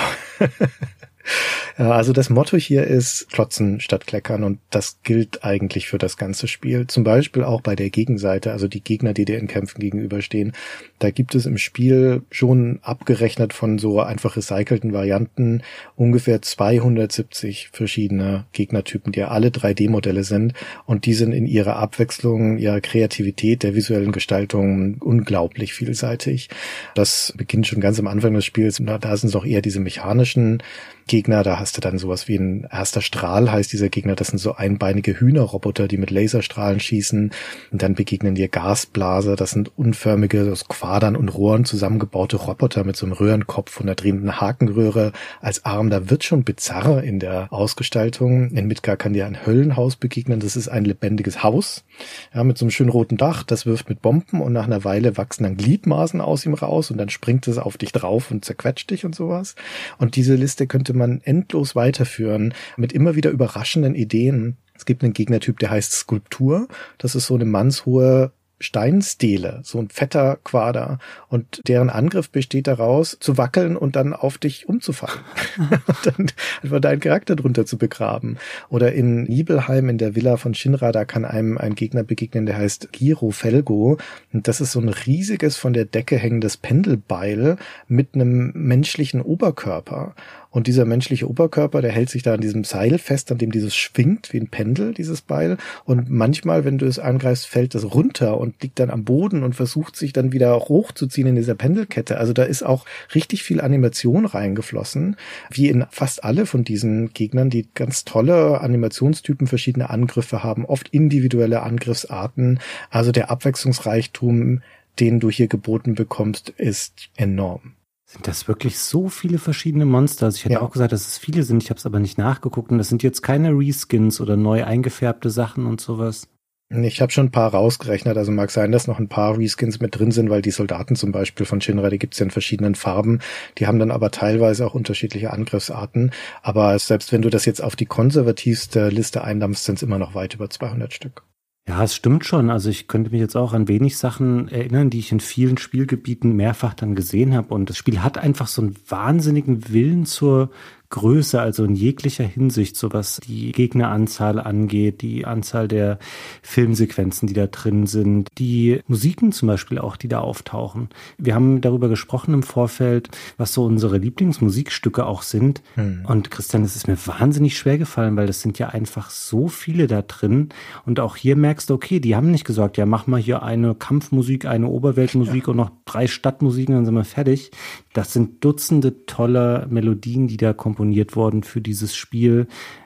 Ja, also das Motto hier ist Klotzen statt Kleckern und das gilt eigentlich für das ganze Spiel. Zum Beispiel auch bei der Gegenseite, also die Gegner, die dir in Kämpfen gegenüberstehen. Da gibt es im Spiel schon abgerechnet von so einfach recycelten Varianten ungefähr 270 verschiedene Gegnertypen, die ja alle 3D-Modelle sind und die sind in ihrer Abwechslung, ihrer Kreativität, der visuellen Gestaltung unglaublich vielseitig. Das beginnt schon ganz am Anfang des Spiels. Da sind es auch eher diese mechanischen Gegner, da hast du dann sowas wie ein erster Strahl, heißt dieser Gegner, das sind so einbeinige Hühnerroboter, die mit Laserstrahlen schießen und dann begegnen dir Gasblaser, das sind unförmige, aus Quadern und Rohren zusammengebaute Roboter mit so einem Röhrenkopf und einer drehenden Hakenröhre als Arm, da wird schon bizarr in der Ausgestaltung. In Midgar kann dir ein Höllenhaus begegnen, das ist ein lebendiges Haus, ja, mit so einem schönen roten Dach, das wirft mit Bomben und nach einer Weile wachsen dann Gliedmaßen aus ihm raus und dann springt es auf dich drauf und zerquetscht dich und sowas. Und diese Liste könnte man endlos weiterführen mit immer wieder überraschenden Ideen. Es gibt einen Gegnertyp, der heißt Skulptur. Das ist so eine mannshohe Steinstele, so ein fetter Quader. Und deren Angriff besteht daraus, zu wackeln und dann auf dich umzufallen. Und dann einfach deinen Charakter drunter zu begraben. Oder in Nibelheim in der Villa von Shinra, da kann einem ein Gegner begegnen, der heißt Giro Felgo. Und das ist so ein riesiges, von der Decke hängendes Pendelbeil mit einem menschlichen Oberkörper. Und dieser menschliche Oberkörper, der hält sich da an diesem Seil fest, an dem dieses schwingt, wie ein Pendel, dieses Beil. Und manchmal, wenn du es angreifst, fällt das runter und liegt dann am Boden und versucht sich dann wieder hochzuziehen in dieser Pendelkette. Also da ist auch richtig viel Animation reingeflossen, wie in fast alle von diesen Gegnern, die ganz tolle Animationstypen, verschiedene Angriffe haben, oft individuelle Angriffsarten. Also der Abwechslungsreichtum, den du hier geboten bekommst, ist enorm. Sind das wirklich so viele verschiedene Monster? Also ich hätte auch gesagt, dass es viele sind. Ich habe es aber nicht nachgeguckt. Und das sind jetzt keine Reskins oder neu eingefärbte Sachen und sowas. Ich habe schon ein paar rausgerechnet. Also mag sein, dass noch ein paar Reskins mit drin sind, weil die Soldaten zum Beispiel von Shinra, die gibt's ja in verschiedenen Farben. Die haben dann aber teilweise auch unterschiedliche Angriffsarten. Aber selbst wenn du das jetzt auf die konservativste Liste eindampfst, sind es immer noch weit über 200 Stück. Ja, es stimmt schon. Also ich könnte mich jetzt auch an wenig Sachen erinnern, die ich in vielen Spielgebieten mehrfach dann gesehen habe. Und das Spiel hat einfach so einen wahnsinnigen Willen zur Größe, also in jeglicher Hinsicht, so was die Gegneranzahl angeht, die Anzahl der Filmsequenzen, die da drin sind, die Musiken zum Beispiel auch, die da auftauchen. Wir haben darüber gesprochen im Vorfeld, was so unsere Lieblingsmusikstücke auch sind. Und Christian, es ist mir wahnsinnig schwer gefallen, weil das sind ja einfach so viele da drin. Und auch hier merkst du, okay, die haben nicht gesagt, ja, mach mal hier eine Kampfmusik, eine Oberweltmusik und noch 3 Stadtmusiken, dann sind wir fertig. Das sind Dutzende toller Melodien, die da komponiert wurden für dieses Spiel.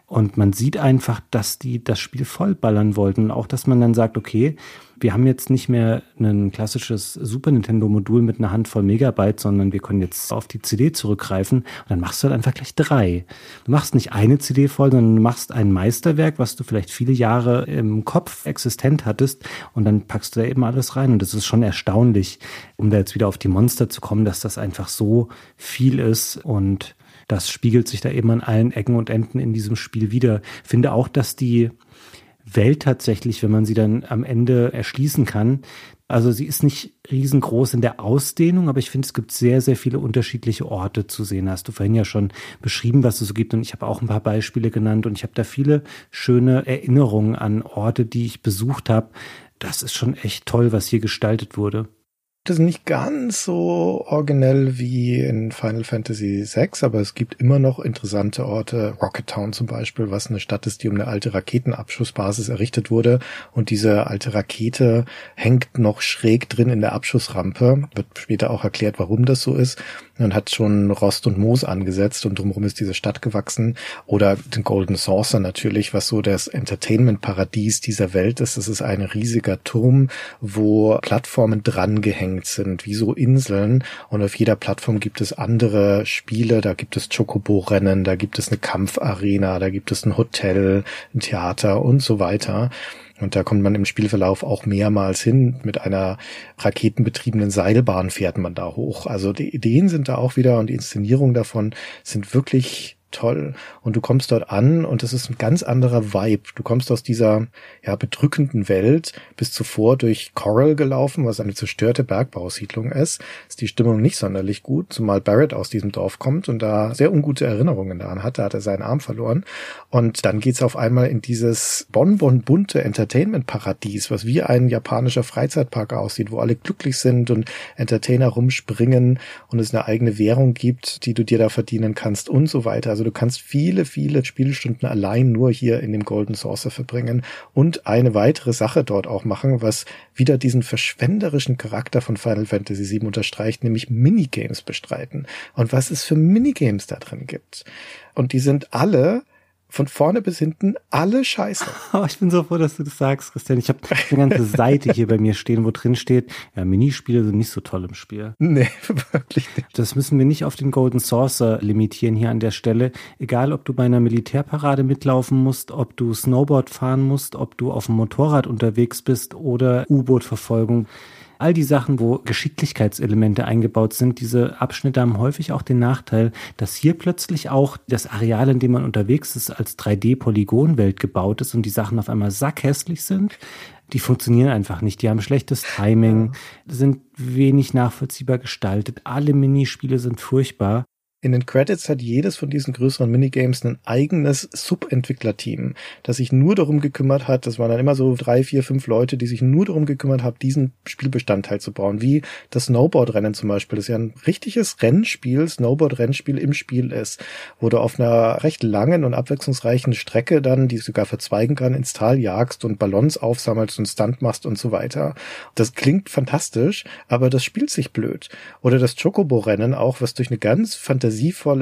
Und man sieht einfach, dass die das Spiel vollballern wollten. Und auch, dass man dann sagt, okay, wir haben jetzt nicht mehr ein klassisches Super Nintendo-Modul mit einer Handvoll Megabyte, sondern wir können jetzt auf die CD zurückgreifen. Und dann machst du halt einfach gleich 3. Du machst nicht eine CD voll, sondern du machst ein Meisterwerk, was du vielleicht viele Jahre im Kopf existent hattest. Und dann packst du da eben alles rein. Und das ist schon erstaunlich, um da jetzt wieder auf die Monster zu kommen, dass das einfach so viel ist. Und das spiegelt sich da eben an allen Ecken und Enden in diesem Spiel wieder. Ich finde auch, dass die Welt tatsächlich, wenn man sie dann am Ende erschließen kann, also sie ist nicht riesengroß in der Ausdehnung, aber ich finde, es gibt sehr, sehr viele unterschiedliche Orte zu sehen. Hast du vorhin ja schon beschrieben, was es so gibt, und ich habe auch ein paar Beispiele genannt und ich habe da viele schöne Erinnerungen an Orte, die ich besucht habe. Das ist schon echt toll, was hier gestaltet wurde. Das ist nicht ganz so originell wie in Final Fantasy VI, aber es gibt immer noch interessante Orte. Rocket Town zum Beispiel, was eine Stadt ist, die um eine alte Raketenabschussbasis errichtet wurde. Und diese alte Rakete hängt noch schräg drin in der Abschussrampe. Wird später auch erklärt, warum das so ist. Und hat schon Rost und Moos angesetzt und drumherum ist diese Stadt gewachsen. Oder den Golden Saucer natürlich, was so das Entertainment-Paradies dieser Welt ist. Das ist ein riesiger Turm, wo Plattformen dran gehängt sind, wie so Inseln. Und auf jeder Plattform gibt es andere Spiele. Da gibt es Chocobo-Rennen, da gibt es eine Kampfarena, da gibt es ein Hotel, ein Theater und so weiter. Und da kommt man im Spielverlauf auch mehrmals hin. Mit einer raketenbetriebenen Seilbahn fährt man da hoch. Also die Ideen sind da auch wieder und die Inszenierung davon sind wirklich toll. Und du kommst dort an und das ist ein ganz anderer Vibe. Du kommst aus dieser bedrückenden Welt bis zuvor durch Coral gelaufen, was eine zerstörte Bergbausiedlung ist. Ist die Stimmung nicht sonderlich gut, zumal Barrett aus diesem Dorf kommt und da sehr ungute Erinnerungen daran hat. Da hat er seinen Arm verloren. Und dann geht's auf einmal in dieses bonbon-bunte Entertainment-Paradies, was wie ein japanischer Freizeitpark aussieht, wo alle glücklich sind und Entertainer rumspringen und es eine eigene Währung gibt, die du dir da verdienen kannst und so weiter. Also du kannst viele, viele Spielstunden allein nur hier in dem Golden Saucer verbringen und eine weitere Sache dort auch machen, was wieder diesen verschwenderischen Charakter von Final Fantasy VII unterstreicht, nämlich Minigames bestreiten. Und was es für Minigames da drin gibt. Und die sind alle von vorne bis hinten alle scheiße. Oh, ich bin so froh, dass du das sagst, Christian. Ich habe eine ganze Seite hier bei mir stehen, wo drin steht, ja, Minispiele sind nicht so toll im Spiel. Nee, wirklich nicht. Das müssen wir nicht auf den Golden Saucer limitieren hier an der Stelle. Egal, ob du bei einer Militärparade mitlaufen musst, ob du Snowboard fahren musst, ob du auf dem Motorrad unterwegs bist oder U-Boot-Verfolgung. All die Sachen, wo Geschicklichkeitselemente eingebaut sind, diese Abschnitte haben häufig auch den Nachteil, dass hier plötzlich auch das Areal, in dem man unterwegs ist, als 3D-Polygonwelt gebaut ist und die Sachen auf einmal sackhässlich sind. Die funktionieren einfach nicht. Die haben schlechtes Timing, sind wenig nachvollziehbar gestaltet. Alle Minispiele sind furchtbar. In den Credits hat jedes von diesen größeren Minigames ein eigenes Subentwicklerteam, das sich nur darum gekümmert hat, das waren dann immer so 3, 4, 5 Leute, die sich nur darum gekümmert haben, diesen Spielbestandteil zu bauen, wie das Snowboard-Rennen zum Beispiel, das ja ein richtiges Rennspiel, Snowboard-Rennspiel im Spiel ist, wo du auf einer recht langen und abwechslungsreichen Strecke dann, die sogar verzweigen kann, ins Tal jagst und Ballons aufsammelst und Stunt machst und so weiter. Das klingt fantastisch, aber das spielt sich blöd. Oder das Chocobo-Rennen auch, was durch eine ganz fantasievolle,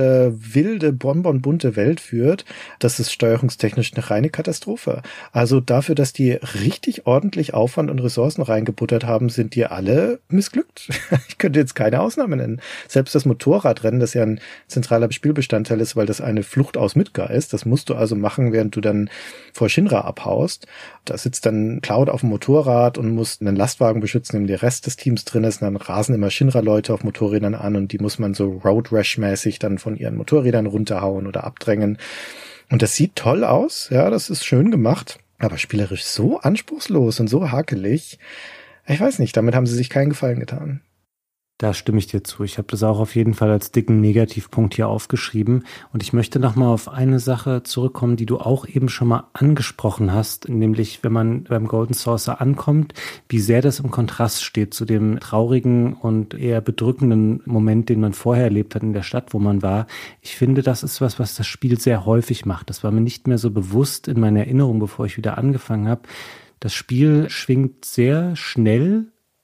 wilde, bonbonbunte Welt führt, das ist steuerungstechnisch eine reine Katastrophe. Also dafür, dass die richtig ordentlich Aufwand und Ressourcen reingebuttert haben, sind die alle missglückt. Ich könnte jetzt keine Ausnahme nennen. Selbst das Motorradrennen, das ja ein zentraler Spielbestandteil ist, weil das eine Flucht aus Midgar ist, das musst du also machen, während du dann vor Shinra abhaust. Da sitzt dann Cloud auf dem Motorrad und muss einen Lastwagen beschützen, in dem der Rest des Teams drin ist. Und dann rasen immer Shinra-Leute auf Motorrädern an und die muss man so Road Rash-mäßig dann von ihren Motorrädern runterhauen oder abdrängen. Und das sieht toll aus, ja, das ist schön gemacht, aber spielerisch so anspruchslos und so hakelig. Ich weiß nicht, damit haben sie sich keinen Gefallen getan. Da stimme ich dir zu. Ich habe das auch auf jeden Fall als dicken Negativpunkt hier aufgeschrieben. Und ich möchte nochmal auf eine Sache zurückkommen, die du auch eben schon mal angesprochen hast, nämlich wenn man beim Golden Saucer ankommt, wie sehr das im Kontrast steht zu dem traurigen und eher bedrückenden Moment, den man vorher erlebt hat in der Stadt, wo man war. Ich finde, das ist was das Spiel sehr häufig macht. Das war mir nicht mehr so bewusst in meiner Erinnerung, bevor ich wieder angefangen habe. Das Spiel schwingt sehr schnell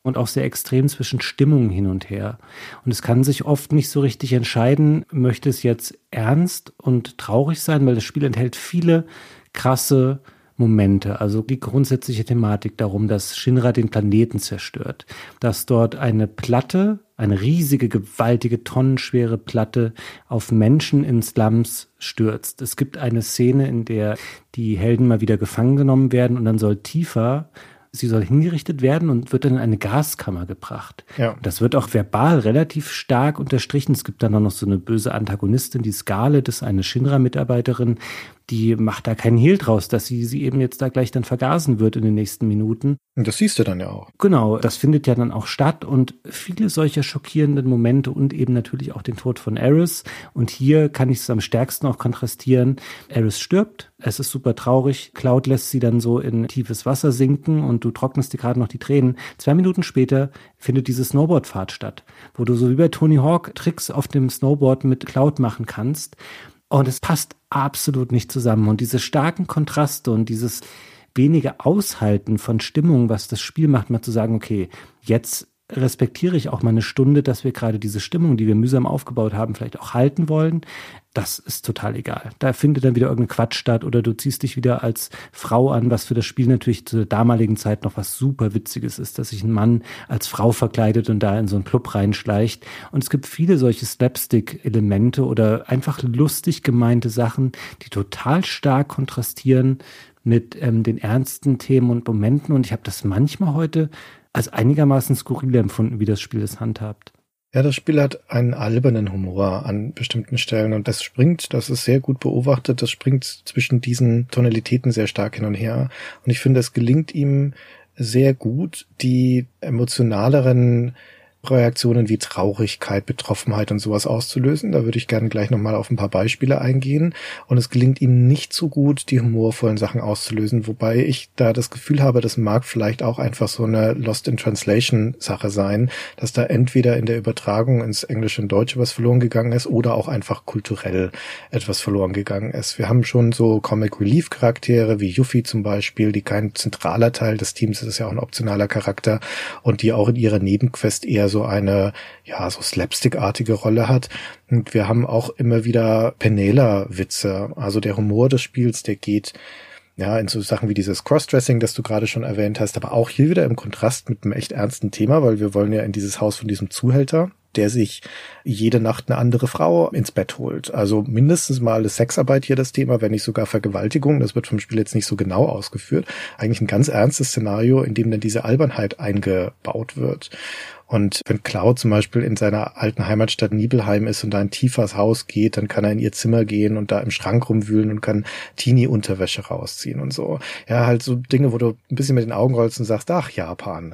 und auch sehr extrem zwischen Stimmungen hin und her. Und es kann sich oft nicht so richtig entscheiden, möchte es jetzt ernst und traurig sein, weil das Spiel enthält viele krasse Momente. Also die grundsätzliche Thematik darum, dass Shinra den Planeten zerstört, dass dort eine Platte, eine riesige, gewaltige, tonnenschwere Platte auf Menschen in Slums stürzt. Es gibt eine Szene, in der die Helden mal wieder gefangen genommen werden und dann soll Tifa, sie soll hingerichtet werden und wird dann in eine Gaskammer gebracht. Ja. Das wird auch verbal relativ stark unterstrichen. Es gibt dann auch noch so eine böse Antagonistin, die Scarlet, das ist eine Shinra-Mitarbeiterin, die macht da keinen Hehl draus, dass sie eben jetzt da gleich dann vergasen wird in den nächsten Minuten. Und das siehst du dann ja auch. Genau, das findet ja dann auch statt und viele solcher schockierenden Momente und eben natürlich auch den Tod von Aerith. Und hier kann ich es am stärksten auch kontrastieren. Aerith stirbt, es ist super traurig. Cloud lässt sie dann so in tiefes Wasser sinken und du trocknest dir gerade noch die Tränen. 2 Minuten später findet diese Snowboardfahrt statt, wo du so wie bei Tony Hawk Tricks auf dem Snowboard mit Cloud machen kannst. Und es passt absolut nicht zusammen. Und diese starken Kontraste und dieses wenige Aushalten von Stimmung, was das Spiel macht, mal zu sagen, okay, jetzt respektiere ich auch mal eine Stunde, dass wir gerade diese Stimmung, die wir mühsam aufgebaut haben, vielleicht auch halten wollen. Das ist total egal. Da findet dann wieder irgendein Quatsch statt oder du ziehst dich wieder als Frau an, was für das Spiel natürlich zu der damaligen Zeit noch was super Witziges ist, dass sich ein Mann als Frau verkleidet und da in so einen Club reinschleicht. Und es gibt viele solche Slapstick-Elemente oder einfach lustig gemeinte Sachen, die total stark kontrastieren mit den ernsten Themen und Momenten. Und ich habe das manchmal heute als einigermaßen skurril empfunden, wie das Spiel das handhabt. Ja, das Spiel hat einen albernen Humor an bestimmten Stellen und das ist sehr gut beobachtet, das springt zwischen diesen Tonalitäten sehr stark hin und her. Und ich finde, es gelingt ihm sehr gut, die emotionaleren Reaktionen wie Traurigkeit, Betroffenheit und sowas auszulösen. Da würde ich gerne gleich nochmal auf ein paar Beispiele eingehen. Und es gelingt ihm nicht so gut, die humorvollen Sachen auszulösen, wobei ich da das Gefühl habe, das mag vielleicht auch einfach so eine Lost in Translation Sache sein, dass da entweder in der Übertragung ins Englische und Deutsche was verloren gegangen ist oder auch einfach kulturell etwas verloren gegangen ist. Wir haben schon so Comic Relief Charaktere wie Yuffie zum Beispiel, die kein zentraler Teil des Teams ist, ist ja auch ein optionaler Charakter und die auch in ihrer Nebenquest eher so eine, ja, so slapstick-artige Rolle hat. Und wir haben auch immer wieder Penela-Witze. Also der Humor des Spiels, der geht ja in so Sachen wie dieses Crossdressing, das du gerade schon erwähnt hast, aber auch hier wieder im Kontrast mit einem echt ernsten Thema, weil wir wollen ja in dieses Haus von diesem Zuhälter, der sich jede Nacht eine andere Frau ins Bett holt. Also mindestens mal ist Sexarbeit hier das Thema, wenn nicht sogar Vergewaltigung. Das wird vom Spiel jetzt nicht so genau ausgeführt. Eigentlich ein ganz ernstes Szenario, in dem dann diese Albernheit eingebaut wird. Und wenn Cloud zum Beispiel in seiner alten Heimatstadt Nibelheim ist und da in Tifas Haus geht, dann kann er in ihr Zimmer gehen und da im Schrank rumwühlen und kann Teenie-Unterwäsche rausziehen und so. Ja, halt so Dinge, wo du ein bisschen mit den Augen rollst und sagst, ach, Japan.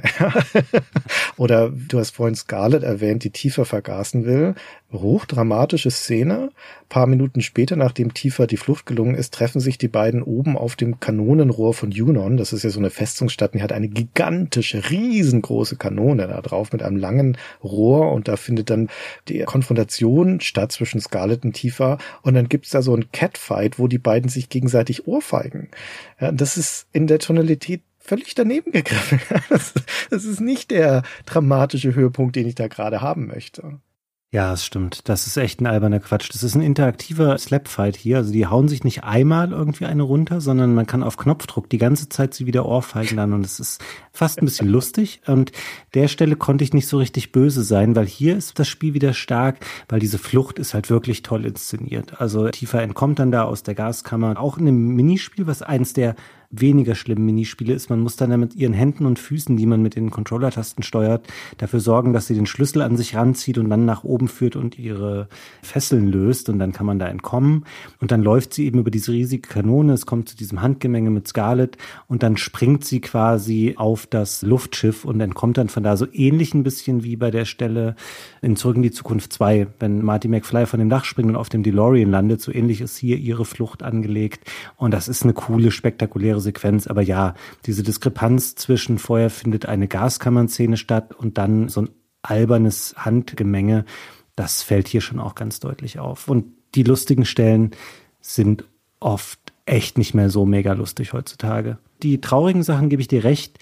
Oder du hast vorhin Scarlet erwähnt, die Tifa vergasen will. Hochdramatische Szene. Paar Minuten später, nachdem Tifa die Flucht gelungen ist, treffen sich die beiden oben auf dem Kanonenrohr von Junon. Das ist ja so eine Festungsstadt, die hat eine gigantische, riesengroße Kanone da drauf mit einem langen Rohr und da findet dann die Konfrontation statt zwischen Scarlet und Tifa und dann gibt's da so ein Catfight, wo die beiden sich gegenseitig ohrfeigen. Ja, das ist in der Tonalität völlig daneben gegriffen. Das ist nicht der dramatische Höhepunkt, den ich da gerade haben möchte. Ja, das stimmt. Das ist echt ein alberner Quatsch. Das ist ein interaktiver Slapfight hier. Also die hauen sich nicht einmal irgendwie eine runter, sondern man kann auf Knopfdruck die ganze Zeit sie wieder ohrfeigen dann und es ist fast ein bisschen lustig. Und der Stelle konnte ich nicht so richtig böse sein, weil hier ist das Spiel wieder stark, weil diese Flucht ist halt wirklich toll inszeniert. Also Tifa entkommt dann da aus der Gaskammer. Auch in einem Minispiel, was eins der weniger schlimmen Minispiele ist. Man muss dann mit ihren Händen und Füßen, die man mit den Controller-Tasten steuert, dafür sorgen, dass sie den Schlüssel an sich ranzieht und dann nach oben führt und ihre Fesseln löst und dann kann man da entkommen. Und dann läuft sie eben über diese riesige Kanone, es kommt zu diesem Handgemenge mit Scarlet und dann springt sie quasi auf das Luftschiff und entkommt dann von da so ähnlich ein bisschen wie bei der Stelle in Zurück in die Zukunft 2, wenn Marty McFly von dem Dach springt und auf dem DeLorean landet. So ähnlich ist hier ihre Flucht angelegt und das ist eine coole, spektakuläre Sequenz, aber ja, diese Diskrepanz zwischen vorher findet eine Gaskammernszene statt und dann so ein albernes Handgemenge, das fällt hier schon auch ganz deutlich auf. Und die lustigen Stellen sind oft echt nicht mehr so mega lustig heutzutage. Die traurigen Sachen, gebe ich dir recht,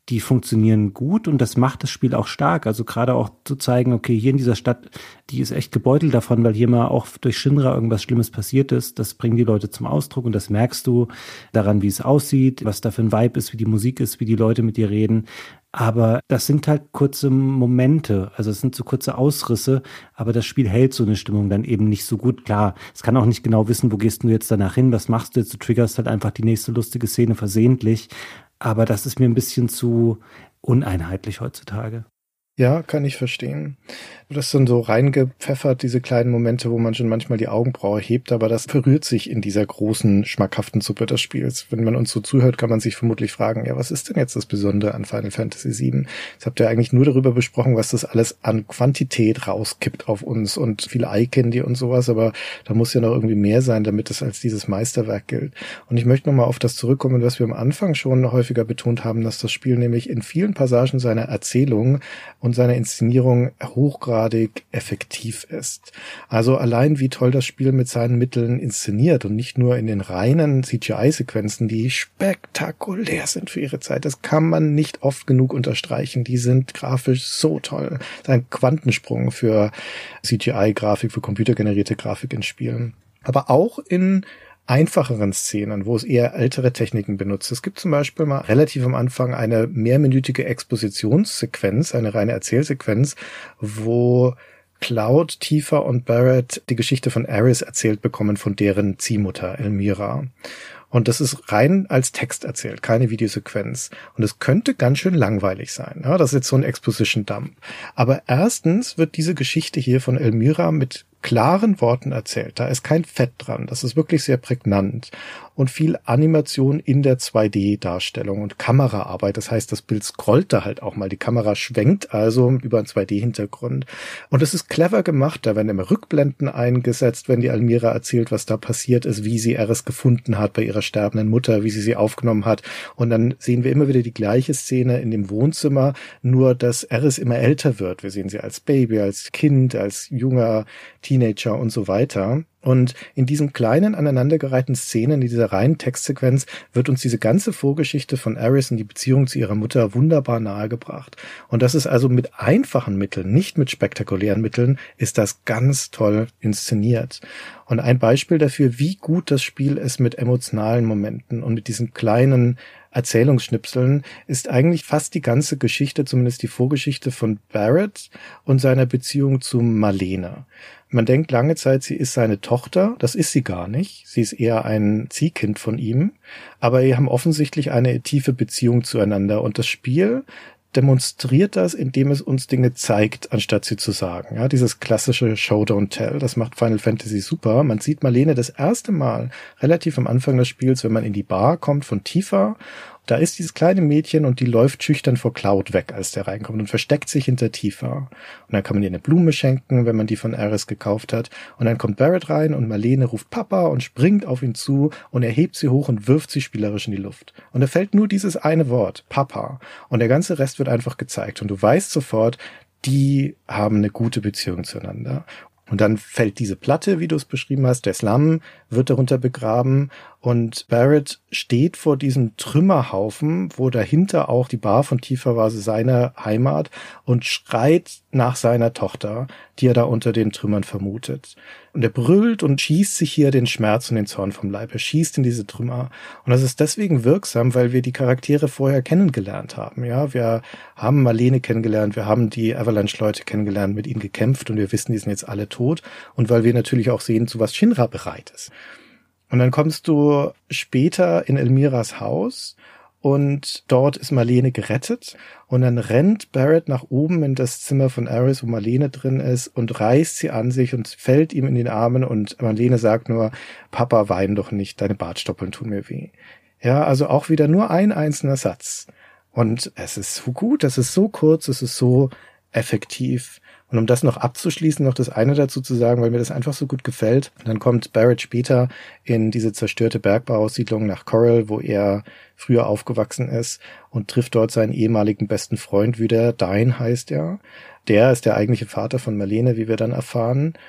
die funktionieren gut und das macht das Spiel auch stark. Also gerade auch zu zeigen, okay, hier in dieser Stadt, die ist echt gebeutelt davon, weil hier mal auch durch Shinra irgendwas Schlimmes passiert ist. Das bringen die Leute zum Ausdruck und das merkst du daran, wie es aussieht, was da für ein Vibe ist, wie die Musik ist, wie die Leute mit dir reden. Aber das sind halt kurze Momente, also es sind so kurze Ausrisse, aber das Spiel hält so eine Stimmung dann eben nicht so gut. Klar, es kann auch nicht genau wissen, wo gehst du jetzt danach hin, was machst du jetzt, du triggerst halt einfach die nächste lustige Szene versehentlich. Aber das ist mir ein bisschen zu uneinheitlich heutzutage. Ja, kann ich verstehen. Das sind so reingepfeffert, diese kleinen Momente, wo man schon manchmal die Augenbraue hebt, aber das verrührt sich in dieser großen, schmackhaften Suppe des Spiels. Wenn man uns so zuhört, kann man sich vermutlich fragen, ja, was ist denn jetzt das Besondere an Final Fantasy VII? Jetzt habt ihr eigentlich nur darüber besprochen, was das alles an Quantität rauskippt auf uns und viele Eye-Candy und sowas, aber da muss ja noch irgendwie mehr sein, damit es als dieses Meisterwerk gilt. Und ich möchte nochmal auf das zurückkommen, was wir am Anfang schon häufiger betont haben, dass das Spiel nämlich in vielen Passagen seiner Erzählung und seiner Inszenierung hochgradig effektiv ist. Also allein wie toll das Spiel mit seinen Mitteln inszeniert und nicht nur in den reinen CGI-Sequenzen, die spektakulär sind für ihre Zeit. Das kann man nicht oft genug unterstreichen. Die sind grafisch so toll. Das ist ein Quantensprung für CGI-Grafik, für computergenerierte Grafik in Spielen. Aber auch in einfacheren Szenen, wo es eher ältere Techniken benutzt. Es gibt zum Beispiel mal relativ am Anfang eine mehrminütige Expositionssequenz, eine reine Erzählsequenz, wo Cloud, Tifa und Barrett die Geschichte von Aeris erzählt bekommen, von deren Ziehmutter Elmira. Und das ist rein als Text erzählt, keine Videosequenz. Und es könnte ganz schön langweilig sein. Ja, das ist jetzt so ein Exposition-Dump. Aber erstens wird diese Geschichte hier von Elmira mit klaren Worten erzählt. Da ist kein Fett dran. Das ist wirklich sehr prägnant. Und viel Animation in der 2D-Darstellung und Kameraarbeit. Das heißt, das Bild scrollt da halt auch mal. Die Kamera schwenkt also über einen 2D-Hintergrund. Und es ist clever gemacht. Da werden immer Rückblenden eingesetzt, wenn die Elmira erzählt, was da passiert ist, wie sie Aeris gefunden hat bei ihrer sterbenden Mutter, wie sie aufgenommen hat. Und dann sehen wir immer wieder die gleiche Szene in dem Wohnzimmer, nur dass Aeris immer älter wird. Wir sehen sie als Baby, als Kind, als junger Teenager und so weiter. Und in diesen kleinen aneinandergereihten Szenen, in dieser reinen Textsequenz, wird uns diese ganze Vorgeschichte von Aeris und die Beziehung zu ihrer Mutter wunderbar nahegebracht. Und das ist also mit einfachen Mitteln, nicht mit spektakulären Mitteln, ist das ganz toll inszeniert. Und ein Beispiel dafür, wie gut das Spiel ist mit emotionalen Momenten und mit diesen kleinen Erzählungsschnipseln, ist eigentlich fast die ganze Geschichte, zumindest die Vorgeschichte von Barrett und seiner Beziehung zu Marlene. Man denkt lange Zeit, sie ist seine Tochter. Das ist sie gar nicht. Sie ist eher ein Ziehkind von ihm. Aber sie haben offensichtlich eine tiefe Beziehung zueinander. Und das Spiel demonstriert das, indem es uns Dinge zeigt, anstatt sie zu sagen. Ja, dieses klassische Show, Don't Tell, das macht Final Fantasy super. Man sieht Marlene das erste Mal relativ am Anfang des Spiels, wenn man in die Bar kommt von Tifa. Da ist dieses kleine Mädchen und die läuft schüchtern vor Cloud weg, als der reinkommt und versteckt sich hinter Tifa. Und dann kann man ihr eine Blume schenken, wenn man die von Aeris gekauft hat. Und dann kommt Barrett rein und Marlene ruft Papa und springt auf ihn zu und er hebt sie hoch und wirft sie spielerisch in die Luft. Und da fällt nur dieses eine Wort, Papa. Und der ganze Rest wird einfach gezeigt. Und du weißt sofort, die haben eine gute Beziehung zueinander. Und dann fällt diese Platte, wie du es beschrieben hast, der Slum wird darunter begraben und Barrett steht vor diesem Trümmerhaufen, wo dahinter auch die Bar von Tifa war, seine Heimat, und schreit nach seiner Tochter, die er da unter den Trümmern vermutet. Und er brüllt und schießt sich hier den Schmerz und den Zorn vom Leib. Er schießt in diese Trümmer. Und das ist deswegen wirksam, weil wir die Charaktere vorher kennengelernt haben. Ja, wir haben Marlene kennengelernt, wir haben die Avalanche-Leute kennengelernt, mit ihnen gekämpft und wir wissen, die sind jetzt alle tot. Und weil wir natürlich auch sehen, zu was Shinra bereit ist. Und dann kommst du später in Elmiras Haus und dort ist Marlene gerettet und dann rennt Barrett nach oben in das Zimmer von Aeris, wo Marlene drin ist und reißt sie an sich und fällt ihm in den Armen und Marlene sagt nur, Papa, wein doch nicht, deine Bartstoppeln tun mir weh. Ja, also auch wieder nur ein einzelner Satz. Und es ist so gut, es ist so kurz, es ist so effektiv. Und um das noch abzuschließen, noch das eine dazu zu sagen, weil mir das einfach so gut gefällt, dann kommt Barrett später in diese zerstörte Bergbauaussiedlung nach Coral, wo er früher aufgewachsen ist und trifft dort seinen ehemaligen besten Freund wieder, Dain heißt er. Der ist der eigentliche Vater von Marlene, wie wir dann erfahren.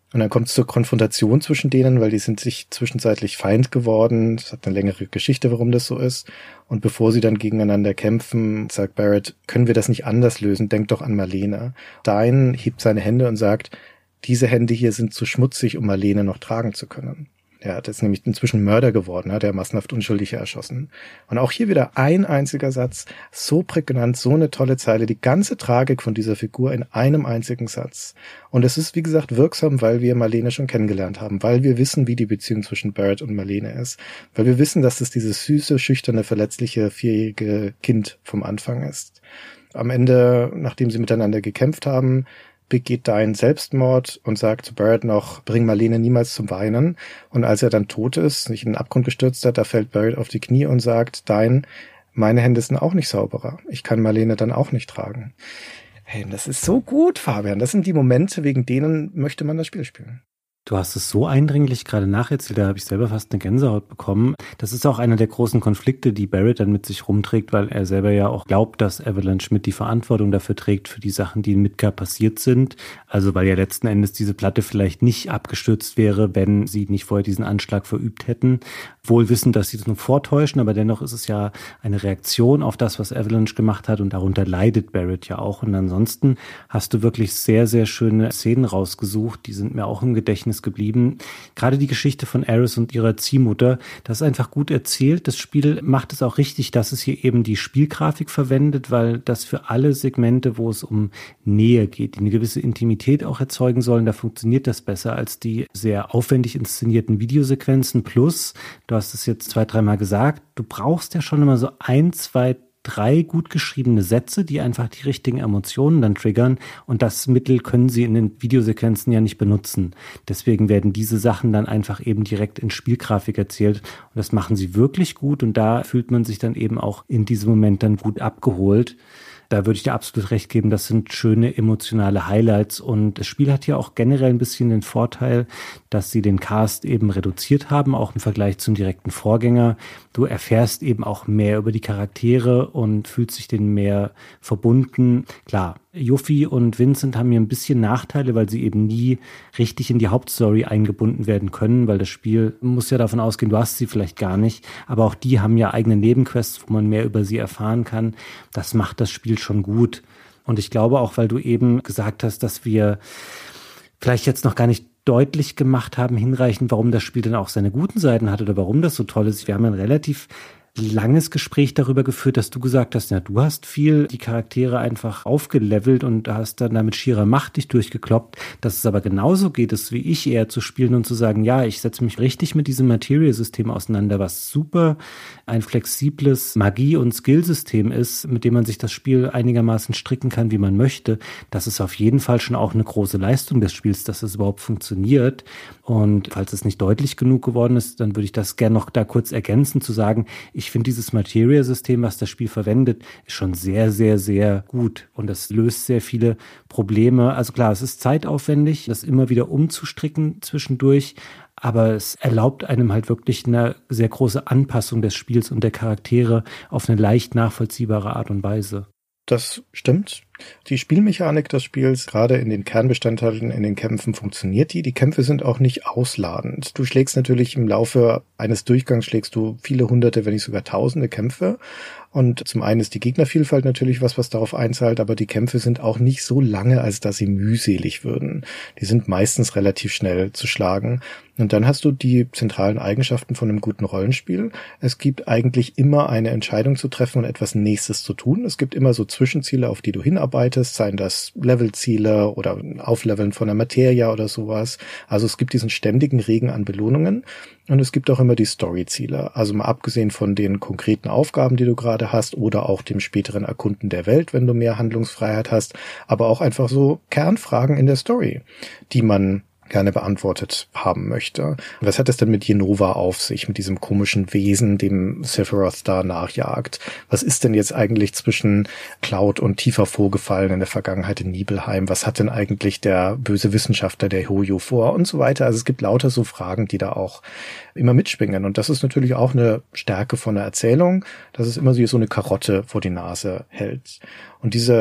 Und dann kommt es zur Konfrontation zwischen denen, weil die sind sich zwischenzeitlich Feind geworden. Es hat eine längere Geschichte, warum das so ist. Und bevor sie dann gegeneinander kämpfen, sagt Barrett, können wir das nicht anders lösen? Denk doch an Marlene. Dain hebt seine Hände und sagt, diese Hände hier sind zu schmutzig, um Marlene noch tragen zu können. Er ist nämlich inzwischen Mörder geworden, hat er massenhaft Unschuldige erschossen. Und auch hier wieder ein einziger Satz, so prägnant, so eine tolle Zeile, die ganze Tragik von dieser Figur in einem einzigen Satz. Und es ist, wie gesagt, wirksam, weil wir Marlene schon kennengelernt haben, weil wir wissen, wie die Beziehung zwischen Barrett und Marlene ist, weil wir wissen, dass es dieses süße, schüchterne, verletzliche, 4-jährige Kind vom Anfang ist. Am Ende, nachdem sie miteinander gekämpft haben, begeht Dain Selbstmord und sagt zu Barrett noch, bring Marlene niemals zum Weinen. Und als er dann tot ist, sich in den Abgrund gestürzt hat, da fällt Barrett auf die Knie und sagt, Dain, meine Hände sind auch nicht sauberer. Ich kann Marlene dann auch nicht tragen. Hey, das ist so gut, Fabian. Das sind die Momente, wegen denen möchte man das Spiel spielen. Du hast es so eindringlich gerade nacherzählt, da habe ich selber fast eine Gänsehaut bekommen. Das ist auch einer der großen Konflikte, die Barrett dann mit sich rumträgt, weil er selber ja auch glaubt, dass Avalanche mit die Verantwortung dafür trägt, für die Sachen, die in Midgar passiert sind. Also weil ja letzten Endes diese Platte vielleicht nicht abgestürzt wäre, wenn sie nicht vorher diesen Anschlag verübt hätten. Wohl wissend, dass sie das nur vortäuschen, aber dennoch ist es ja eine Reaktion auf das, was Avalanche gemacht hat und darunter leidet Barrett ja auch. Und ansonsten hast du wirklich sehr, sehr schöne Szenen rausgesucht, die sind mir auch im Gedächtnis geblieben. Gerade die Geschichte von Aerys und ihrer Ziehmutter, das ist einfach gut erzählt. Das Spiel macht es auch richtig, dass es hier eben die Spielgrafik verwendet, weil das für alle Segmente, wo es um Nähe geht, die eine gewisse Intimität auch erzeugen sollen, da funktioniert das besser als die sehr aufwendig inszenierten Videosequenzen. Plus, du hast es jetzt 2-3 Mal gesagt, du brauchst ja schon immer so 1, 2, 3 gut geschriebene Sätze, die einfach die richtigen Emotionen dann triggern. Und das Mittel können sie in den Videosequenzen ja nicht benutzen. Deswegen werden diese Sachen dann einfach eben direkt in Spielgrafik erzählt. Und das machen sie wirklich gut. Und da fühlt man sich dann eben auch in diesem Moment dann gut abgeholt. Da würde ich dir absolut recht geben, das sind schöne emotionale Highlights und das Spiel hat hier auch generell ein bisschen den Vorteil, dass sie den Cast eben reduziert haben, auch im Vergleich zum direkten Vorgänger. Du erfährst eben auch mehr über die Charaktere und fühlst dich denen mehr verbunden. Klar, Yuffie und Vincent haben hier ein bisschen Nachteile, weil sie eben nie richtig in die Hauptstory eingebunden werden können, weil das Spiel muss ja davon ausgehen, du hast sie vielleicht gar nicht, aber auch die haben ja eigene Nebenquests, wo man mehr über sie erfahren kann. Das macht das Spiel schon gut. Und ich glaube auch, weil du eben gesagt hast, dass wir vielleicht jetzt noch gar nicht deutlich gemacht haben, hinreichend, warum das Spiel dann auch seine guten Seiten hat oder warum das so toll ist. Wir haben ein relativ langes Gespräch darüber geführt, dass du gesagt hast, ja, du hast viel die Charaktere einfach aufgelevelt und hast dann damit schierer Macht dich durchgekloppt. Dass es aber genauso geht, ist wie ich eher zu spielen und zu sagen, ja, ich setze mich richtig mit diesem Material-System auseinander, was super ein flexibles Magie- und Skillsystem ist, mit dem man sich das Spiel einigermaßen stricken kann, wie man möchte. Das ist auf jeden Fall schon auch eine große Leistung des Spiels, dass es überhaupt funktioniert. Und falls es nicht deutlich genug geworden ist, dann würde ich das gerne noch da kurz ergänzen, zu sagen, ich finde dieses Materia-System, was das Spiel verwendet, ist schon sehr, sehr, sehr gut. Und das löst sehr viele Probleme. Also klar, es ist zeitaufwendig, das immer wieder umzustricken zwischendurch. Aber es erlaubt einem halt wirklich eine sehr große Anpassung des Spiels und der Charaktere auf eine leicht nachvollziehbare Art und Weise. Das stimmt. Die Spielmechanik des Spiels, gerade in den Kernbestandteilen, in den Kämpfen, funktioniert die. Die Kämpfe sind auch nicht ausladend. Du schlägst natürlich im Laufe eines Durchgangs schlägst du viele hunderte, wenn nicht sogar tausende Kämpfe. Und zum einen ist die Gegnervielfalt natürlich was darauf einzahlt, aber die Kämpfe sind auch nicht so lange, als dass sie mühselig würden. Die sind meistens relativ schnell zu schlagen. Und dann hast du die zentralen Eigenschaften von einem guten Rollenspiel. Es gibt eigentlich immer eine Entscheidung zu treffen und etwas Nächstes zu tun. Es gibt immer so Zwischenziele, auf die du hinarbeitest, seien das Levelziele oder Aufleveln von der Materie oder sowas. Also es gibt diesen ständigen Regen an Belohnungen. Und es gibt auch immer die Story-Ziele. Also mal abgesehen von den konkreten Aufgaben, die du gerade hast oder auch dem späteren Erkunden der Welt, wenn du mehr Handlungsfreiheit hast, aber auch einfach so Kernfragen in der Story, die man gerne beantwortet haben möchte. Was hat es denn mit Jenova auf sich, mit diesem komischen Wesen, dem Sephiroth da nachjagt? Was ist denn jetzt eigentlich zwischen Cloud und Tifa vorgefallen in der Vergangenheit in Nibelheim? Was hat denn eigentlich der böse Wissenschaftler, der Hoyo, vor? Und so weiter. Also es gibt lauter so Fragen, die da auch immer mitschwingen. Und das ist natürlich auch eine Stärke von der Erzählung, dass es immer so eine Karotte vor die Nase hält. Und diese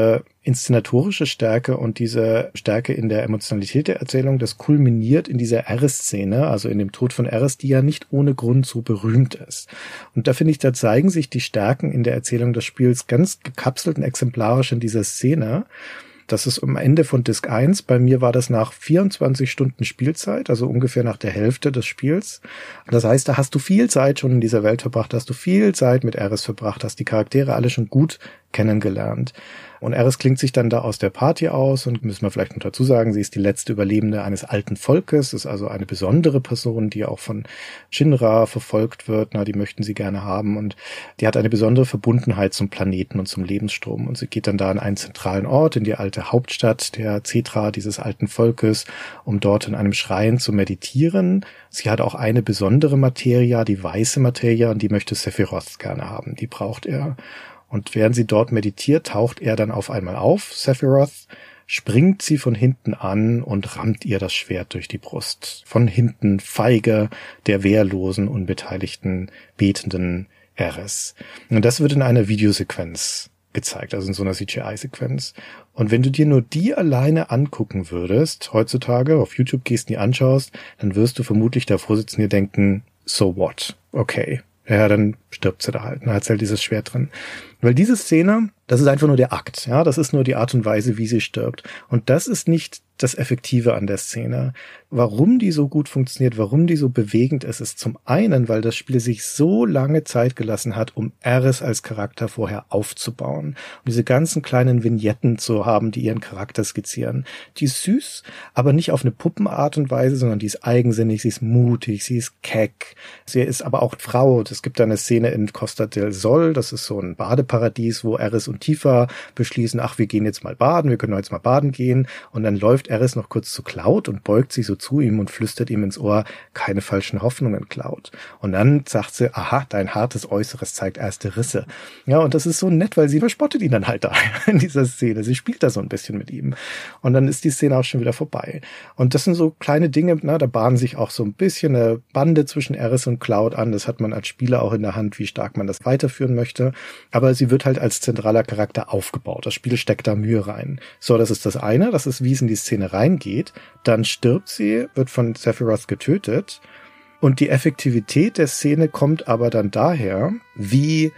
inszenatorische Stärke und diese Stärke in der Emotionalität der Erzählung, das kulminiert in dieser Aerys-Szene, also in dem Tod von Aerys, die ja nicht ohne Grund so berühmt ist. Und da finde ich, da zeigen sich die Stärken in der Erzählung des Spiels ganz gekapselt und exemplarisch in dieser Szene. Das ist am Ende von Disc 1. Bei mir war das nach 24 Stunden Spielzeit, also ungefähr nach der Hälfte des Spiels. Das heißt, da hast du viel Zeit schon in dieser Welt verbracht, hast du viel Zeit mit Aerys verbracht, hast die Charaktere alle schon gut kennengelernt. Und Aerys klingt sich dann da aus der Party aus und müssen wir vielleicht noch dazu sagen, sie ist die letzte Überlebende eines alten Volkes, ist also eine besondere Person, die auch von Shinra verfolgt wird. Na, die möchten sie gerne haben und die hat eine besondere Verbundenheit zum Planeten und zum Lebensstrom und sie geht dann da an einen zentralen Ort, in die alte Hauptstadt der Cetra, dieses alten Volkes, um dort in einem Schrein zu meditieren. Sie hat auch eine besondere Materia, die weiße Materia, und die möchte Sephiroth gerne haben. Die braucht er. Und während sie dort meditiert, taucht er dann auf einmal auf, Sephiroth, springt sie von hinten an und rammt ihr das Schwert durch die Brust. Von hinten feige der wehrlosen, unbeteiligten, betenden Aerys. Und das wird in einer Videosequenz gezeigt, also in so einer CGI-Sequenz. Und wenn du dir nur die alleine angucken würdest, heutzutage auf YouTube gehst und die anschaust, dann wirst du vermutlich davor sitzen und dir denken, so what? Okay. Ja, dann stirbt sie da halt. Dann hat sie halt dieses Schwert drin. Weil diese Szene, das ist einfach nur der Akt. Ja, das ist nur die Art und Weise, wie sie stirbt. Und das ist nicht das Effektive an der Szene. Warum die so gut funktioniert, warum die so bewegend ist, ist zum einen, weil das Spiel sich so lange Zeit gelassen hat, um Aerys als Charakter vorher aufzubauen. Und diese ganzen kleinen Vignetten zu haben, die ihren Charakter skizzieren. Die ist süß, aber nicht auf eine Puppenart und Weise, sondern die ist eigensinnig, sie ist mutig, sie ist keck. Sie ist aber auch Frau. Es gibt da eine Szene in Costa del Sol, das ist so ein Badeparadies, wo Aerys und Tifa beschließen, ach, wir gehen jetzt mal baden, wir können jetzt mal baden gehen. Und dann läuft Aerys noch kurz zu Cloud und beugt sich so zu ihm und flüstert ihm ins Ohr, keine falschen Hoffnungen, Cloud. Und dann sagt sie, aha, dein hartes Äußeres zeigt erste Risse. Ja, und das ist so nett, weil sie verspottet ihn dann halt da in dieser Szene. Sie spielt da so ein bisschen mit ihm. Und dann ist die Szene auch schon wieder vorbei. Und das sind so kleine Dinge, da bahnen sich auch so ein bisschen eine Bande zwischen Aerys und Cloud an. Das hat man als Spieler auch in der Hand, wie stark man das weiterführen möchte. Aber sie wird halt als zentraler Charakter aufgebaut. Das Spiel steckt da Mühe rein. So, das ist das eine. Das ist, wie es in die Szene reingeht. Dann stirbt sie, wird von Sephiroth getötet. Und die Effektivität der Szene kommt aber dann daher, wie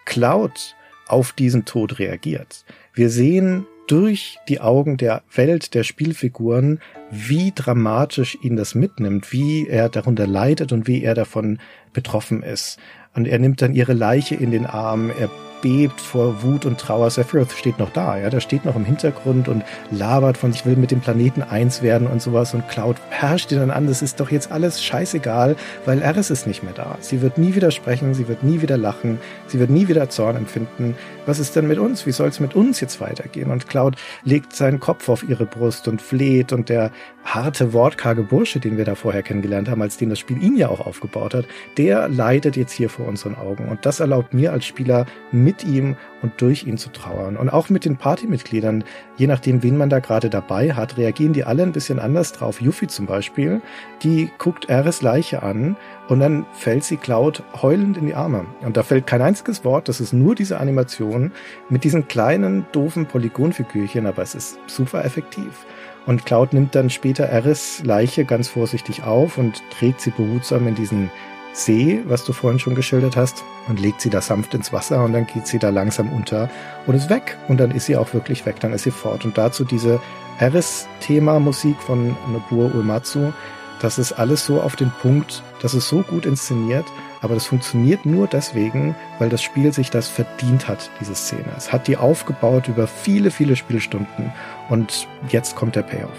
Cloud auf diesen Tod reagiert. Wir sehen durch die Augen der Welt der Spielfiguren, wie dramatisch ihn das mitnimmt, wie er darunter leidet und wie er davon betroffen ist. Und er nimmt dann ihre Leiche in den Arm, er bebt vor Wut und Trauer. Sephiroth steht noch da, ja, der steht noch im Hintergrund und labert von sich, will mit dem Planeten eins werden und sowas, und Cloud herrscht ihn dann an, das ist doch jetzt alles scheißegal, weil Aerys ist nicht mehr da. Sie wird nie wieder sprechen, sie wird nie wieder lachen, sie wird nie wieder Zorn empfinden. Was ist denn mit uns? Wie soll es mit uns jetzt weitergehen? Und Cloud legt seinen Kopf auf ihre Brust und fleht, und der harte, wortkarge Bursche, den wir da vorher kennengelernt haben, als den das Spiel ihn ja auch aufgebaut hat, der leidet jetzt hier vor unseren Augen. Und das erlaubt mir als Spieler, mit ihm und durch ihn zu trauern. Und auch mit den Partymitgliedern, je nachdem, wen man da gerade dabei hat, reagieren die alle ein bisschen anders drauf. Yuffie zum Beispiel, die guckt Aerys Leiche an und dann fällt sie Cloud heulend in die Arme. Und da fällt kein einziges Wort, das ist nur diese Animation mit diesen kleinen, doofen Polygonfigürchen, aber es ist super effektiv. Und Cloud nimmt dann später Aerys Leiche ganz vorsichtig auf und trägt sie behutsam in diesen See, was du vorhin schon geschildert hast, und legt sie da sanft ins Wasser, und dann geht sie da langsam unter und ist weg. Und dann ist sie auch wirklich weg, dann ist sie fort. Und dazu diese Aerys-Thema-Musik von Nobuo Uematsu, das ist alles so auf den Punkt, das ist so gut inszeniert, aber das funktioniert nur deswegen, weil das Spiel sich das verdient hat, diese Szene. Es hat die aufgebaut über viele, viele Spielstunden, und jetzt kommt der Payoff.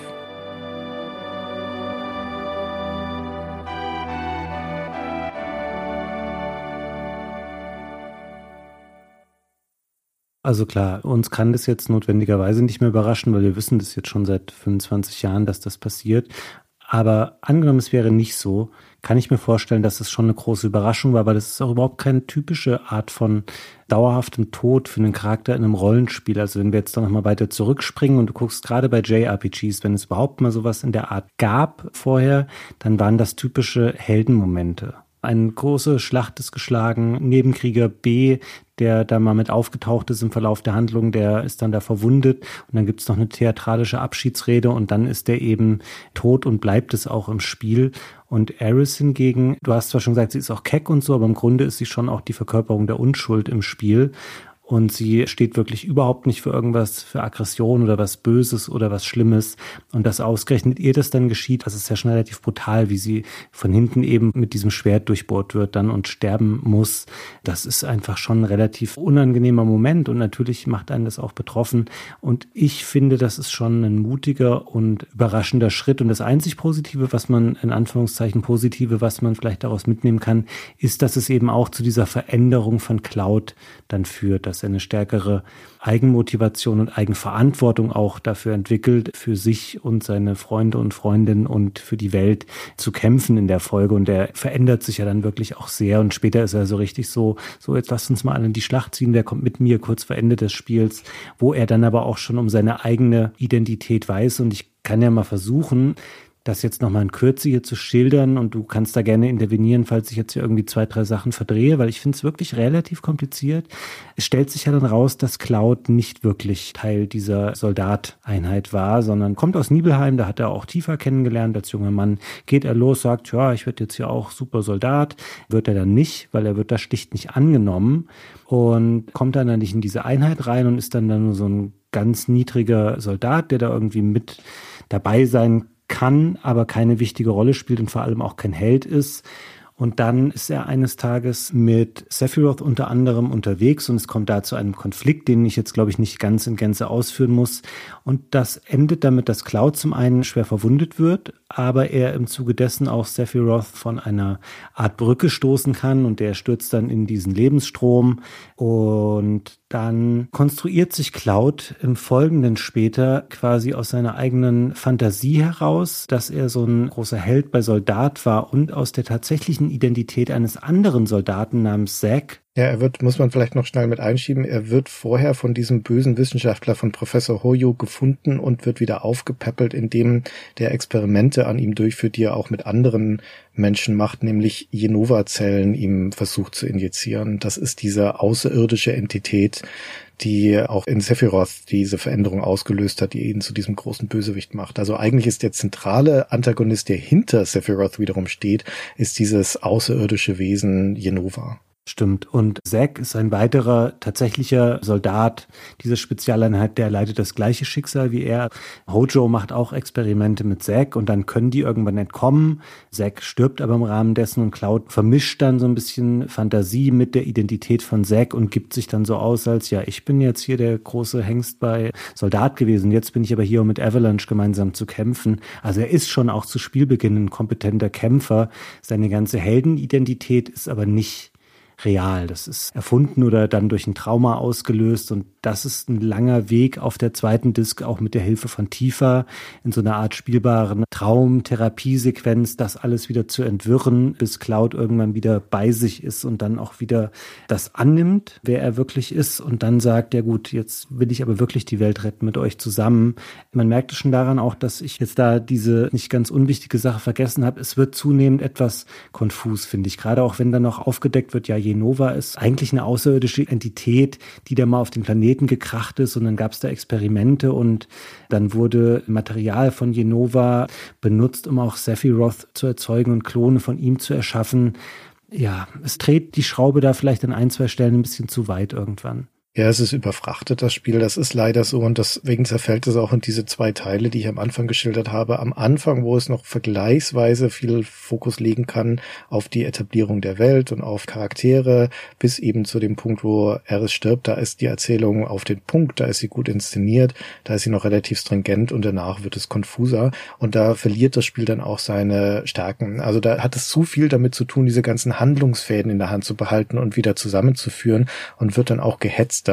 Also klar, uns kann das jetzt notwendigerweise nicht mehr überraschen, weil wir wissen das jetzt schon seit 25 Jahren, dass das passiert. Aber angenommen, es wäre nicht so, kann ich mir vorstellen, dass es schon eine große Überraschung war, weil das ist auch überhaupt keine typische Art von dauerhaftem Tod für einen Charakter in einem Rollenspiel. Also wenn wir jetzt da nochmal weiter zurückspringen und du guckst gerade bei JRPGs, wenn es überhaupt mal sowas in der Art gab vorher, dann waren das typische Heldenmomente. Eine große Schlacht ist geschlagen, Nebenkrieger B, der da mal mit aufgetaucht ist im Verlauf der Handlung, der ist dann da verwundet und dann gibt's noch eine theatralische Abschiedsrede und dann ist der eben tot und bleibt es auch im Spiel. Und Aerys hingegen, du hast zwar schon gesagt, sie ist auch keck und so, aber im Grunde ist sie schon auch die Verkörperung der Unschuld im Spiel. Und sie steht wirklich überhaupt nicht für irgendwas, für Aggression oder was Böses oder was Schlimmes. Und dass ausgerechnet ihr das dann geschieht, das ist ja schon relativ brutal, wie sie von hinten eben mit diesem Schwert durchbohrt wird dann und sterben muss. Das ist einfach schon ein relativ unangenehmer Moment und natürlich macht einen das auch betroffen. Und ich finde, das ist schon ein mutiger und überraschender Schritt. Und das einzig Positive, was man, in Anführungszeichen Positive, was man vielleicht daraus mitnehmen kann, ist, dass es eben auch zu dieser Veränderung von Cloud dann führt, dass er eine stärkere Eigenmotivation und Eigenverantwortung auch dafür entwickelt, für sich und seine Freunde und Freundinnen und für die Welt zu kämpfen in der Folge. Und der verändert sich ja dann wirklich auch sehr. Und später ist er so richtig so jetzt lasst uns mal alle in die Schlacht ziehen, der kommt mit mir kurz vor Ende des Spiels, wo er dann aber auch schon um seine eigene Identität weiß. Und ich kann ja mal versuchen, das jetzt nochmal in Kürze hier zu schildern und du kannst da gerne intervenieren, falls ich jetzt hier irgendwie 2, 3 Sachen verdrehe, weil ich finde es wirklich relativ kompliziert. Es stellt sich ja dann raus, dass Cloud nicht wirklich Teil dieser Soldateinheit war, sondern kommt aus Nibelheim, da hat er auch Tifa kennengelernt als junger Mann. Geht er los, sagt, ja, ich werde jetzt hier auch super Soldat. Wird er dann nicht, weil er wird da schlicht nicht angenommen und kommt dann nicht in diese Einheit rein und ist dann nur so ein ganz niedriger Soldat, der da irgendwie mit dabei sein kann, aber keine wichtige Rolle spielt und vor allem auch kein Held ist. Und dann ist er eines Tages mit Sephiroth unter anderem unterwegs und es kommt da zu einem Konflikt, den ich jetzt, glaube ich, nicht ganz in Gänze ausführen muss. Und das endet damit, dass Cloud zum einen schwer verwundet wird, aber er im Zuge dessen auch Sephiroth von einer Art Brücke stoßen kann und der stürzt dann in diesen Lebensstrom und dann konstruiert sich Cloud im Folgenden später quasi aus seiner eigenen Fantasie heraus, dass er so ein großer Held bei Soldat war und aus der tatsächlichen Identität eines anderen Soldaten namens Zack. Ja, er wird, muss man vielleicht noch schnell mit einschieben, er wird vorher von diesem bösen Wissenschaftler von Professor Hoyo gefunden und wird wieder aufgepäppelt, indem der Experimente an ihm durchführt, die er auch mit anderen Menschen macht, nämlich Jenova-Zellen ihm versucht zu injizieren. Das ist diese außerirdische Entität, die auch in Sephiroth diese Veränderung ausgelöst hat, die ihn zu diesem großen Bösewicht macht. Also eigentlich ist der zentrale Antagonist, der hinter Sephiroth wiederum steht, ist dieses außerirdische Wesen Jenova. Stimmt. Und Zack ist ein weiterer tatsächlicher Soldat dieser Spezialeinheit, der leidet das gleiche Schicksal wie er. Hojo macht auch Experimente mit Zack und dann können die irgendwann entkommen. Zack stirbt aber im Rahmen dessen und Cloud vermischt dann so ein bisschen Fantasie mit der Identität von Zack und gibt sich dann so aus, als ja, ich bin jetzt hier der große Hengst bei Soldat gewesen, jetzt bin ich aber hier, um mit Avalanche gemeinsam zu kämpfen. Also er ist schon auch zu Spielbeginn ein kompetenter Kämpfer. Seine ganze Heldenidentität ist aber nicht real. Das ist erfunden oder dann durch ein Trauma ausgelöst und das ist ein langer Weg auf der zweiten Disc, auch mit der Hilfe von Tifa, in so einer Art spielbaren Traum-Therapiesequenz, das alles wieder zu entwirren, bis Cloud irgendwann wieder bei sich ist und dann auch wieder das annimmt, wer er wirklich ist und dann sagt, ja gut, jetzt will ich aber wirklich die Welt retten mit euch zusammen. Man merkt es schon daran auch, dass ich jetzt da diese nicht ganz unwichtige Sache vergessen habe. Es wird zunehmend etwas konfus, finde ich. Gerade auch wenn dann noch aufgedeckt wird, ja, Jenova ist eigentlich eine außerirdische Entität, die da mal auf den Planeten gekracht ist und dann gab es da Experimente und dann wurde Material von Jenova benutzt, um auch Sephiroth zu erzeugen und Klone von ihm zu erschaffen. Ja, es dreht die Schraube da vielleicht an 1, 2 Stellen ein bisschen zu weit irgendwann. Ja, es ist überfrachtet, das Spiel, das ist leider so und deswegen zerfällt es auch in diese 2 Teile, die ich am Anfang geschildert habe. Am Anfang, wo es noch vergleichsweise viel Fokus legen kann auf die Etablierung der Welt und auf Charaktere, bis eben zu dem Punkt, wo Aerys stirbt, da ist die Erzählung auf den Punkt, da ist sie gut inszeniert, da ist sie noch relativ stringent und danach wird es konfuser und da verliert das Spiel dann auch seine Stärken. Also da hat es zu viel damit zu tun, diese ganzen Handlungsfäden in der Hand zu behalten und wieder zusammenzuführen und wird dann auch gehetzt.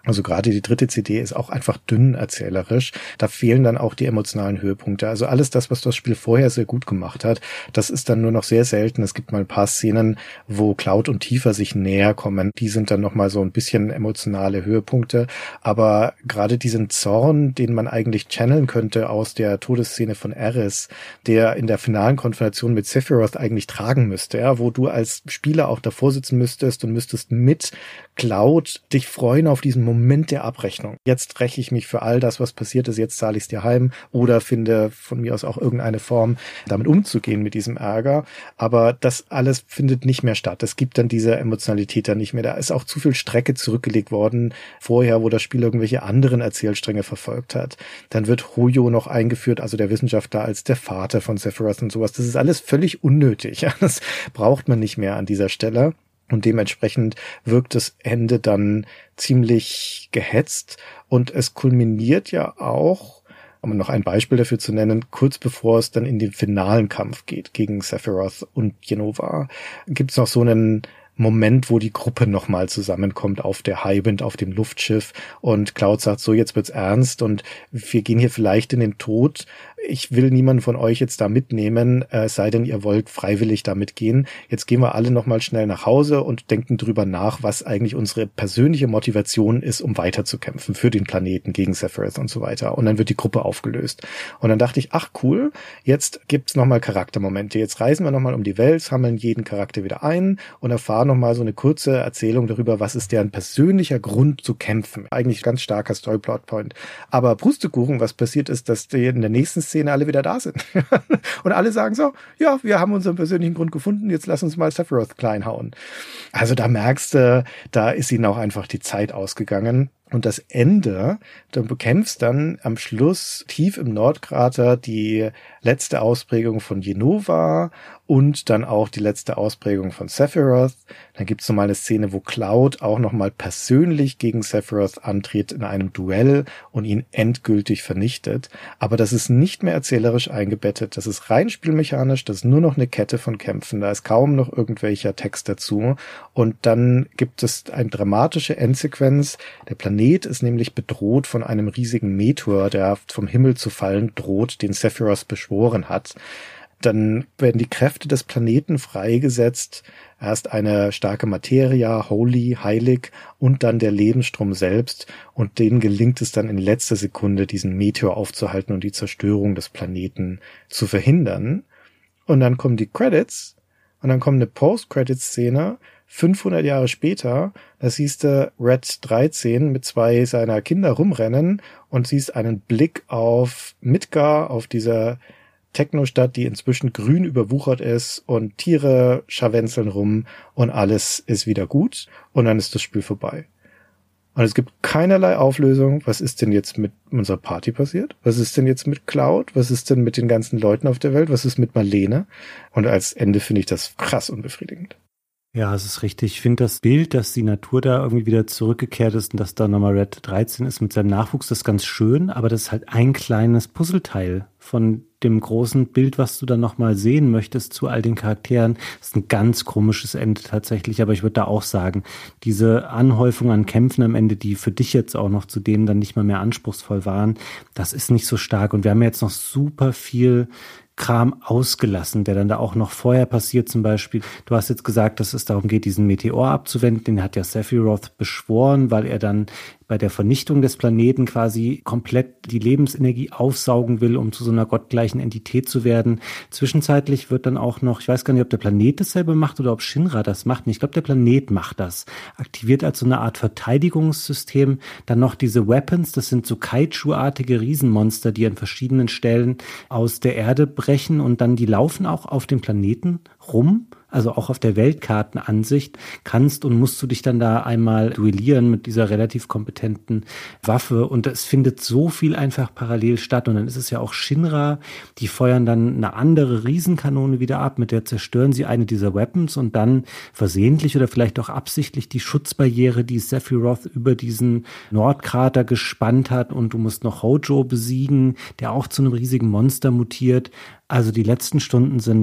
Also gerade die dritte CD ist auch einfach dünn erzählerisch. Da fehlen dann auch die emotionalen Höhepunkte. Also alles das, was das Spiel vorher sehr gut gemacht hat, das ist dann nur noch sehr selten. Es gibt mal ein paar Szenen, wo Cloud und Tifa sich näher kommen. Die sind dann nochmal so ein bisschen emotionale Höhepunkte. Aber gerade diesen Zorn, den man eigentlich channeln könnte aus der Todesszene von Aerith, der in der finalen Konfrontation mit Sephiroth eigentlich tragen müsste, ja, wo du als Spieler auch davor sitzen müsstest und müsstest mit Cloud dich freuen auf diesen Moment der Abrechnung. Jetzt räche ich mich für all das, was passiert ist, jetzt zahle ich es dir heim oder finde von mir aus auch irgendeine Form, damit umzugehen mit diesem Ärger. Aber das alles findet nicht mehr statt. Es gibt dann diese Emotionalität dann nicht mehr. Da ist auch zu viel Strecke zurückgelegt worden vorher, wo das Spiel irgendwelche anderen Erzählstränge verfolgt hat. Dann wird Hoyo noch eingeführt, also der Wissenschaftler als der Vater von Sephiroth und sowas. Das ist alles völlig unnötig. Das braucht man nicht mehr an dieser Stelle. Und dementsprechend wirkt das Ende dann ziemlich gehetzt. Und es kulminiert ja auch, um noch ein Beispiel dafür zu nennen, kurz bevor es dann in den finalen Kampf geht gegen Sephiroth und Jenova, gibt's noch so einen Moment, wo die Gruppe nochmal zusammenkommt auf der Highwind, auf dem Luftschiff und Cloud sagt, so jetzt wird's ernst und wir gehen hier vielleicht in den Tod. Ich will niemanden von euch jetzt da mitnehmen, es sei denn, ihr wollt freiwillig da mitgehen. Jetzt gehen wir alle nochmal schnell nach Hause und denken drüber nach, was eigentlich unsere persönliche Motivation ist, um weiterzukämpfen für den Planeten gegen Sephiroth und so weiter. Und dann wird die Gruppe aufgelöst. Und dann dachte ich, ach cool, jetzt gibt's nochmal Charaktermomente. Jetzt reisen wir nochmal um die Welt, sammeln jeden Charakter wieder ein und erfahren nochmal so eine kurze Erzählung darüber, was ist deren persönlicher Grund zu kämpfen. Eigentlich ganz starker Story-Plot-Point. Aber Pustekuchen, was passiert ist, dass die in der nächsten Szene alle wieder da sind. Und alle sagen so, ja, wir haben unseren persönlichen Grund gefunden, jetzt lass uns mal Sephiroth klein hauen. Also da merkst du, da ist ihnen auch einfach die Zeit ausgegangen. Und das Ende, du bekämpfst dann am Schluss tief im Nordkrater die letzte Ausprägung von Jenova und dann auch die letzte Ausprägung von Sephiroth. Dann gibt's nochmal eine Szene, wo Cloud auch nochmal persönlich gegen Sephiroth antritt in einem Duell und ihn endgültig vernichtet. Aber das ist nicht mehr erzählerisch eingebettet. Das ist rein spielmechanisch. Das ist nur noch eine Kette von Kämpfen. Da ist kaum noch irgendwelcher Text dazu. Und dann gibt es eine dramatische Endsequenz. Der Planet ist nämlich bedroht von einem riesigen Meteor, der vom Himmel zu fallen droht, den Sephiroth beschworen hat. Dann werden die Kräfte des Planeten freigesetzt. Erst eine starke Materia, holy, heilig und dann der Lebensstrom selbst. Und denen gelingt es dann in letzter Sekunde, diesen Meteor aufzuhalten und die Zerstörung des Planeten zu verhindern. Und dann kommen die Credits und dann kommt eine Post-Credits-Szene 500 Jahre später. Da siehst du Red 13 mit 2 seiner Kinder rumrennen und siehst einen Blick auf Midgar, auf dieser Technostadt, die inzwischen grün überwuchert ist und Tiere scharwenzeln rum und alles ist wieder gut und dann ist das Spiel vorbei. Und es gibt keinerlei Auflösung. Was ist denn jetzt mit unserer Party passiert? Was ist denn jetzt mit Cloud? Was ist denn mit den ganzen Leuten auf der Welt? Was ist mit Marlene? Und als Ende finde ich das krass unbefriedigend. Ja, es ist richtig. Ich finde das Bild, dass die Natur da irgendwie wieder zurückgekehrt ist und dass da nochmal Red 13 ist mit seinem Nachwuchs, das ist ganz schön, aber das ist halt ein kleines Puzzleteil von dem großen Bild, was du dann nochmal sehen möchtest zu all den Charakteren. Das ist ein ganz komisches Ende tatsächlich, aber ich würde da auch sagen, diese Anhäufung an Kämpfen am Ende, die für dich jetzt auch noch zu denen dann nicht mal mehr anspruchsvoll waren, das ist nicht so stark und wir haben jetzt noch super viel Kram ausgelassen, der dann da auch noch vorher passiert zum Beispiel. Du hast jetzt gesagt, dass es darum geht, diesen Meteor abzuwenden. Den hat ja Sephiroth beschworen, weil er dann bei der Vernichtung des Planeten quasi komplett die Lebensenergie aufsaugen will, um zu so einer gottgleichen Entität zu werden. Zwischenzeitlich wird dann auch noch, ich weiß gar nicht, ob der Planet das selber macht oder ob Shinra das macht. Ich glaube, der Planet macht das. Aktiviert als so eine Art Verteidigungssystem dann noch diese Weapons. Das sind so Kaiju-artige Riesenmonster, die an verschiedenen Stellen aus der Erde brechen und dann die laufen auch auf dem Planeten rum. Also auch auf der Weltkartenansicht kannst und musst du dich dann da einmal duellieren mit dieser relativ kompetenten Waffe und es findet so viel einfach parallel statt und dann ist es ja auch Shinra, die feuern dann eine andere Riesenkanone wieder ab, mit der zerstören sie eine dieser Weapons und dann versehentlich oder vielleicht auch absichtlich die Schutzbarriere, die Sephiroth über diesen Nordkrater gespannt hat und du musst noch Hojo besiegen, der auch zu einem riesigen Monster mutiert. Also die letzten Stunden sind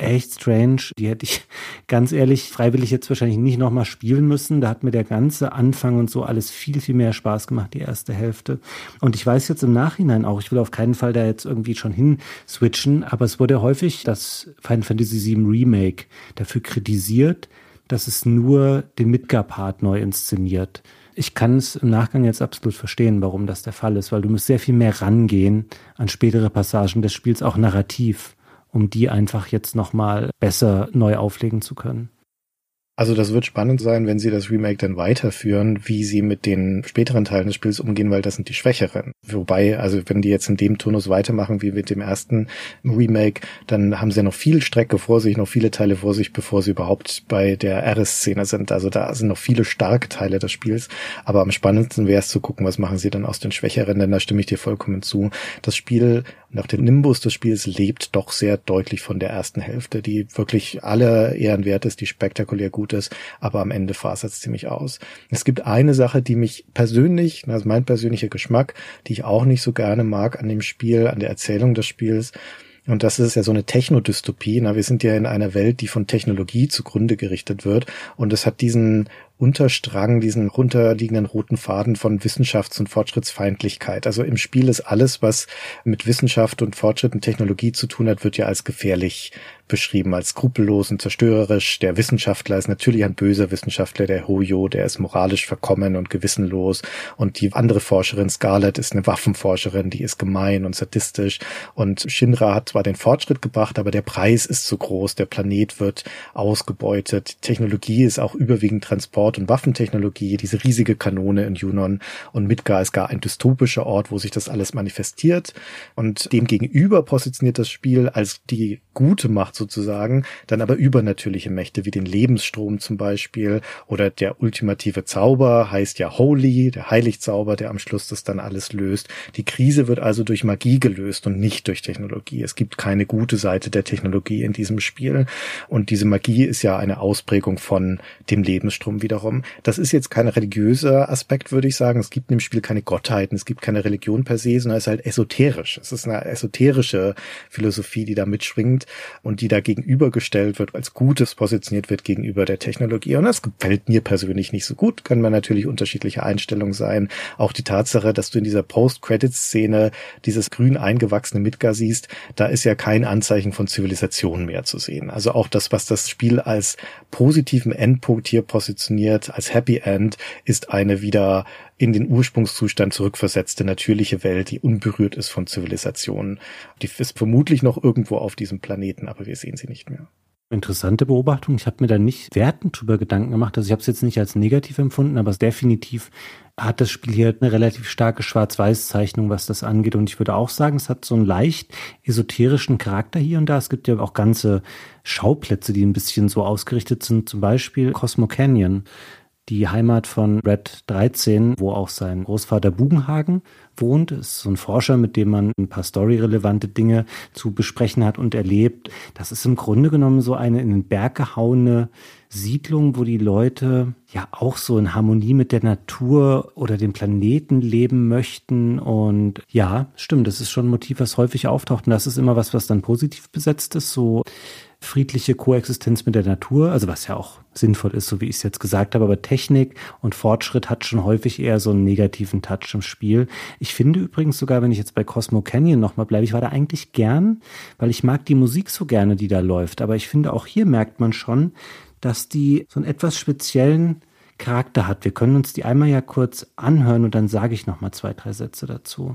echt strange. Die hätte ich ganz ehrlich freiwillig jetzt wahrscheinlich nicht nochmal spielen müssen. Da hat mir der ganze Anfang und so alles viel, viel mehr Spaß gemacht, die erste Hälfte. Und ich weiß jetzt im Nachhinein auch, ich will auf keinen Fall da jetzt irgendwie schon hin switchen, aber es wurde häufig das Final Fantasy VII Remake dafür kritisiert, dass es nur den Midgar-Part neu inszeniert. Ich kann es im Nachgang jetzt absolut verstehen, warum das der Fall ist, weil du musst sehr viel mehr rangehen an spätere Passagen des Spiels, auch narrativ, um die einfach jetzt nochmal besser neu auflegen zu können. Also das wird spannend sein, wenn sie das Remake dann weiterführen, wie sie mit den späteren Teilen des Spiels umgehen, weil das sind die schwächeren. Wobei, also wenn die jetzt in dem Turnus weitermachen wie mit dem ersten Remake, dann haben sie ja noch viel Strecke vor sich, noch viele Teile vor sich, bevor sie überhaupt bei der RS-Szene sind. Also da sind noch viele starke Teile des Spiels. Aber am spannendsten wäre es zu gucken, was machen sie dann aus den schwächeren, denn da stimme ich dir vollkommen zu. Das Spiel, nach dem Nimbus des Spiels, lebt doch sehr deutlich von der ersten Hälfte, die wirklich alle ehrenwert ist, die spektakulär gut ist, aber am Ende fasert es ziemlich aus. Es gibt eine Sache, die mich persönlich, das ist mein persönlicher Geschmack, die ich auch nicht so gerne mag an dem Spiel, an der Erzählung des Spiels. Und das ist ja so eine Technodystopie. Wir sind ja in einer Welt, die von Technologie zugrunde gerichtet wird. Und es hat diesen Unterstrang, diesen runterliegenden roten Faden von Wissenschafts- und Fortschrittsfeindlichkeit. Also im Spiel ist alles, was mit Wissenschaft und Fortschritt und Technologie zu tun hat, wird ja als gefährlich beschrieben, als skrupellos und zerstörerisch. Der Wissenschaftler ist natürlich ein böser Wissenschaftler, der Hoyo, der ist moralisch verkommen und gewissenlos. Und die andere Forscherin, Scarlett, ist eine Waffenforscherin, die ist gemein und sadistisch. Und Shinra hat zwar den Fortschritt gebracht, aber der Preis ist zu groß. Der Planet wird ausgebeutet. Technologie ist auch überwiegend Transport- und Waffentechnologie, diese riesige Kanone in Junon. Und Midgar ist gar ein dystopischer Ort, wo sich das alles manifestiert. Und dem gegenüber positioniert das Spiel als die gute Macht sozusagen, dann aber übernatürliche Mächte wie den Lebensstrom zum Beispiel oder der ultimative Zauber heißt ja Holy, der Heiligzauber, der am Schluss das dann alles löst. Die Krise wird also durch Magie gelöst und nicht durch Technologie. Es gibt keine gute Seite der Technologie in diesem Spiel und diese Magie ist ja eine Ausprägung von dem Lebensstrom wiederum. Das ist jetzt kein religiöser Aspekt, würde ich sagen. Es gibt in dem Spiel keine Gottheiten, es gibt keine Religion per se, sondern es ist halt esoterisch. Es ist eine esoterische Philosophie, die da mitschwingt und die da gegenübergestellt wird, als Gutes positioniert wird gegenüber der Technologie. Und das gefällt mir persönlich nicht so gut. Kann man natürlich unterschiedliche Einstellungen sein. Auch die Tatsache, dass du in dieser Post-Credits-Szene dieses grün eingewachsene Midgar siehst, da ist ja kein Anzeichen von Zivilisation mehr zu sehen. Also auch das, was das Spiel als positiven Endpunkt hier positioniert, als Happy End, ist eine wieder in den Ursprungszustand zurückversetzte natürliche Welt, die unberührt ist von Zivilisationen. Die ist vermutlich noch irgendwo auf diesem Planeten, aber wir sehen sie nicht mehr. Interessante Beobachtung. Ich habe mir da nicht wertend drüber Gedanken gemacht. Also ich habe es jetzt nicht als negativ empfunden, aber definitiv hat das Spiel hier eine relativ starke Schwarz-Weiß-Zeichnung, was das angeht. Und ich würde auch sagen, es hat so einen leicht esoterischen Charakter hier und da. Es gibt ja auch ganze Schauplätze, die ein bisschen so ausgerichtet sind. Zum Beispiel Cosmo Canyon, die Heimat von Red 13, wo auch sein Großvater Bugenhagen wohnt. Das ist so ein Forscher, mit dem man ein paar storyrelevante Dinge zu besprechen hat und erlebt. Das ist im Grunde genommen so eine in den Berg gehauene Siedlung, wo die Leute ja auch so in Harmonie mit der Natur oder dem Planeten leben möchten. Und ja, stimmt, das ist schon ein Motiv, was häufig auftaucht. Und das ist immer was dann positiv besetzt ist, so friedliche Koexistenz mit der Natur, also was ja auch sinnvoll ist, so wie ich es jetzt gesagt habe, aber Technik und Fortschritt hat schon häufig eher so einen negativen Touch im Spiel. Ich finde übrigens sogar, wenn ich jetzt bei Cosmo Canyon nochmal bleibe, ich war da eigentlich gern, weil ich mag die Musik so gerne, die da läuft, aber ich finde auch hier merkt man schon, dass die so einen etwas speziellen Charakter hat. Wir können uns die einmal ja kurz anhören und dann sage ich nochmal 2, 3 Sätze dazu.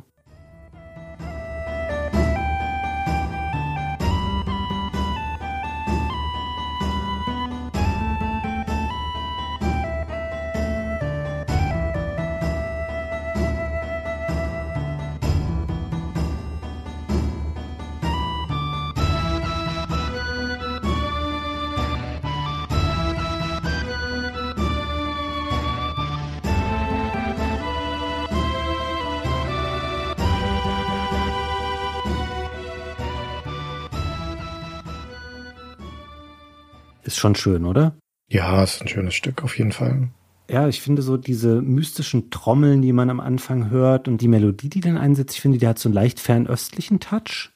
Ist schon schön, oder? Ja, ist ein schönes Stück, auf jeden Fall. Ja, ich finde so diese mystischen Trommeln, die man am Anfang hört und die Melodie, die dann einsetzt, ich finde, die hat so einen leicht fernöstlichen Touch.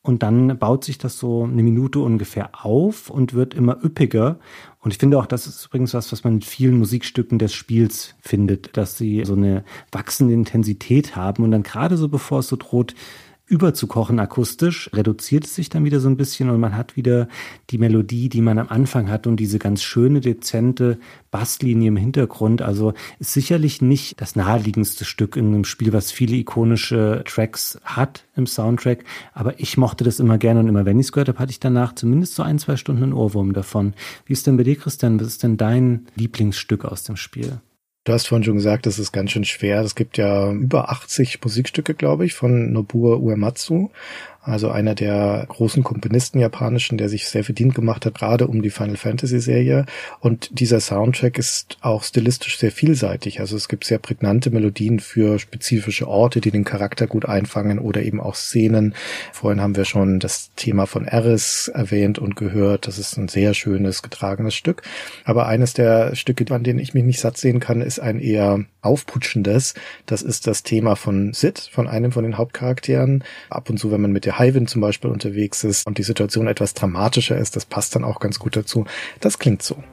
Und dann baut sich das so eine Minute ungefähr auf und wird immer üppiger. Und ich finde auch, das ist übrigens was man mit vielen Musikstücken des Spiels findet, dass sie so eine wachsende Intensität haben. Und dann gerade so, bevor es so droht, überzukochen akustisch, reduziert es sich dann wieder so ein bisschen und man hat wieder die Melodie, die man am Anfang hat und diese ganz schöne, dezente Basslinie im Hintergrund. Also ist sicherlich nicht das naheliegendste Stück in einem Spiel, was viele ikonische Tracks hat im Soundtrack, aber ich mochte das immer gerne und immer wenn ich es gehört habe, hatte ich danach zumindest so 1-2 Stunden einen Ohrwurm davon. Wie ist denn bei dir, Christian? Was ist denn dein Lieblingsstück aus dem Spiel? Du hast vorhin schon gesagt, das ist ganz schön schwer. Es gibt ja über 80 Musikstücke, glaube ich, von Nobuo Uematsu. Also einer der großen Komponisten japanischen, der sich sehr verdient gemacht hat, gerade um die Final Fantasy Serie. Und dieser Soundtrack ist auch stilistisch sehr vielseitig. Also es gibt sehr prägnante Melodien für spezifische Orte, die den Charakter gut einfangen oder eben auch Szenen. Vorhin haben wir schon das Thema von Eris erwähnt und gehört. Das ist ein sehr schönes, getragenes Stück. Aber eines der Stücke, an denen ich mich nicht satt sehen kann, ist ein eher aufputschendes. Das ist das Thema von Sid, von einem von den Hauptcharakteren. Ab und zu, wenn man mit der Hyven zum Beispiel unterwegs ist und die Situation etwas dramatischer ist, das passt dann auch ganz gut dazu. Das klingt so.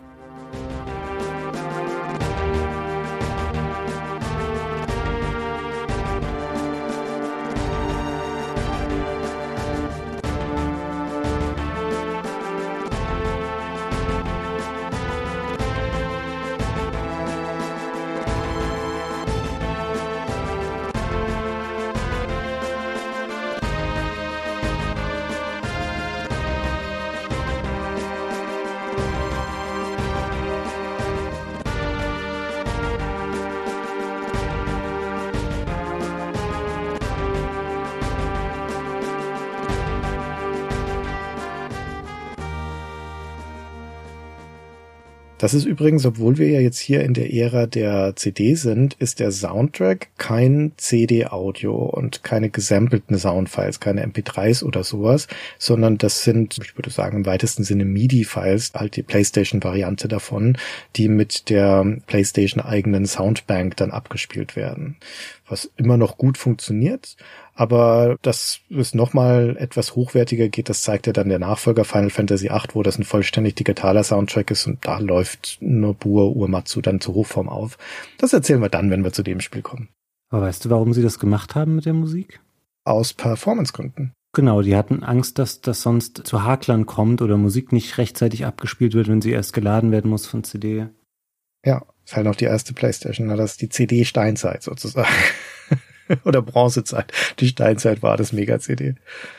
Das ist übrigens, obwohl wir ja jetzt hier in der Ära der CD sind, ist der Soundtrack kein CD-Audio und keine gesampelten Soundfiles, keine MP3s oder sowas, sondern das sind, ich würde sagen, im weitesten Sinne MIDI-Files, halt die PlayStation-Variante davon, die mit der PlayStation-eigenen Soundbank dann abgespielt werden. Was immer noch gut funktioniert, aber dass es nochmal etwas hochwertiger geht, das zeigt ja dann der Nachfolger Final Fantasy VIII, wo das ein vollständig digitaler Soundtrack ist und da läuft Nobuo Uematsu dann zur Hochform auf. Das erzählen wir dann, wenn wir zu dem Spiel kommen. Aber weißt du, warum sie das gemacht haben mit der Musik? Aus Performancegründen. Genau, die hatten Angst, dass das sonst zu Haklern kommt oder Musik nicht rechtzeitig abgespielt wird, wenn sie erst geladen werden muss von CD. Ja, ist halt noch die erste PlayStation, das ist die CD-Steinzeit sozusagen. Oder Bronzezeit. Die Steinzeit war das Mega-CD.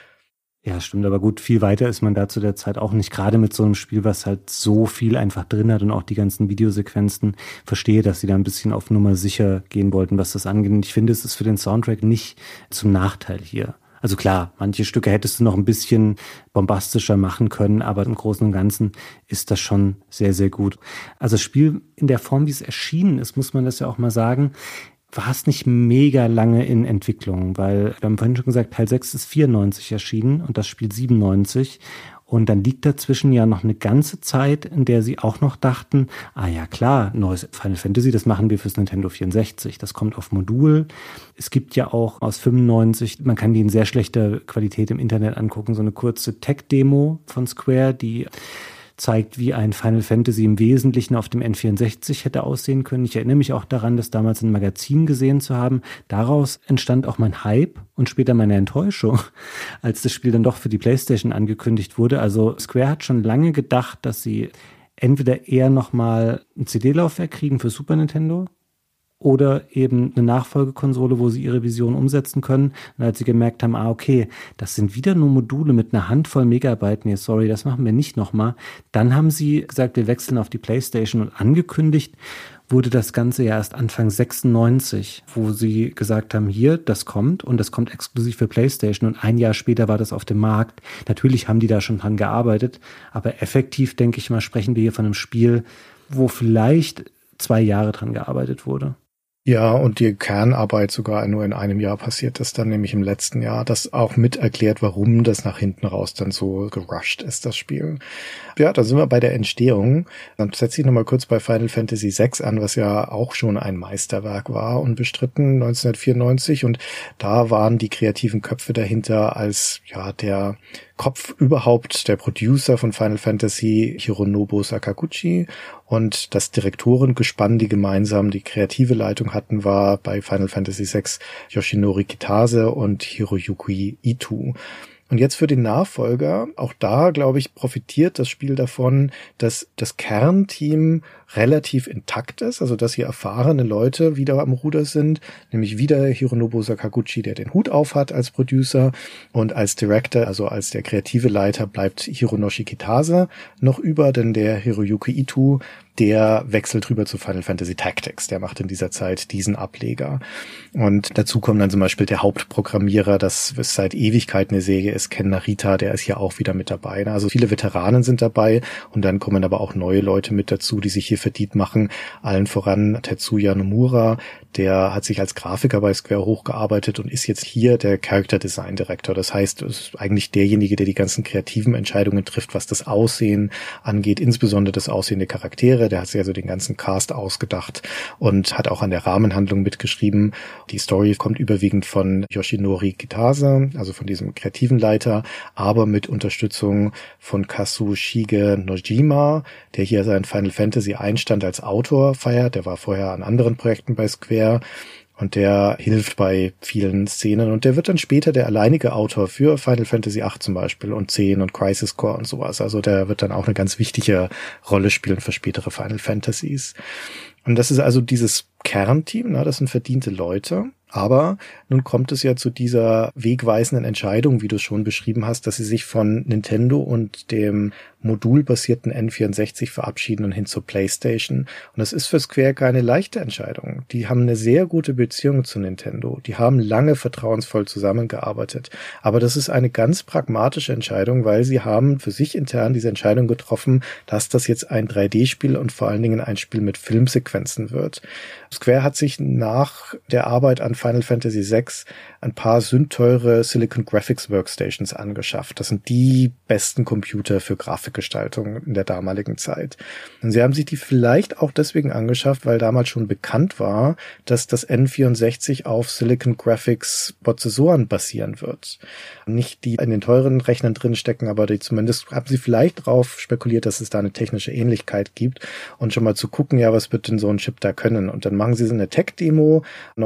Ja, stimmt, aber gut, viel weiter ist man da zu der Zeit auch nicht. Gerade mit so einem Spiel, was halt so viel einfach drin hat und auch die ganzen Videosequenzen. Verstehe, dass sie da ein bisschen auf Nummer sicher gehen wollten, was das angeht. Und ich finde, es ist für den Soundtrack nicht zum Nachteil hier. Also klar, manche Stücke hättest du noch ein bisschen bombastischer machen können, aber im Großen und Ganzen ist das schon sehr, sehr gut. Also das Spiel in der Form, wie es erschienen ist, muss man das ja auch mal sagen, war es nicht mega lange in Entwicklung, weil wir haben vorhin schon gesagt, Teil 6 ist 94 erschienen und das Spiel 97. Und dann liegt dazwischen ja noch eine ganze Zeit, in der sie auch noch dachten, ah ja klar, neues Final Fantasy, das machen wir fürs Nintendo 64. Das kommt auf Modul. Es gibt ja auch aus 95, man kann die in sehr schlechter Qualität im Internet angucken, so eine kurze Tech-Demo von Square, die zeigt, wie ein Final Fantasy im Wesentlichen auf dem N64 hätte aussehen können. Ich erinnere mich auch daran, das damals in Magazin gesehen zu haben. Daraus entstand auch mein Hype und später meine Enttäuschung, als das Spiel dann doch für die PlayStation angekündigt wurde. Also Square hat schon lange gedacht, dass sie entweder eher nochmal ein CD-Laufwerk kriegen für Super Nintendo oder eben eine Nachfolgekonsole, wo sie ihre Vision umsetzen können. Und als sie gemerkt haben, okay, das sind wieder nur Module mit einer Handvoll Megabyte, nee, sorry, das machen wir nicht nochmal. Dann haben sie gesagt, wir wechseln auf die PlayStation und angekündigt wurde das Ganze ja erst Anfang 96, wo sie gesagt haben, hier, das kommt und das kommt exklusiv für PlayStation und ein Jahr später war das auf dem Markt. Natürlich haben die da schon dran gearbeitet, aber effektiv, denke ich mal, sprechen wir hier von einem Spiel, wo vielleicht 2 Jahre dran gearbeitet wurde. Ja, und die Kernarbeit sogar nur in einem Jahr passiert ist, dann nämlich im letzten Jahr. Das auch mit erklärt, warum das nach hinten raus dann so gerusht ist, das Spiel. Ja, da sind wir bei der Entstehung. Dann setze ich nochmal kurz bei Final Fantasy VI an, was ja auch schon ein Meisterwerk war, unbestritten, 1994. Und da waren die kreativen Köpfe dahinter als, ja, der Kopf überhaupt, der Producer von Final Fantasy, Hironobu Sakaguchi, und das Direktorengespann, die gemeinsam die kreative Leitung hatten, war bei Final Fantasy VI Yoshinori Kitase und Hiroyuki Ito. Und jetzt für den Nachfolger, auch da, glaube ich, profitiert das Spiel davon, dass das Kernteam relativ intakt ist, also dass hier erfahrene Leute wieder am Ruder sind, nämlich wieder Hironobu Sakaguchi, der den Hut auf hat als Producer, und als Director, also als der kreative Leiter, bleibt Hironoshi Kitase noch über, denn der Hiroyuki Ito, der wechselt rüber zu Final Fantasy Tactics, der macht in dieser Zeit diesen Ableger. Und dazu kommt dann zum Beispiel der Hauptprogrammierer, das ist seit Ewigkeiten eine Serie ist, Ken Narita, der ist hier auch wieder mit dabei. Also viele Veteranen sind dabei und dann kommen aber auch neue Leute mit dazu, die sich hier verdient machen. Allen voran Tetsuya Nomura, der hat sich als Grafiker bei Square hochgearbeitet und ist jetzt hier der Character Design Director. Das heißt, es ist eigentlich derjenige, der die ganzen kreativen Entscheidungen trifft, was das Aussehen angeht, insbesondere das Aussehen der Charaktere. Der hat sich also den ganzen Cast ausgedacht und hat auch an der Rahmenhandlung mitgeschrieben. Die Story kommt überwiegend von Yoshinori Kitase, also von diesem kreativen Leiter, aber mit Unterstützung von Kazushige Nojima, der hier seinen Final Fantasy Einstand als Autor feiert. Der war vorher an anderen Projekten bei Square. Und der hilft bei vielen Szenen und der wird dann später der alleinige Autor für Final Fantasy VIII zum Beispiel und 10 und Crisis Core und sowas. Also der wird dann auch eine ganz wichtige Rolle spielen für spätere Final Fantasies. Und das ist also dieses Kernteam, das sind verdiente Leute. Aber nun kommt es ja zu dieser wegweisenden Entscheidung, wie du es schon beschrieben hast, dass sie sich von Nintendo und dem modulbasierten N64 verabschieden und hin zur PlayStation. Und das ist für Square keine leichte Entscheidung. Die haben eine sehr gute Beziehung zu Nintendo. Die haben lange vertrauensvoll zusammengearbeitet. Aber das ist eine ganz pragmatische Entscheidung, weil sie haben für sich intern diese Entscheidung getroffen, dass das jetzt ein 3D-Spiel und vor allen Dingen ein Spiel mit Filmsequenzen wird. Square hat sich nach der Arbeit an Final Fantasy VI ein paar sündteure Silicon Graphics Workstations angeschafft. Das sind die besten Computer für Grafikgestaltung in der damaligen Zeit. Und sie haben sich die vielleicht auch deswegen angeschafft, weil damals schon bekannt war, dass das N64 auf Silicon Graphics Prozessoren basieren wird. Nicht die in den teuren Rechnern drin stecken, aber die zumindest haben sie vielleicht drauf spekuliert, dass es da eine technische Ähnlichkeit gibt und schon mal zu gucken, ja, was wird denn so ein Chip da können? Und dann machen sie so eine Tech-Demo.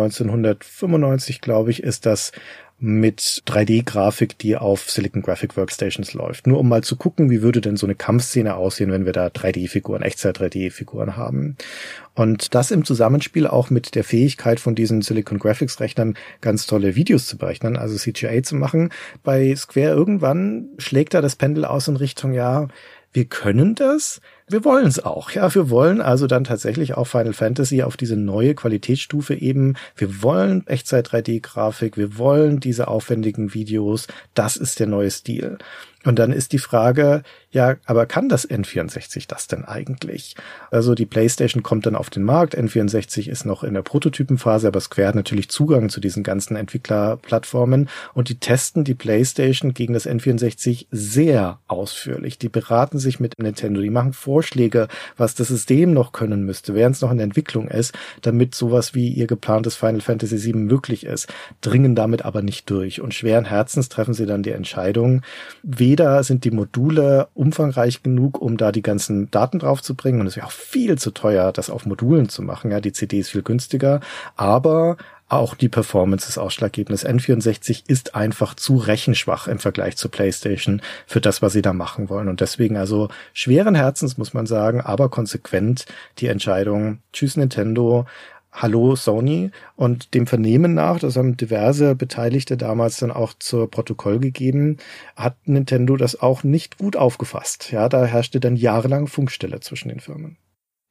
1995, glaube ich, ist das mit 3D-Grafik, die auf Silicon Graphic Workstations läuft. Nur um mal zu gucken, wie würde denn so eine Kampfszene aussehen, wenn wir da 3D-Figuren, Echtzeit-3D-Figuren haben. Und das im Zusammenspiel auch mit der Fähigkeit von diesen Silicon Graphics Rechnern ganz tolle Videos zu berechnen, also CGI zu machen. Bei Square irgendwann schlägt da das Pendel aus in Richtung, ja, wir können das, wir wollen es auch. Ja, wir wollen also dann tatsächlich auch Final Fantasy auf diese neue Qualitätsstufe eben. Wir wollen Echtzeit-3D-Grafik, wir wollen diese aufwendigen Videos. Das ist der neue Stil. Und dann ist die Frage, ja, aber kann das N64 das denn eigentlich? Also die PlayStation kommt dann auf den Markt, N64 ist noch in der Prototypenphase, aber Square hat natürlich Zugang zu diesen ganzen Entwicklerplattformen und die testen die PlayStation gegen das N64 sehr ausführlich. Die beraten sich mit Nintendo, die machen Vorschläge, was das System noch können müsste, während es noch in der Entwicklung ist, damit sowas wie ihr geplantes Final Fantasy VII möglich ist, dringen damit aber nicht durch. Und schweren Herzens treffen sie dann die Entscheidung, weder sind die Module umfangreich genug, um da die ganzen Daten draufzubringen, und es wäre auch viel zu teuer, das auf Modulen zu machen, ja, die CD ist viel günstiger, aber auch die Performance ist ausschlaggebend. Das N64 ist einfach zu rechenschwach im Vergleich zur PlayStation für das, was sie da machen wollen. Und deswegen also schweren Herzens, muss man sagen, aber konsequent die Entscheidung, tschüss Nintendo, hallo Sony. Und dem Vernehmen nach, das haben diverse Beteiligte damals dann auch zu Protokoll gegeben, hat Nintendo das auch nicht gut aufgefasst. Ja, da herrschte dann jahrelang Funkstille zwischen den Firmen.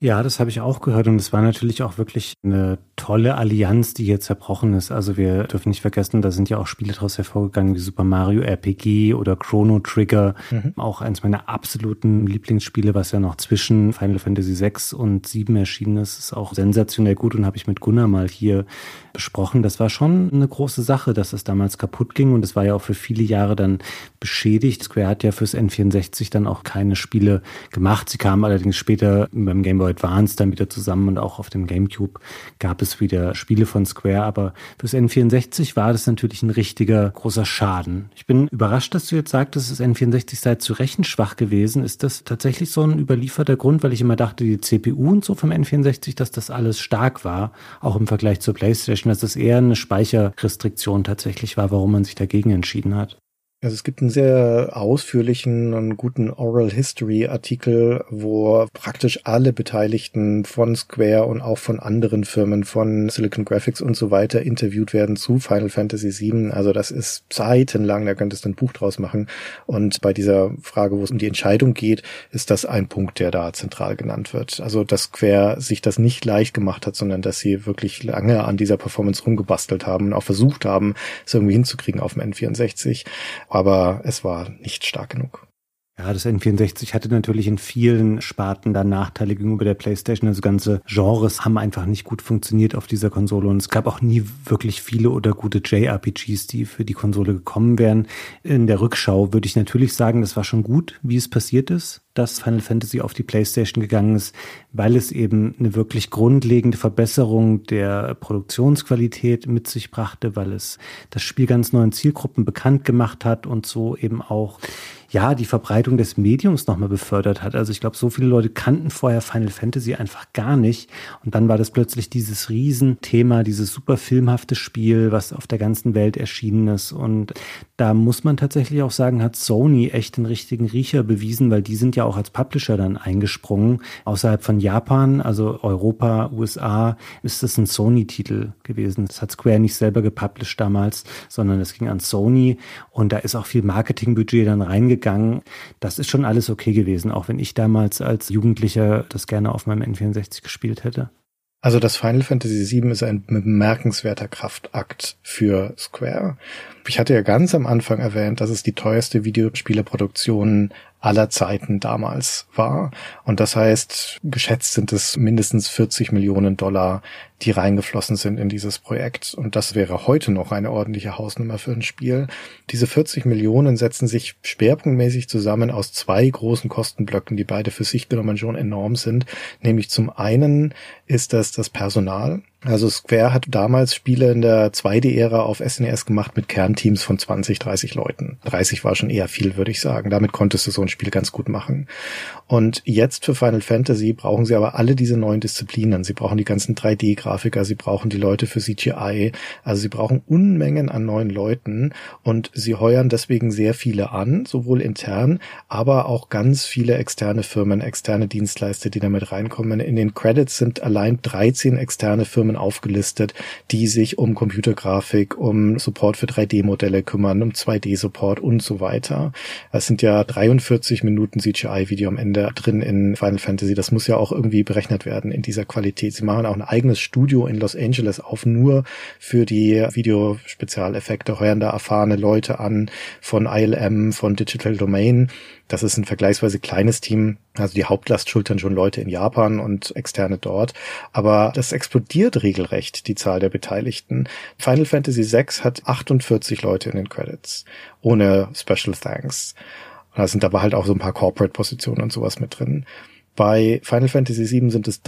Ja, das habe ich auch gehört und es war natürlich auch wirklich eine tolle Allianz, die hier zerbrochen ist. Also wir dürfen nicht vergessen, da sind ja auch Spiele daraus hervorgegangen wie Super Mario RPG oder Chrono Trigger. Auch eins meiner absoluten Lieblingsspiele, was ja noch zwischen Final Fantasy 6 und 7 erschienen ist, ist auch sensationell gut und habe ich mit Gunnar mal hier besprochen. Das war schon eine große Sache, dass es damals kaputt ging und es war ja auch für viele Jahre dann beschädigt. Square hat ja fürs N64 dann auch keine Spiele gemacht. Sie kamen allerdings später beim Game Boy Advance dann wieder zusammen und auch auf dem GameCube gab es wieder Spiele von Square, aber fürs N64 war das natürlich ein richtiger großer Schaden. Ich bin überrascht, dass du jetzt sagtest, das N64 sei zu rechenschwach gewesen. Ist das tatsächlich so ein überlieferter Grund, weil ich immer dachte, die CPU und so vom N64, dass das alles stark war, auch im Vergleich zur PlayStation, dass das eher eine Speicherrestriktion tatsächlich war, warum man sich dagegen entschieden hat? Also es gibt einen sehr ausführlichen und guten Oral History Artikel, wo praktisch alle Beteiligten von Square und auch von anderen Firmen, von Silicon Graphics und so weiter interviewt werden zu Final Fantasy VII. Also das ist seitenlang, da könntest du ein Buch draus machen. Und bei dieser Frage, wo es um die Entscheidung geht, ist das ein Punkt, der da zentral genannt wird. Also dass Square sich das nicht leicht gemacht hat, sondern dass sie wirklich lange an dieser Performance rumgebastelt haben und auch versucht haben, es irgendwie hinzukriegen auf dem N64. Aber es war nicht stark genug. Ja, das N64 hatte natürlich in vielen Sparten dann Nachteile gegenüber der PlayStation. Also ganze Genres haben einfach nicht gut funktioniert auf dieser Konsole und es gab auch nie wirklich viele oder gute JRPGs, die für die Konsole gekommen wären. In der Rückschau würde ich natürlich sagen, das war schon gut, wie es passiert ist, dass Final Fantasy auf die PlayStation gegangen ist, weil es eben eine wirklich grundlegende Verbesserung der Produktionsqualität mit sich brachte, weil es das Spiel ganz neuen Zielgruppen bekannt gemacht hat und so eben auch die Verbreitung des Mediums nochmal befördert hat. Also ich glaube, so viele Leute kannten vorher Final Fantasy einfach gar nicht. Und dann war das plötzlich dieses Riesenthema, dieses super filmhafte Spiel, was auf der ganzen Welt erschienen ist. Und da muss man tatsächlich auch sagen, hat Sony echt den richtigen Riecher bewiesen, weil die sind ja auch als Publisher dann eingesprungen. Außerhalb von Japan, also Europa, USA, ist das ein Sony-Titel gewesen. Das hat Square nicht selber gepublished damals, sondern es ging an Sony. Und da ist auch viel Marketingbudget dann reingegangen. Das ist schon alles okay gewesen, auch wenn ich damals als Jugendlicher das gerne auf meinem N64 gespielt hätte. Also das Final Fantasy VII ist ein bemerkenswerter Kraftakt für Square. Ich hatte ja ganz am Anfang erwähnt, dass es die teuerste Videospieleproduktion aller Zeiten damals war. Und das heißt, geschätzt sind es mindestens 40 Millionen $, die reingeflossen sind in dieses Projekt. Und das wäre heute noch eine ordentliche Hausnummer für ein Spiel. Diese 40 Millionen setzen sich schwerpunktmäßig zusammen aus zwei großen Kostenblöcken, die beide für sich genommen schon enorm sind. Nämlich zum einen ist das Personal. Also Square hat damals Spiele in der 2D-Ära auf SNES gemacht mit Kernteams von 20, 30 Leuten. 30 war schon eher viel, würde ich sagen. Damit konntest du so ein Spiel ganz gut machen. Und jetzt für Final Fantasy brauchen sie aber alle diese neuen Disziplinen. Sie brauchen die ganzen 3D-Grafiker, sie brauchen die Leute für CGI. Also sie brauchen Unmengen an neuen Leuten und sie heuern deswegen sehr viele an, sowohl intern, aber auch ganz viele externe Firmen, externe Dienstleister, die damit reinkommen. In den Credits sind allein 13 externe Firmen aufgelistet, die sich um Computergrafik, um Support für 3D-Modelle kümmern, um 2D-Support und so weiter. Es sind ja 43 Minuten CGI-Video am Ende drin in Final Fantasy. Das muss ja auch irgendwie berechnet werden in dieser Qualität. Sie machen auch ein eigenes Studio in Los Angeles auf, nur für die Videospezialeffekte, heuern da erfahrene Leute an von ILM, von Digital Domain. Das ist ein vergleichsweise kleines Team. Also die Hauptlast schultern schon Leute in Japan und Externe dort. Aber das explodiert regelrecht, die Zahl der Beteiligten. Final Fantasy VI hat 48 Leute in den Credits, ohne Special Thanks. Und da sind aber halt auch so ein paar Corporate-Positionen und sowas mit drin. Bei Final Fantasy VII sind es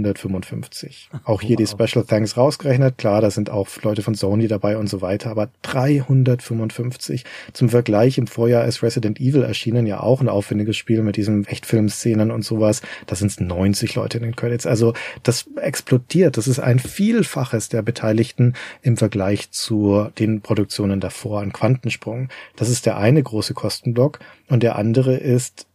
355. Auch hier die Special Thanks rausgerechnet. Klar, da sind auch Leute von Sony dabei und so weiter, aber 355. Zum Vergleich, im Vorjahr ist Resident Evil erschienen, ja auch ein aufwendiges Spiel mit diesen Echtfilmszenen und sowas. Da sind es 90 Leute in den Credits. Also das explodiert. Das ist ein Vielfaches der Beteiligten im Vergleich zu den Produktionen davor, ein Quantensprung. Das ist der eine große Kostenblock. Und der andere ist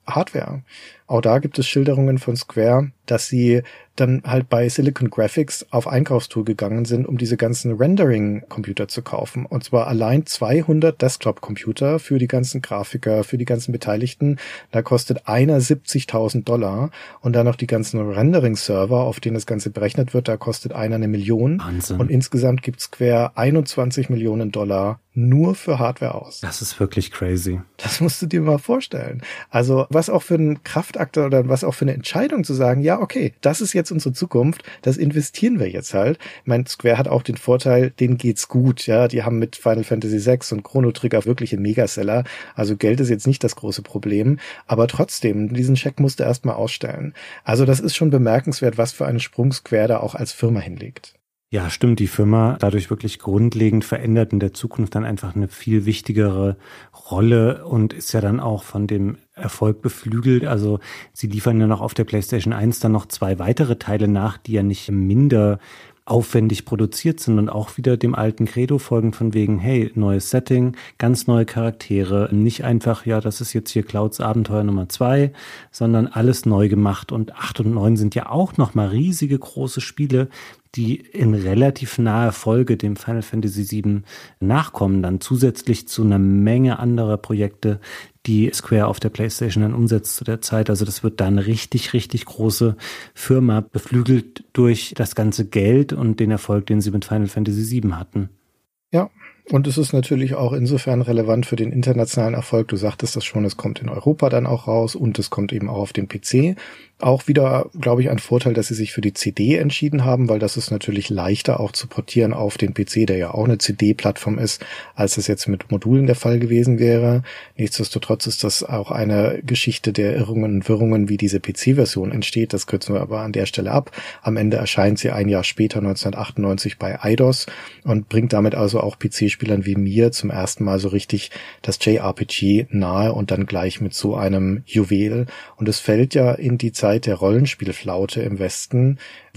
Hardware. Auch da gibt es Schilderungen von Square, dass sie dann halt bei Silicon Graphics auf Einkaufstour gegangen sind, um diese ganzen Rendering-Computer zu kaufen. Und zwar allein 200 Desktop-Computer für die ganzen Grafiker, für die ganzen Beteiligten. Da kostet einer $70.000 und dann noch die ganzen Rendering-Server, auf denen das Ganze berechnet wird, da kostet einer 1 Million. Wahnsinn. Und insgesamt gibt Square $21 Millionen nur für Hardware aus. Das ist wirklich crazy. Das musst du dir mal vorstellen. Also was auch für ein Kraftakt oder was auch für eine Entscheidung zu sagen, ja, okay, das ist jetzt unsere Zukunft, das investieren wir jetzt halt. Ich meine, Square hat auch den Vorteil, denen geht's gut, ja, die haben mit Final Fantasy VI und Chrono Trigger wirkliche Megaseller, also Geld ist jetzt nicht das große Problem, aber trotzdem, diesen Scheck musste erstmal ausstellen. Also das ist schon bemerkenswert, was für einen Sprung Square da auch als Firma hinlegt. Ja, stimmt, die Firma dadurch wirklich grundlegend verändert in der Zukunft dann einfach eine viel wichtigere Rolle und ist ja dann auch von dem Erfolg beflügelt. Also sie liefern ja noch auf der PlayStation 1 dann noch 2 weitere Teile nach, die ja nicht minder aufwendig produziert sind und auch wieder dem alten Credo folgen von wegen, hey, neues Setting, ganz neue Charaktere, nicht einfach, ja, das ist jetzt hier Clouds Abenteuer Nummer 2, sondern alles neu gemacht und 8 und 9 sind ja auch nochmal riesige große Spiele, die in relativ naher Folge dem Final Fantasy VII nachkommen, dann zusätzlich zu einer Menge anderer Projekte, die Square auf der PlayStation dann umsetzt zu der Zeit. Also das wird da eine richtig, richtig große Firma, beflügelt durch das ganze Geld und den Erfolg, den sie mit Final Fantasy VII hatten. Ja, und es ist natürlich auch insofern relevant für den internationalen Erfolg. Du sagtest das schon, es kommt in Europa dann auch raus und es kommt eben auch auf den PC. Auch wieder, glaube ich, ein Vorteil, dass sie sich für die CD entschieden haben, weil das ist natürlich leichter auch zu portieren auf den PC, der ja auch eine CD-Plattform ist, als es jetzt mit Modulen der Fall gewesen wäre. Nichtsdestotrotz ist das auch eine Geschichte der Irrungen und Wirrungen, wie diese PC-Version entsteht. Das kürzen wir aber an der Stelle ab. Am Ende erscheint sie ein Jahr später, 1998, bei Eidos und bringt damit also auch PC-Spielern wie mir zum ersten Mal so richtig das JRPG nahe und dann gleich mit so einem Juwel. Und es fällt ja in die Zeit der Rollenspielflaute im Westen,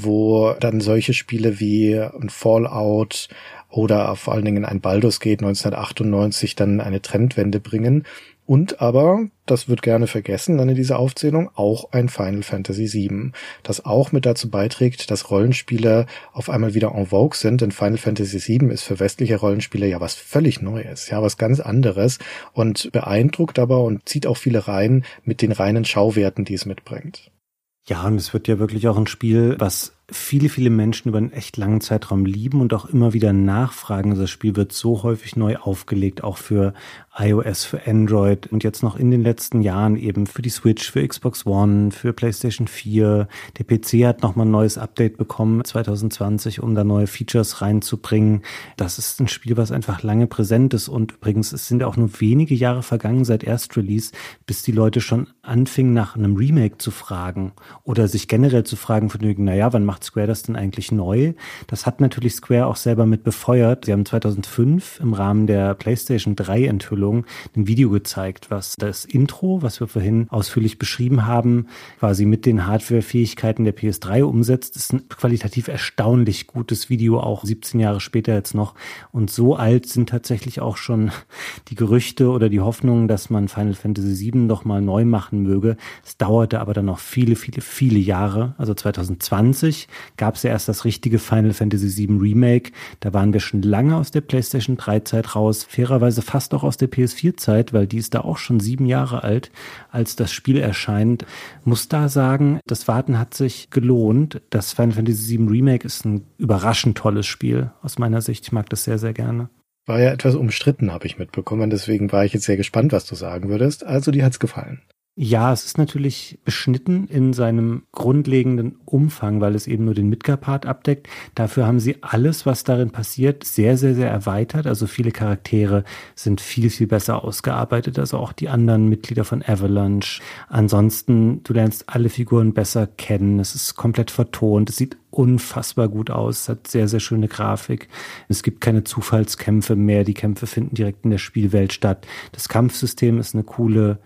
wo dann solche Spiele wie ein Fallout oder vor allen Dingen ein Baldur's Gate 1998 dann eine Trendwende bringen. Und aber, das wird gerne vergessen dann in dieser Aufzählung, auch ein Final Fantasy VII, das auch mit dazu beiträgt, dass Rollenspiele auf einmal wieder en vogue sind, denn Final Fantasy VII ist für westliche Rollenspiele ja was völlig Neues, ja, was ganz anderes und beeindruckt aber und zieht auch viele rein mit den reinen Schauwerten, die es mitbringt. Ja, und es wird ja wirklich auch ein Spiel, was viele, viele Menschen über einen echt langen Zeitraum lieben und auch immer wieder nachfragen. Das Spiel wird so häufig neu aufgelegt, auch für iOS, für Android und jetzt noch in den letzten Jahren eben für die Switch, für Xbox One, für PlayStation 4. Der PC hat nochmal ein neues Update bekommen 2020, um da neue Features reinzubringen. Das ist ein Spiel, was einfach lange präsent ist und übrigens, es sind auch nur wenige Jahre vergangen seit Erstrelease, bis die Leute schon anfingen, nach einem Remake zu fragen oder sich generell zu fragen von wegen, naja, wann macht Square das denn eigentlich neu? Das hat natürlich Square auch selber mit befeuert. Sie haben 2005 im Rahmen der PlayStation 3 Enthüllung ein Video gezeigt, was das Intro, was wir vorhin ausführlich beschrieben haben, quasi mit den Hardware-Fähigkeiten der PS3 umsetzt. Das ist ein qualitativ erstaunlich gutes Video, auch 17 Jahre später jetzt noch. Und so alt sind tatsächlich auch schon die Gerüchte oder die Hoffnungen, dass man Final Fantasy VII noch mal neu machen möge. Es dauerte aber dann noch viele, viele, viele Jahre. Also 2020 gab es ja erst das richtige Final Fantasy VII Remake. Da waren wir schon lange aus der PlayStation 3 Zeit raus, fairerweise fast auch aus der PS4 Zeit, weil die ist da auch schon 7 Jahre alt, als das Spiel erscheint. Muss da sagen, das Warten hat sich gelohnt. Das Final Fantasy VII Remake ist ein überraschend tolles Spiel aus meiner Sicht. Ich mag das sehr, sehr gerne. War ja etwas umstritten, habe ich mitbekommen. Deswegen war ich jetzt sehr gespannt, was du sagen würdest. Also dir hat's gefallen. Ja, es ist natürlich beschnitten in seinem grundlegenden Umfang, weil es eben nur den Midgar-Part abdeckt. Dafür haben sie alles, was darin passiert, sehr, sehr, sehr erweitert. Also viele Charaktere sind viel, viel besser ausgearbeitet, also auch die anderen Mitglieder von Avalanche. Ansonsten, du lernst alle Figuren besser kennen. Es ist komplett vertont. Es sieht unfassbar gut aus. Es hat sehr, sehr schöne Grafik. Es gibt keine Zufallskämpfe mehr. Die Kämpfe finden direkt in der Spielwelt statt. Das Kampfsystem ist eine coole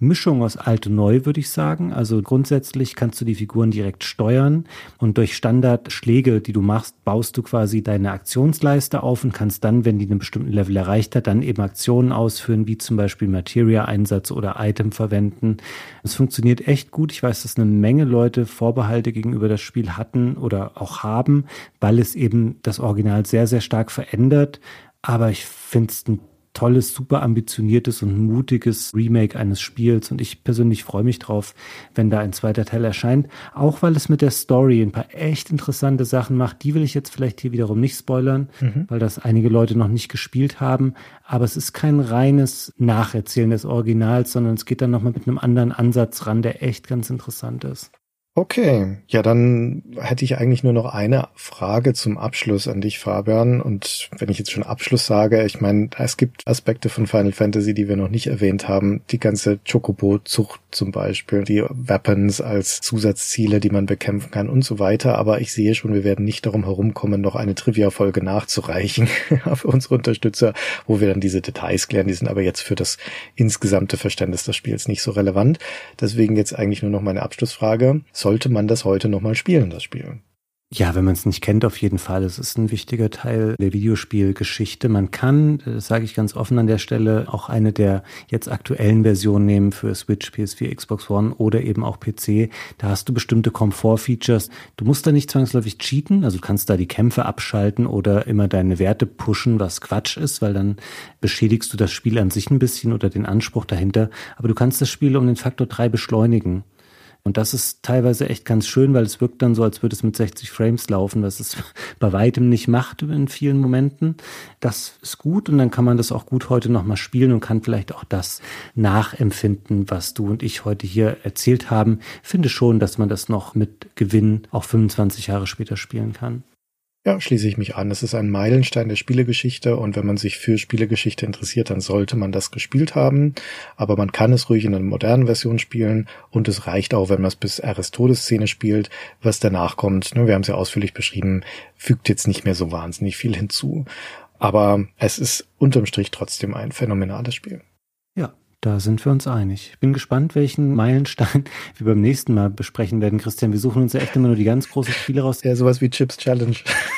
Mischung aus alt und neu, würde ich sagen. Also grundsätzlich kannst du die Figuren direkt steuern und durch Standardschläge, die du machst, baust du quasi deine Aktionsleiste auf und kannst dann, wenn die einen bestimmten Level erreicht hat, dann eben Aktionen ausführen, wie zum Beispiel Materia-Einsatz oder Item verwenden. Es funktioniert echt gut. Ich weiß, dass eine Menge Leute Vorbehalte gegenüber das Spiel hatten oder auch haben, weil es eben das Original sehr, sehr stark verändert. Aber ich finde es ein tolles, super ambitioniertes und mutiges Remake eines Spiels und ich persönlich freue mich drauf, wenn da ein zweiter Teil erscheint, auch weil es mit der Story ein paar echt interessante Sachen macht. Die will ich jetzt vielleicht hier wiederum nicht spoilern, weil das einige Leute noch nicht gespielt haben, aber es ist kein reines Nacherzählen des Originals, sondern es geht dann nochmal mit einem anderen Ansatz ran, der echt ganz interessant ist. Okay, ja, dann hätte ich eigentlich nur noch eine Frage zum Abschluss an dich, Fabian. Und wenn ich jetzt schon Abschluss sage, ich meine, es gibt Aspekte von Final Fantasy, die wir noch nicht erwähnt haben. Die ganze Chocobo-Zucht zum Beispiel, die Weapons als Zusatzziele, die man bekämpfen kann und so weiter. Aber ich sehe schon, wir werden nicht darum herumkommen, noch eine Trivia-Folge nachzureichen für unsere Unterstützer, wo wir dann diese Details klären. Die sind aber jetzt für das insgesamte Verständnis des Spiels nicht so relevant. Deswegen jetzt eigentlich nur noch meine Abschlussfrage. Sollte man das heute nochmal spielen, das Spiel? Ja, wenn man es nicht kennt, auf jeden Fall. Es ist ein wichtiger Teil der Videospielgeschichte. Man kann, das sage ich ganz offen an der Stelle, auch eine der jetzt aktuellen Versionen nehmen für Switch, PS4, Xbox One oder eben auch PC. Da hast du bestimmte Komfort-Features. Du musst da nicht zwangsläufig cheaten, also du kannst da die Kämpfe abschalten oder immer deine Werte pushen, was Quatsch ist, weil dann beschädigst du das Spiel an sich ein bisschen oder den Anspruch dahinter. Aber du kannst das Spiel um den Faktor 3 beschleunigen. Und das ist teilweise echt ganz schön, weil es wirkt dann so, als würde es mit 60 Frames laufen, was es bei weitem nicht macht in vielen Momenten. Das ist gut und dann kann man das auch gut heute nochmal spielen und kann vielleicht auch das nachempfinden, was du und ich heute hier erzählt haben. Ich finde schon, dass man das noch mit Gewinn auch 25 Jahre später spielen kann. Ja, schließe ich mich an. Es ist ein Meilenstein der Spielegeschichte und wenn man sich für Spielegeschichte interessiert, dann sollte man das gespielt haben. Aber man kann es ruhig in einer modernen Version spielen und es reicht auch, wenn man es bis Aristodes-Szene spielt. Was danach kommt, wir haben es ja ausführlich beschrieben, fügt jetzt nicht mehr so wahnsinnig viel hinzu. Aber es ist unterm Strich trotzdem ein phänomenales Spiel. Ja. Da sind wir uns einig. Ich bin gespannt, welchen Meilenstein wir beim nächsten Mal besprechen werden. Christian, wir suchen uns ja echt immer nur die ganz großen Spiele raus. Ja, sowas wie Chips Challenge.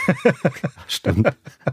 Stimmt.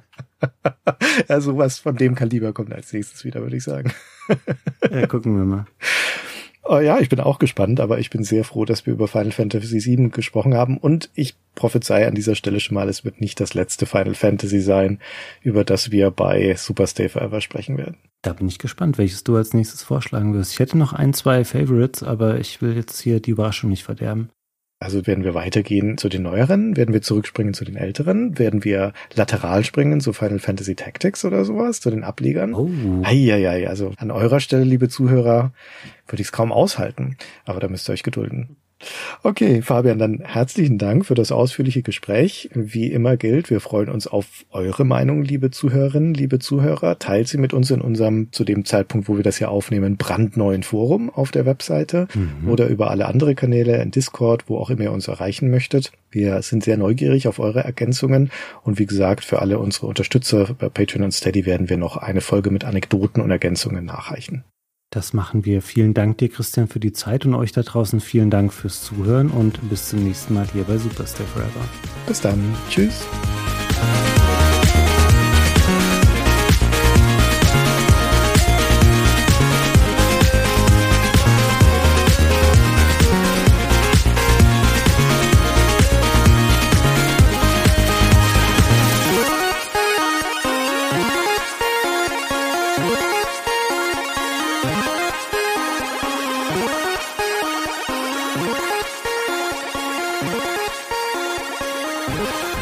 Ja, sowas von dem Kaliber kommt als nächstes wieder, würde ich sagen. Ja, gucken wir mal. Oh ja, ich bin auch gespannt, aber ich bin sehr froh, dass wir über Final Fantasy VII gesprochen haben und ich prophezei an dieser Stelle schon mal, es wird nicht das letzte Final Fantasy sein, über das wir bei Super Stay Forever sprechen werden. Da bin ich gespannt, welches du als nächstes vorschlagen wirst. Ich hätte noch 1, 2 Favorites, aber ich will jetzt hier die Überraschung nicht verderben. Also werden wir weitergehen zu den neueren? Werden wir zurückspringen zu den älteren? Werden wir lateral springen zu Final Fantasy Tactics oder sowas, zu den Ablegern? Oh. Eieiei, also an eurer Stelle, liebe Zuhörer, würde ich es kaum aushalten. Aber da müsst ihr euch gedulden. Okay, Fabian, dann herzlichen Dank für das ausführliche Gespräch. Wie immer gilt, wir freuen uns auf eure Meinung, liebe Zuhörerinnen, liebe Zuhörer. Teilt sie mit uns in unserem, zu dem Zeitpunkt, wo wir das hier aufnehmen, brandneuen Forum auf der Webseite oder über alle andere Kanäle in Discord, wo auch immer ihr uns erreichen möchtet. Wir sind sehr neugierig auf eure Ergänzungen und wie gesagt, für alle unsere Unterstützer bei Patreon und Steady werden wir noch eine Folge mit Anekdoten und Ergänzungen nachreichen. Das machen wir. Vielen Dank dir, Christian, für die Zeit und euch da draußen vielen Dank fürs Zuhören und bis zum nächsten Mal hier bei Super Stay Forever. Bis dann. Tschüss. What?